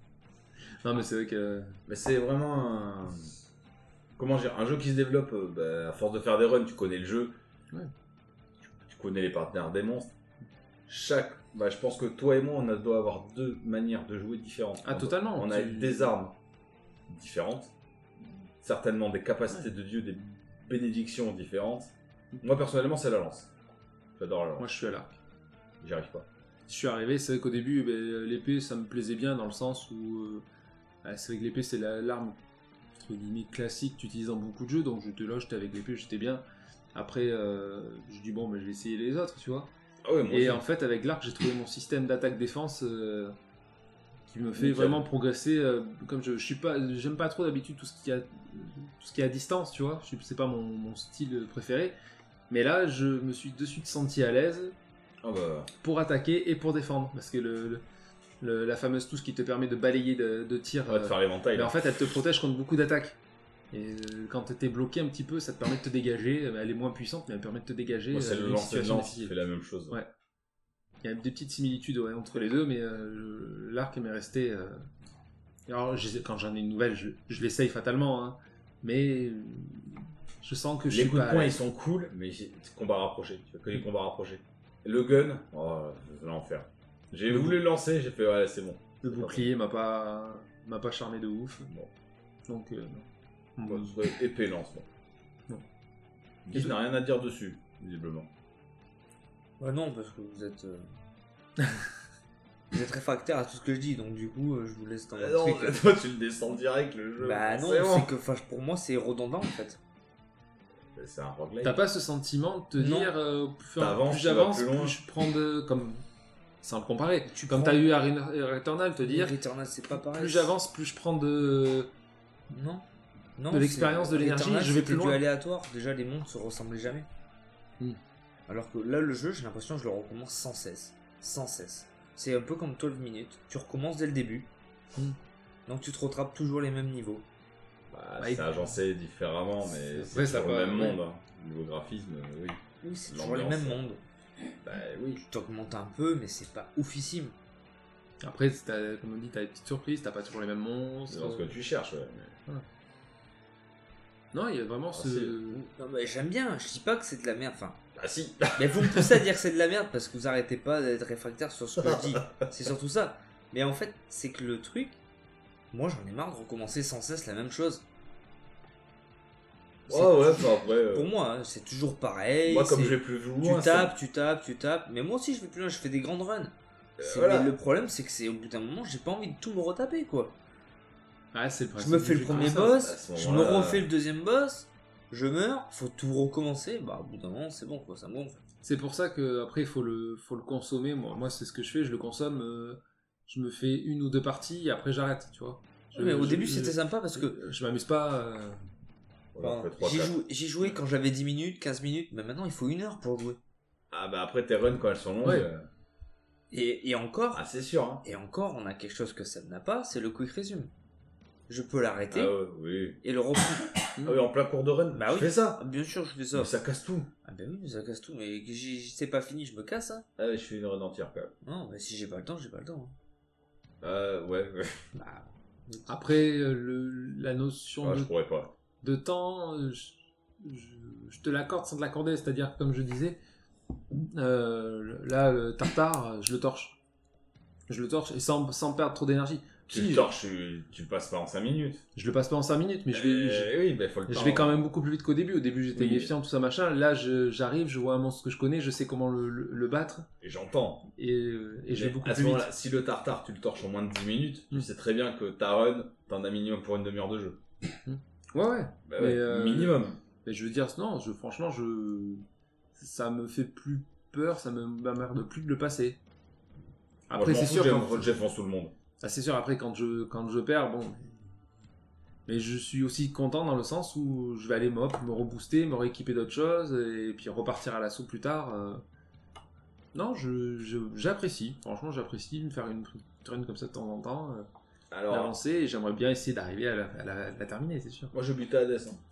Non, mais c'est vrai que. Mais c'est vraiment un... Comment dire, un jeu qui se développe, euh, bah, à force de faire des runs, tu connais le jeu. Ouais. Tu, tu connais les partenaires des monstres. Chaque... Bah, je pense que toi et moi, on a- doit avoir deux manières de jouer différentes. Ah, On- totalement, On a tu- des armes différentes. Certainement des capacités de dieu, des bénédictions différentes. Moi, personnellement, c'est la lance. J'adore la lance. Moi, je suis à l'arc. J'y arrive pas. Je suis arrivé, c'est vrai qu'au début, ben, l'épée, ça me plaisait bien dans le sens où. euh, bah, c'est vrai que l'épée, c'est la- l'arme entre guillemets classique que tu utilises dans beaucoup de jeux, donc j'étais là, j'étais avec l'épée, j'étais bien. Après, euh, je dis bon, ben, je vais essayer les autres, tu vois. Ah ouais, moi Et aussi. en fait, avec l'arc, j'ai trouvé mon système d'attaque-défense euh, qui me fait Nickel. vraiment progresser. euh, comme je, je suis pas, j'aime pas trop d'habitude tout ce qui a, tout ce qui est à distance, tu vois. Je suis- C'est pas mon, mon style préféré. Mais là, je me suis de suite senti à l'aise Ah bah... pour attaquer et pour défendre, parce que le, le- le- la fameuse touche qui te permet de balayer de, de tir, On va te euh, faire l'éventail. mais là. en fait, elle te protège contre beaucoup d'attaques. Et euh, quand t'es bloqué un petit peu, ça te permet de te dégager. Elle est moins puissante, mais elle permet de te dégager. Moi, c'est euh, le d'une lancer de situation lance qui difficile. fait la même chose. Ouais. Il y a des petites similitudes ouais, entre les deux, mais euh, l'arc m'est resté. euh, Alors, je- quand j'en ai une nouvelle, je, je l'essaye fatalement, hein, mais euh, je sens que je Les suis coups pas. de à poing, ils l'aise. sont cool, mais c'est combat rapproché. Tu fais que les combats rapprochés. Le gun, oh, c'est l'enfer. J'ai Le voulu le lancer, j'ai fait, ouais, c'est bon. Le bouclier m'a pas, m'a pas charmé de ouf. Bon. Donc, euh, non. Bon, ce serait épée lance, bon. Non. Guy n'a rien à dire dessus, visiblement. Bah non, parce que vous êtes. euh, vous êtes réfractaire à tout ce que je dis, donc du coup, euh, je vous laisse dans Ah votre non, truc. toi tu le descends direct le jeu. Bah non, c'est bon. c'est que enfin, pour moi, c'est redondant en fait. C'est un roguelike. T'as pas ce sentiment de te Non. dire, euh, plus, T'avances, plus tu vas j'avance, plus loin. plus je prends de. Comme, sans le comparer. Tu Comme prends- t'as eu à Returnal, te dire, Returnal, c'est pas pareil. plus j'avance, plus je prends de. Non. Non, De l'expérience, c'est- de l'énergie, Returnal, je vais c'était plus loin. du aléatoire. Déjà, les mondes se ressemblaient jamais. Hmm. Alors que là, le jeu, j'ai l'impression que je le recommence sans cesse. Sans cesse. C'est un peu comme douze minutes. Tu recommences dès le début. Hmm. Donc tu te rattrapes toujours les mêmes niveaux. Bah, Bah, c'est il- agencé différemment, mais Après, c'est ça sur le va, même ouais. monde. Hein. Niveau graphisme, euh, oui. Oui, c'est toujours les L'ambiance, mêmes euh, mondes. Bah oui. Tu t'augmentes un peu, mais c'est pas oufissime. Après, c'est t'as- comme on dit, t'as des petites surprises, t'as pas toujours les mêmes monstres. C'est dans ce que tu cherches, ouais. mais- Non, il y a vraiment Ah, ce. c'est- Non, mais j'aime bien. Je dis pas que c'est de la merde. Enfin, Ah si. mais vous me poussez à dire que c'est de la merde parce que vous arrêtez pas d'être réfractaire sur ce que je dis. C'est surtout ça. Mais en fait, c'est que le truc, moi j'en ai marre de recommencer sans cesse la même chose. C'est- Oh ouais, enfin, après. euh, Pour moi, hein, c'est toujours pareil. moi, comme c'est- je vais plus tu loin, ça- tapes, tu tapes, tu tapes. Mais moi aussi, je vais plus loin. Je fais des grandes runs. C'est- voilà. Mais le problème, c'est que c'est au bout d'un moment, j'ai pas envie de tout me retaper, quoi. Ah, c'est le Je principe me du fais le jeu premier comme ça. boss, à ce je me moment-là, refais le deuxième boss, je meurs, faut tout recommencer. Bah, au bout d'un moment, c'est bon, quoi. Ça me gonfle. C'est pour ça que après il faut le, faut le consommer. Moi, moi c'est ce que je fais, je le consomme. euh, je me fais une ou deux parties et après j'arrête, tu vois. Je- mais au je- début, je- c'était sympa parce que Je m'amuse pas. euh, Voilà, Enfin, après trois, J'y quatre. joué, j'y jouais quand j'avais dix minutes, quinze minutes, mais maintenant il faut une heure pour jouer. Ah bah après tes runs quand elles sont longues. Ouais. euh, Et, et encore, Ah c'est sûr. Hein. et encore, on a quelque chose que ça n'a pas, c'est le quick resume. Je peux l'arrêter Ah ouais, oui. et le reprendre. Ah oui, en plein cours de run. Bah je oui. fais ça. Ah, bien sûr, je fais ça. Mais ça casse tout. Ah ben oui, mais ça casse tout, mais que j'ai- c'est pas fini, je me casse. Hein. Ah ouais, je fais une run entière quand même. Non, mais si j'ai pas le temps, j'ai pas le temps. hein. Euh, ouais, ouais. Bah, Après, euh, le, la notion Ah, de, je pourrais pas. de temps, euh, je, je- je te l'accorde sans te l'accorder. C'est-à-dire, comme je disais, euh, là, le tartare, je le torche. Je le torche et sans, sans perdre trop d'énergie. Tu Si, le torches, tu, tu le passes pas en cinq minutes. Je le passe pas en cinq minutes, mais je vais, je, Euh, oui, bah faut le je temps. vais quand même beaucoup plus vite qu'au début. Au début, j'étais Oui. méfiant, tout ça, machin. Là, je- j'arrive, je vois un monstre que je connais, je sais comment le, le- le battre Et j'entends. et, euh, et je vais Mais beaucoup à ce plus vite. moment-là, si le tartare tu le torches en moins de dix minutes, Mm. tu sais très bien que ta run, t'en as minimum pour une demi-heure de jeu. Ouais, ouais. Bah Mais, ouais, euh, minimum. Mais je veux dire, non, je, franchement, je, ça me fait plus peur, ça me m'emmerde plus de le passer. Moi, Après, je m'en c'est fous, sûr, j'aime- quand, j'enfonce tout le monde. ah, c'est sûr, après, quand je, quand je perds, bon. Mais je suis aussi content dans le sens où je vais aller me, hop, me rebooster, me rééquiper d'autres choses, et puis repartir à l'assaut plus tard. euh. Non, je, je- j'apprécie, franchement, j'apprécie me faire une petite run comme ça de temps en temps, euh, Alors, d'avancer, et j'aimerais bien essayer d'arriver à la, à la- à la terminer, c'est sûr. moi je bute à Hades. Hein.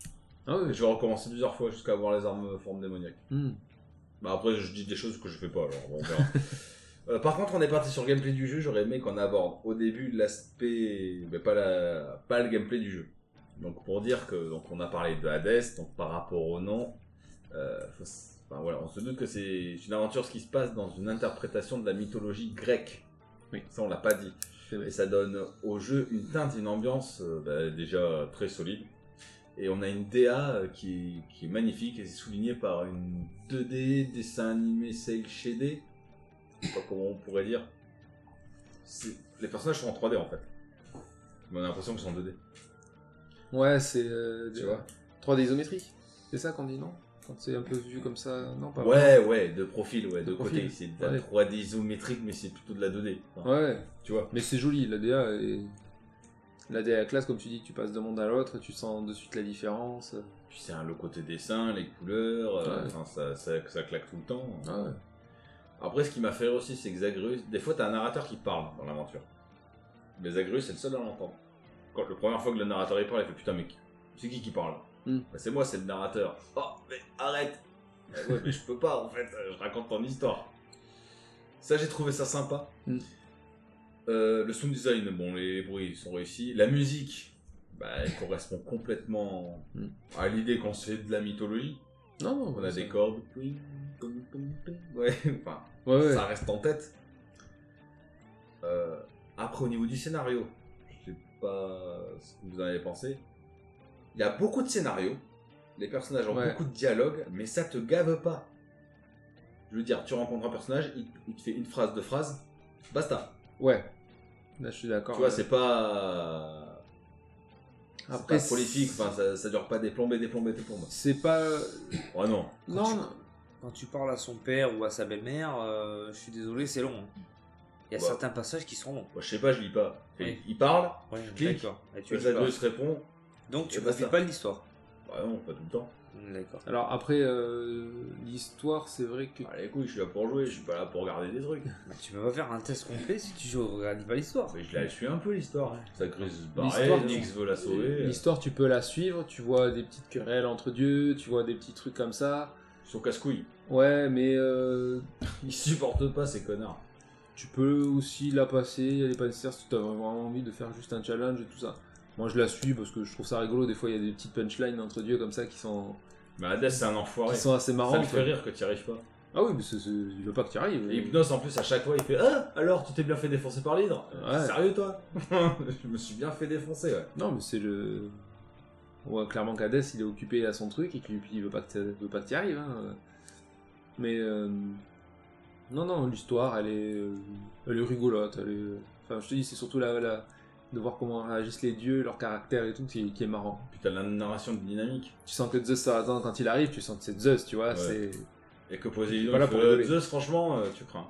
Ah Et oui. je vais recommencer plusieurs fois jusqu'à avoir les armes forme démoniaque. Hmm. Bah après, je dis des choses que je fais pas, alors bon, on verra. Euh, par contre, on est parti sur le gameplay du jeu. J'aurais aimé qu'on aborde au début l'aspect, mais pas la, pas le gameplay du jeu. Donc pour dire que, donc on a parlé de Hades, donc par rapport au nom, euh, faut s- enfin, voilà, on se doute que c'est une aventure ce qui se passe dans une interprétation de la mythologie grecque. Oui. Ça on l'a pas dit. C'est vrai. Et ça donne au jeu une teinte, une ambiance euh, bah, déjà très solide. Et on a une D A euh, qui est, qui est magnifique et c'est souligné par une deux D, dessin animé cel shaded. Je sais pas comment on pourrait dire. C'est- Les personnages sont en trois D en fait. Mais on a l'impression qu'ils sont en deux D. Ouais, c'est. euh, Tu de- vois trois D isométrique. C'est ça qu'on dit, non? Quand c'est un peu vu comme ça, non pas Ouais, ouais, de profil, ouais, de, De côté. profil. C'est de la Ouais. trois D isométrique, mais c'est plutôt de la deux D. Enfin, vraiment. Ouais, Tu vois mais c'est joli, la D A est. La D A classe, comme tu dis, tu passes d'un monde à l'autre, tu sens de suite la différence. Puis c'est un- le côté dessin, les couleurs, euh, Ouais. enfin, ça, ça, ça claque tout le temps. Ah ouais. Après, ce qui m'a fait rire aussi, c'est que Zagreus, des fois, t'as un narrateur qui parle dans l'aventure. Mais Zagreus, c'est le seul à l'entendre. Quand la première fois que le narrateur il parle, il fait putain, mec, c'est qui qui parle Hmm. Bah, c'est moi, c'est le narrateur. Oh, mais arrête Bah, ouais, mais je peux pas, en fait, je raconte ton histoire. Ça, j'ai trouvé ça sympa. Hmm. Euh, le sound design, bon, les bruits sont réussis. La musique, bah, elle correspond complètement Hmm. à l'idée qu'on se fait de la mythologie. Non, non, On a ça- des cordes. Ouais, enfin, Ouais, ouais. ça reste en tête. Euh, après, au niveau du scénario, je sais pas ce que vous en avez pensé. Il y a beaucoup de scénarios, les personnages ont Ouais. beaucoup de dialogues, mais ça te gave pas. Je veux dire, tu rencontres un personnage, il, il te fait une phrase, deux phrases, basta. Ouais. Là, je suis d'accord. Tu vois, ouais. c'est pas. C'est Après, pas prolifique, enfin, ça, ça dure pas des plombes et des plombes et des plombes. C'est pas. Oh non. Non, tu- non. Quand tu parles à son père ou à sa belle-mère, euh, je suis désolé, c'est long. hein. Il y a Bah. certains passages qui sont longs. Moi, je sais pas, je lis pas. Et Oui. Il parle, Ouais, clique, d'accord. Et tu tu lis pas. Zagreus répond. Donc tu Et basta. profites pas de l'histoire. Bah non, pas tout le temps. D'accord. Alors après, euh, l'histoire, c'est vrai que. Allez, couilles, je suis là pour jouer, je suis pas là pour regarder des trucs. Bah, tu peux pas faire un test complet si tu joues, regardes pas l'histoire. Mais je la suis un peu l'histoire. Ouais. Zagreus se L'histoire, barre, Nyx veut la sauver. L'histoire, tu peux la suivre, tu vois des petites querelles entre dieux, tu vois des petits trucs comme ça. Ils sont casse-couilles. Ouais, mais euh, Ils supportent pas ces connards. tu peux aussi la passer, elle est pas nécessaire si tu as vraiment envie de faire juste un challenge et tout ça. Moi, je la suis parce que je trouve ça rigolo. Des fois, il y a des petites punchlines entre dieux comme ça qui sont, Mais Hades, c'est un enfoiré. qui sont assez Ça marrantes. le fait rire que tu y arrives pas. Ah oui, mais c'est, c'est- il veut pas que tu y arrives. Et Hypnos, en plus, à chaque fois, il fait Ah, alors, tu t'es bien fait défoncer par l'hydre Ouais. Sérieux, toi Je me suis bien fait défoncer, ouais. Non, mais c'est le. On voit clairement qu'Hadès, il est occupé à son truc et qu'il il veut pas que tu veut pas que tu y arrives. Hein. Mais. euh, Non, non, l'histoire, elle est. euh, Elle est rigolote. Elle est... Enfin, je te dis, c'est surtout la, la... de voir comment réagissent les dieux, leur caractère et tout, qui, qui est marrant. Puis t'as la narration dynamique. Tu sens que Zeus, ça attend quand il arrive, tu sens que c'est Zeus, tu vois. Ouais. C'est... Et que Poséidon, Pas là il pour fait, rigoler. Zeus, franchement, euh, tu crains.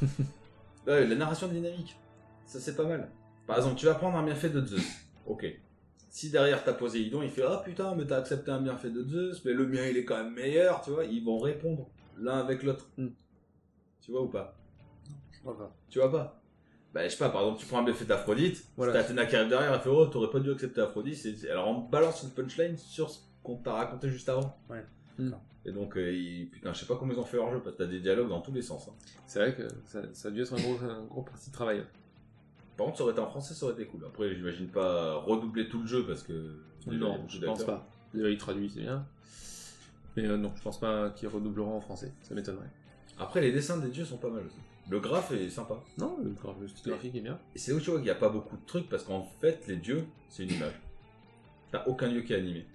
Ouais, la narration dynamique, ça c'est pas mal. Par exemple, tu vas prendre un bienfait de Zeus. Ok. Si derrière t'as Poséidon, il fait Ah putain, mais t'as accepté un bienfait de Zeus, mais le mien il est quand même meilleur, tu vois. Ils vont répondre l'un avec l'autre. Hmm. Tu vois ou pas Je vois pas. Tu vois pas Bah, je sais pas, par exemple, tu prends un bienfait d'Aphrodite, Voilà. t'as Athéna qui arrive derrière, elle fait Oh, t'aurais pas dû accepter Aphrodite. C'est- c'est- Alors on balance une punchline sur ce qu'on t'a raconté juste avant. Ouais. Hmm. Et donc, euh, il- putain, je sais pas comment ils ont fait leur jeu, parce que t'as des dialogues dans tous les sens. Hein. c'est vrai que ça, ça a dû être un gros, un gros parti de travail. Par contre, ça aurait été en français, ça aurait été cool. Après, j'imagine pas redoubler tout le jeu parce que. déjà, il y a Non, beaucoup je pense d'acteurs. pas. Déjà, il traduit, c'est bien. Mais euh, non, je pense pas qu'ils redoubleront en français. Ça m'étonnerait. Après, les dessins des dieux sont pas mal aussi. Le graphe est sympa. Non, le, gra- le style graphique est bien. Et c'est là où tu vois qu'il n'y a pas beaucoup de trucs parce qu'en fait, les dieux, c'est une image. T'as aucun dieu qui est animé.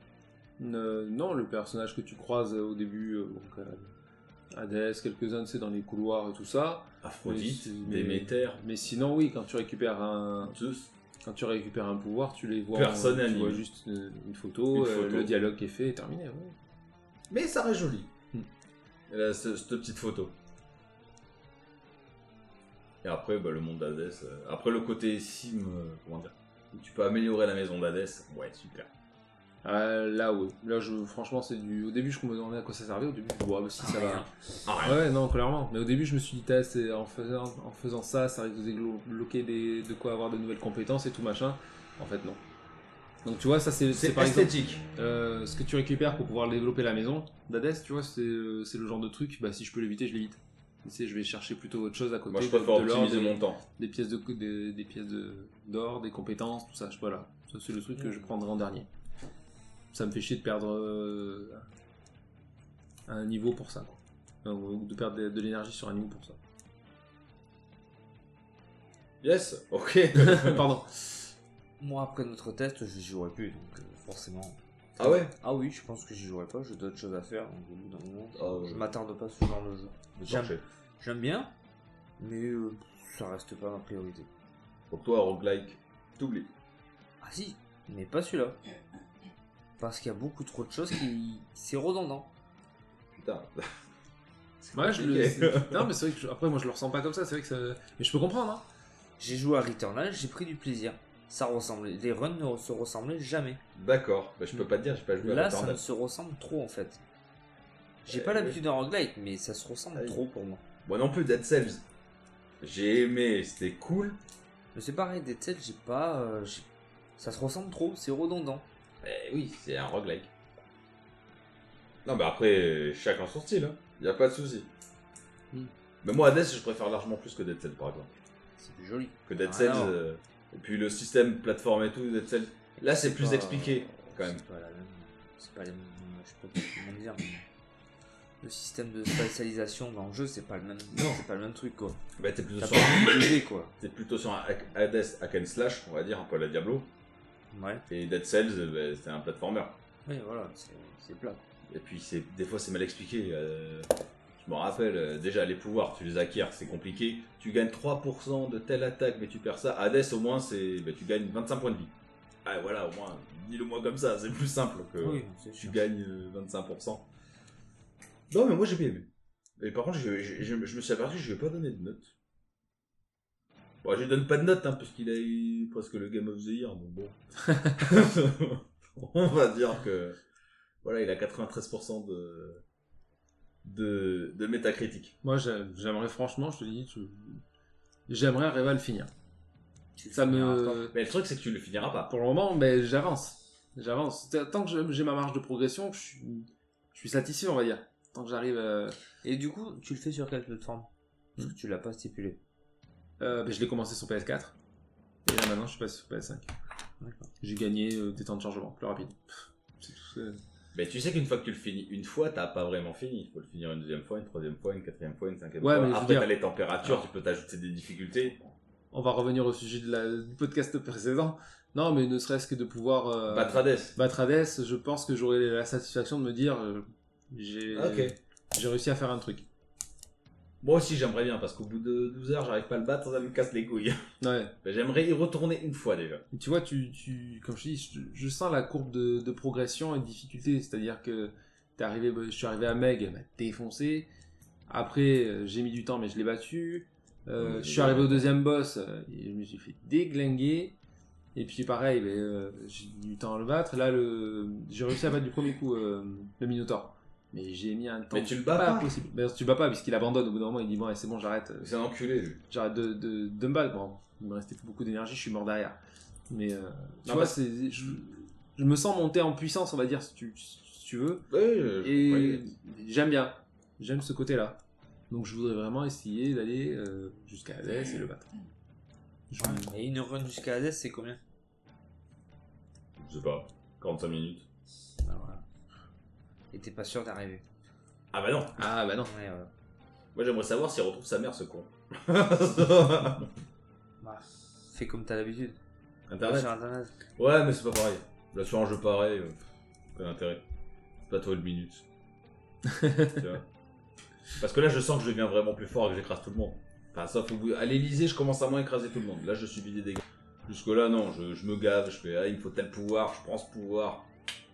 Euh, non, le personnage que tu croises euh, au début, euh, donc, euh, Hadès, quelques-uns, c'est dans les couloirs et tout ça. Aphrodite, Mais- mais- Déméter, Mais sinon, oui, quand tu récupères un, Zeus. quand tu récupères un pouvoir, tu les vois. Personne en- tu anime. vois juste une, une photo, Une euh, photo. le dialogue qui est fait et terminé. ouais. Mais ça reste joli. Hmm. Et là, ce- cette petite photo. Et après, bah, le monde d'Hadès. euh, Après, le côté sim, euh, comment dire où tu peux améliorer la maison d'Hadès. Ouais, super. Ah, là, oui. Là, je, franchement, c'est du. Au début, je me demandais à quoi ça servait. Au début, je me disais, ouais, bah, si ça va. Ah, rien. Ouais, non, clairement. Mais au début, je me suis dit, t'as, c'est- en, faisant, en faisant ça, ça risque de débloquer des, de quoi avoir de nouvelles compétences et tout machin. En fait, non. Donc tu vois, ça c'est C'est par exemple esthétique. euh, ce que tu récupères pour pouvoir développer la maison d'Hadès, tu vois, c'est euh, c'est le genre de truc, bah si je peux l'éviter, je l'évite. Tu sais, je vais chercher plutôt autre chose à côté. Moi, je de- préfère de l'or, optimiser des- mon temps. Des pièces de des, des pièces de- d'or, des compétences, tout ça. Je, voilà, ça c'est le truc que je prendrai en dernier. Ça me fait chier de perdre euh, un niveau pour ça, quoi. Ou de perdre de, de l'énergie sur un niveau pour ça. Yes, ok. Pardon. Moi, après notre test, je jouerai plus, donc euh, forcément. Ah ouais. Ah oui, je pense que j'y jouerai pas, j'ai d'autres choses à faire, donc au bout d'un moment, Ah ouais. je m'attarde pas sur ce genre de jeu. J'aime, Marché. j'aime bien, mais euh, ça reste pas ma priorité. Pour toi, roguelike, t'oublies. Ah si, mais pas celui-là. Parce qu'il y a beaucoup trop de choses qui... C'est redondant. Putain. Ouais, je le... compliqué. c'est- Non, mais c'est vrai que je- après moi je le ressens pas comme ça. C'est vrai que ça... Mais je peux comprendre. Hein. J'ai joué à Returnal, j'ai pris du plaisir. Ça ressemblait, les runs ne se ressemblaient jamais. D'accord. Bah, je peux pas te dire, j'ai pas joué à Là, ça Returnal. me se ressemble trop en fait. J'ai Eh pas oui. l'habitude d'un roguelike, mais ça se ressemble Ah oui. trop pour moi. Moi non plus, Dead Cells. J'ai aimé, c'était cool. Mais c'est pareil, Dead Cells, j'ai pas. euh, j'ai- ça se ressemble trop, c'est redondant. Eh oui, c'est un roguelike. Non, mais après, chacun son style, hein. Y a pas de souci. Hmm. Mais moi, Hades, je préfère largement plus que Dead Cells, par exemple. C'est plus joli. Que Dead Ah, Cells. non. euh, Et puis le système plateforme et tout, Dead Cells. Là, c'est plus pas- expliqué, quand même. C'est pas la même. C'est pas les mêmes. Je sais pas comment dire, mais. Le système de spatialisation dans le jeu, c'est pas le même. Non. C'est pas le même truc quoi. Bah, t'es plutôt, T'as sur pas un... envie de bouger, quoi. t'es plutôt sur un hack- Hades hack and slash, on va dire, un peu à la Diablo. Ouais. Et Dead Cells, euh, bah, c'est un platformer. Oui, voilà, c'est c'est plat. Et puis c'est des fois c'est mal expliqué. euh, Je me rappelle, euh, déjà les pouvoirs, tu les acquiers, c'est compliqué. Tu gagnes trois pour cent de telle attaque, mais tu perds ça. Hades au moins, c'est bah, tu gagnes vingt-cinq points de vie. Ah voilà, au moins, dis-le moi comme ça, c'est plus simple que Oui, c'est tu sûr. gagnes euh, vingt-cinq pour cent. Non mais moi j'ai bien aimé. Et par contre, je, je- je- je me suis aperçu que je vais pas donner de notes. Bon, je lui donne pas de notes, hein, parce qu'il a eu presque le Game of the Year, donc bon. On va dire que voilà, il a quatre-vingt-treize pour cent de de, de métacritique. Moi j'ai- j'aimerais franchement, je te dis, je- j'aimerais arriver à le finir. Tu Ça finiras pas. me. Mais le truc c'est que tu le finiras pas. Pour le moment, mais j'avance. J'avance. Tant que je- j'ai ma marge de progression, je suis, je suis satisfait, on va dire. Tant que j'arrive à... Et du coup, tu le fais sur quelle plateforme Parce Hmm. que tu l'as pas stipulé. Euh, ben, je l'ai commencé sur P S quatre. Et là maintenant, je suis passé sur P S cinq. D'accord. J'ai gagné euh, des temps de chargement plus rapides. C'est tout. c'est- Mais tu sais qu'une fois que tu le finis une fois, t'as pas vraiment fini. Il faut le finir une deuxième fois, une troisième fois, une quatrième fois, une cinquième Ouais, fois. mais je veux Après dire- t'as les températures, Alors- tu peux t'ajouter des difficultés. On va revenir au sujet de la... du podcast précédent. Non, mais ne serait-ce que de pouvoir euh, Battre Hades. battre Hades, je pense que j'aurai la satisfaction de me dire euh, j'ai Ok. j'ai réussi à faire un truc. Moi aussi j'aimerais bien parce qu'au bout de douze heures, j'arrive pas à le battre, ça me casse les couilles. Ouais. Mais j'aimerais y retourner une fois déjà. Et tu vois, tu, tu, comme je dis, je, je sens la courbe de, de progression et de difficulté. C'est-à-dire que t'es arrivé, je suis arrivé à Meg, elle m'a défoncé. Après, euh, j'ai mis du temps, mais je l'ai battu. Euh, Oui, je suis arrivé au deuxième boss, euh, et je me suis fait déglinguer. Et puis pareil, ben, euh, j'ai mis du temps à le battre. Là, le... j'ai réussi à battre du premier coup euh, le Minotaur. Mais j'ai mis un temps Mais tu le bats pas possible. Ben, tu le bats pas, puisqu'il abandonne au bout d'un moment. Il dit bon, ouais, c'est bon, j'arrête. C'est un enculé lui. J'arrête de, de, de me battre. Bon, il me restait plus beaucoup d'énergie, je suis mort derrière. Mais euh, tu Non, vois, parce- c'est, je, je me sens monter en puissance, on va dire, si tu, si tu veux. Oui, je- Et oui. j'aime bien. J'aime ce côté-là. Donc je voudrais vraiment essayer d'aller euh, jusqu'à Hades et le battre. Je- Et une run jusqu'à Hades, c'est combien Je sais pas, quarante-cinq minutes. Ah, voilà. Et t'es pas sûr d'arriver. Ah bah non. Ah bah non. Ouais, voilà. Moi j'aimerais savoir s'il retrouve sa mère ce con. Bah, fais comme t'as l'habitude. Internet. Sur Internet. Ouais, mais c'est pas pareil. Là, sur un jeu pareil, euh, quel intérêt. C'est pas toi le minute. Tu vois. Parce que là, je sens que je deviens vraiment plus fort et que j'écrase tout le monde. Enfin, sauf au bout. À l'Elysée, je commence à moins écraser tout le monde. Là, je subis des dégâts. Jusque-là, non, je, je me gave, je fais, ah, il me faut tel pouvoir, je prends ce pouvoir.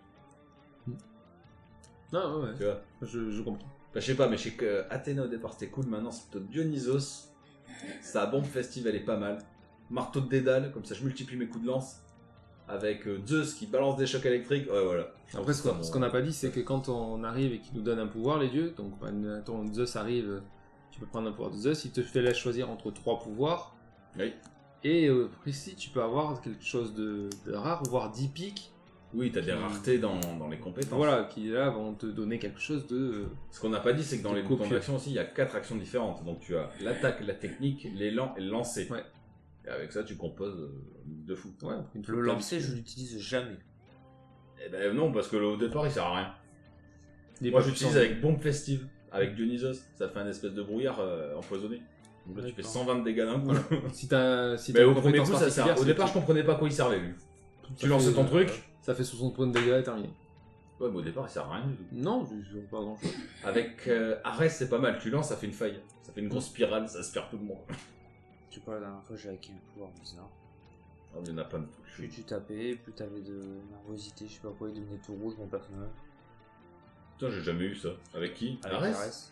Non, ouais, Tu vois. je, je comprends. Bah, je sais pas, mais je sais que Athéna au départ c'était cool, maintenant c'est plutôt Dionysos. Sa bombe festive elle est pas mal. Marteau de Dédale, comme ça je multiplie mes coups de lance. Avec euh, Zeus qui balance des chocs électriques, ouais voilà. Après, ce Ça, qu'on mon- ce qu'on n'a pas dit, c'est que quand on arrive et qu'il nous donne un pouvoir, les dieux, donc quand Zeus arrive, tu peux prendre un pouvoir de Zeus, il te fait là choisir entre trois pouvoirs. Oui. Et euh, précis, tu peux avoir quelque chose de, de rare, voire d'épique. Oui, t'as des Qui- raretés dans, dans les compétences. Voilà, qui là vont te donner quelque chose de. euh, Ce qu'on n'a pas dit, c'est que dans De les boutons copieux. d'action aussi, il y a quatre actions différentes. Donc tu as l'attaque, la technique, l'élan et le lancer. Ouais. Et avec ça, tu composes euh, de fou. Ouais, une fois Le que t'as lancer, je l'habitude. l'utilise jamais. Eh ben non, parce que le- au départ, il sert à rien. Il est Moi, pas j'utilise puissant. avec bombe festive, avec Dionysos. Ça fait un espèce de brouillard euh, empoisonné. Donc là, tu fais D'accord. cent vingt de dégâts d'un coup. Si t'as si Mais t'as au une premier compétence coup, ça sert. particulière, Au c'est départ, que je comprenais pas à quoi il servait, lui. ça Tu lançais fait, ton euh, truc. Ça fait soixante points de dégâts et terminé. Ouais, mais au départ, il sert à rien du tout. Non, je je vois pas grand chose. Avec euh, Ares, c'est pas mal. Tu lances, ça fait une faille. Ça fait une grosse spirale, ça aspire tout le monde. Je sais pas, la dernière fois, j'avais acquis un pouvoir bizarre. Oh, il y en a pas de tout. Plus tu tapais, plus t'avais de nervosité, je sais pas quoi, il devenait tout rouge, mon personnage. Putain, j'ai jamais eu ça. Avec qui Avec Ares Ares.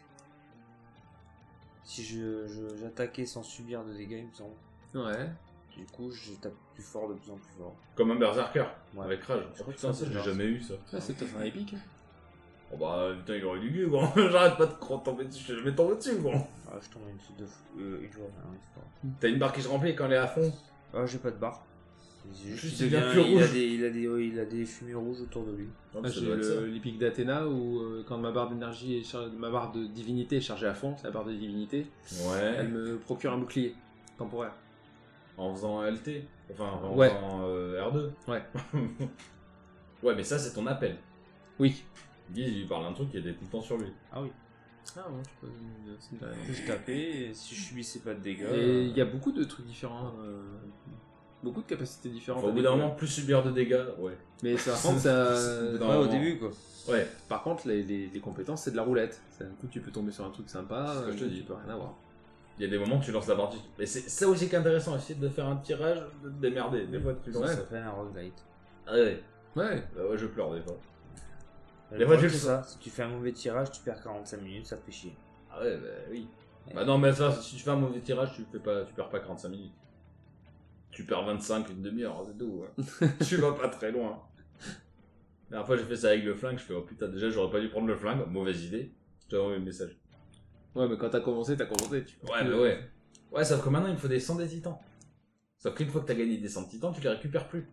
Si je, je- j'attaquais sans subir de dégâts, il me semble. Ouais. Du coup, je tape plus fort, de plus en plus fort. Comme un berserker. Ouais. Avec rage. Je Oh, crois que putain, c'est ça, un j'ai peu jamais eu ça. Ah, c'est peut-être un épique. Oh bah putain, il aurait dû gueux, quoi. J'arrête pas de cro- tomber dessus, je vais tomber dessus, quoi. Ah, je tombe une suite de fou- euh, une fois, hein, c'est pas- T'as une barre qui se remplit quand elle est à fond. Ah, j'ai pas de barre. C'est juste Juste, qu'il il devient devient- plus il, a rouge. des, il, a des, ouais, il a des fumées rouges autour de lui. Non, Ah, ça j'ai doit être ça. le- l'épique d'Athéna où euh, quand ma barre d'énergie est char- ma barre de divinité est chargée à fond, c'est la barre de divinité, elle Ouais. me procure un bouclier temporaire. En faisant L T. Enfin, en Ouais. faisant euh, R deux. Ouais. Ouais, mais ça, c'est ton appel. Oui. Guy, il lui parle d'un truc qui était tout le temps sur lui. Ah oui. Ah bon, je peux... c'est une- Du coup, je tapais, et si je subissais pas de dégâts. Et il y a beaucoup de trucs différents, euh, beaucoup de capacités différentes. Enfin, au à bout d'un découvrir. moment, plus subir de dégâts, ouais. Mais ça, par contre, ça... Dans- Ouais, au début, quoi. Ouais. Par contre, les, les- les compétences, c'est de la roulette. C'est un coup, tu peux tomber sur un truc sympa, C'est ce que un je te coup, dis. tu peux rien avoir. Il y a des moments où tu lances la partie. Mais c'est ça aussi qui est intéressant, essayer de faire un tirage, de te démerder. Des fois, tu lances. Ouais. Ça s'appelle un roguelite. Ah ouais. Ouais. Bah ouais, je pleure des fois. Le Des fois, problème, tu c'est le ça. Si tu fais un mauvais tirage, tu perds quarante-cinq minutes, ça te fait chier. Ah ouais, bah oui. Bah non, mais ça, si tu fais un mauvais tirage, tu fais pas, tu perds pas quarante-cinq minutes. Tu perds vingt-cinq, une demi-heure, c'est tout. Ouais. Tu vas pas très loin. La dernière fois, j'ai fait ça avec le flingue, je fais, oh putain, déjà, j'aurais pas dû prendre le flingue, mauvaise idée. Je t'ai envoyé le message. Ouais, mais quand t'as commencé, t'as commencé. Tu peux Ouais, plus- mais ouais. Ouais, sauf que maintenant, il me faut des cent des titans. Sauf qu'une fois que t'as gagné des cent de titans, tu les récupères plus.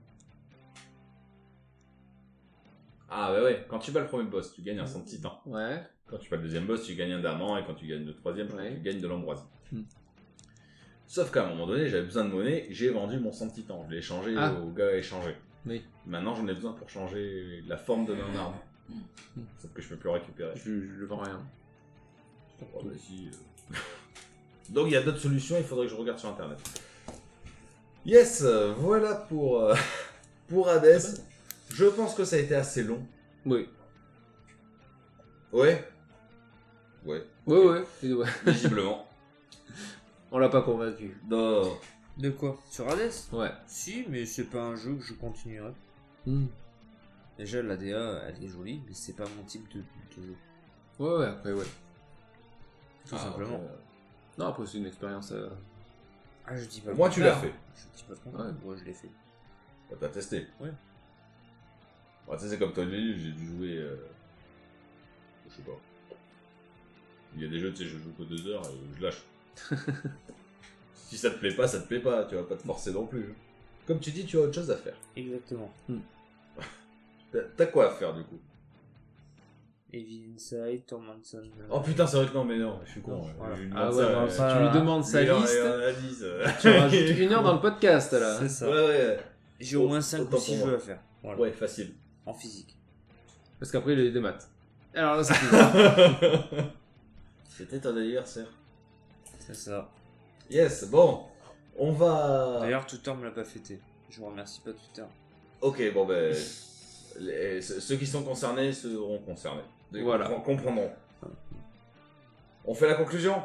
Ah bah ouais, quand tu bats le premier boss, tu gagnes un cent de titan. Ouais. Quand tu bats le deuxième boss, tu gagnes un diamant, et quand tu gagnes le troisième, je crois que Ouais. tu gagnes de l'ambroisie. Hmm. Sauf qu'à un moment donné, j'avais besoin de monnaie, j'ai vendu mon cent de titan. Je l'ai échangé Ah. au gars à échanger. Oui. Maintenant, j'en ai besoin pour changer la forme de mon arme. Sauf que je peux plus récupérer. Je, je le vends rien. Oh, bah si, euh. Donc il y a d'autres solutions, il faudrait que je regarde sur internet. Yes, euh, voilà pour, euh, pour Hades. Je pense que ça a été assez long. Oui. Ouais. Ouais, Ouais, ouais. Et ouais. visiblement. On l'a pas convaincu. Non. De quoi? Sur Hades? Ouais. Si, mais c'est pas un jeu que je continuerai. Hmm. Déjà, l'A D A, elle est jolie, mais c'est pas mon type de, de jeu. Ouais, ouais, après, ouais. Tout Ah, simplement. ouais. Non, après, c'est une expérience. euh, Ah, je dis pas le Moi, tu l'as contraire. fait. Je dis pas le contraire. Ouais. Moi, je l'ai fait. Bah, t'as testé. Ouais. Bah, tu sais, c'est comme toi, j'ai dû jouer. euh, Je sais pas. Il y a des jeux, tu sais, je joue que deux heures et je lâche. Si ça te plaît pas, ça te plaît pas, tu vas pas te forcer non plus. Comme tu dis, tu as autre chose à faire. Exactement. T'as t'as quoi à faire du coup? Evil Inside, Tormenson. euh, Oh putain, c'est vrai que non, mais non, je suis con. Non, ouais. voilà. Je lui Ah demande ouais, ça, mais euh, enfin, ça- tu lui demandes sa il en- liste, il en a dix, euh. tu rajoutes une heure dans le podcast là. C'est ça. Ouais, ouais. J'ai au moins cinq Autant ou six pour moi. jeux à faire. Voilà. Ouais, facile. En physique. Parce qu'après, il a des maths. Alors là, c'est plus. C'était ton anniversaire. C'est ça. Yes, bon. On va. D'ailleurs, Twitter me l'a pas fêté. Je vous remercie pas Twitter. Ok, bon ben. les- ceux ceux qui sont concernés seront concernés. Ils Voilà. compre- comprendront. On fait la conclusion?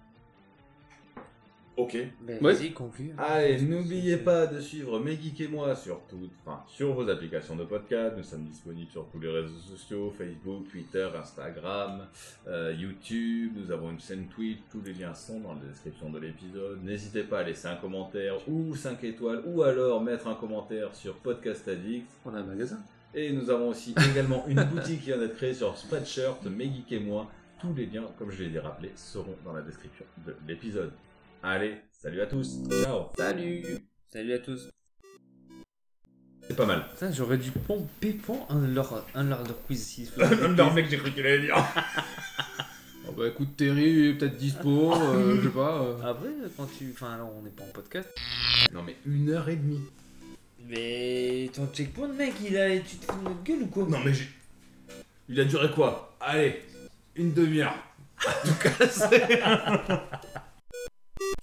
Ok. Ben, Ouais. vas-y, conclue. Allez, n'oubliez pas de suivre Mes Geeks et moi sur toutes, enfin, sur vos applications de podcast. Nous sommes disponibles sur tous les réseaux sociaux, Facebook, Twitter, Instagram, euh, YouTube. Nous avons une chaîne Twitch. Tous les liens sont dans la description de l'épisode. N'hésitez pas à laisser un commentaire ou cinq étoiles ou alors mettre un commentaire sur Podcast Addict. On a un magasin. Et nous avons aussi également une boutique qui vient d'être créée sur Spreadshirt, Mes Geeks et moi. Tous les liens, comme je l'ai rappelé, seront dans la description de l'épisode. Allez, salut à tous. Ciao. Salut. Salut à tous. C'est pas mal. Putain, j'aurais dû pomper pour un de leurs un de leurs quiz ici. Non, mec, j'ai cru qu'il allait dire. Oh bah écoute, Terry est peut-être dispo, euh, je sais pas. euh. Après, quand tu. Enfin, alors on n'est pas en podcast. Non, mais une heure et demie. Mais ton checkpoint, mec, il a. Tu te fous de notre gueule ou quoi? Non, mais j'ai. Il a duré quoi? Allez, une demi-heure. En tout cas, c'est.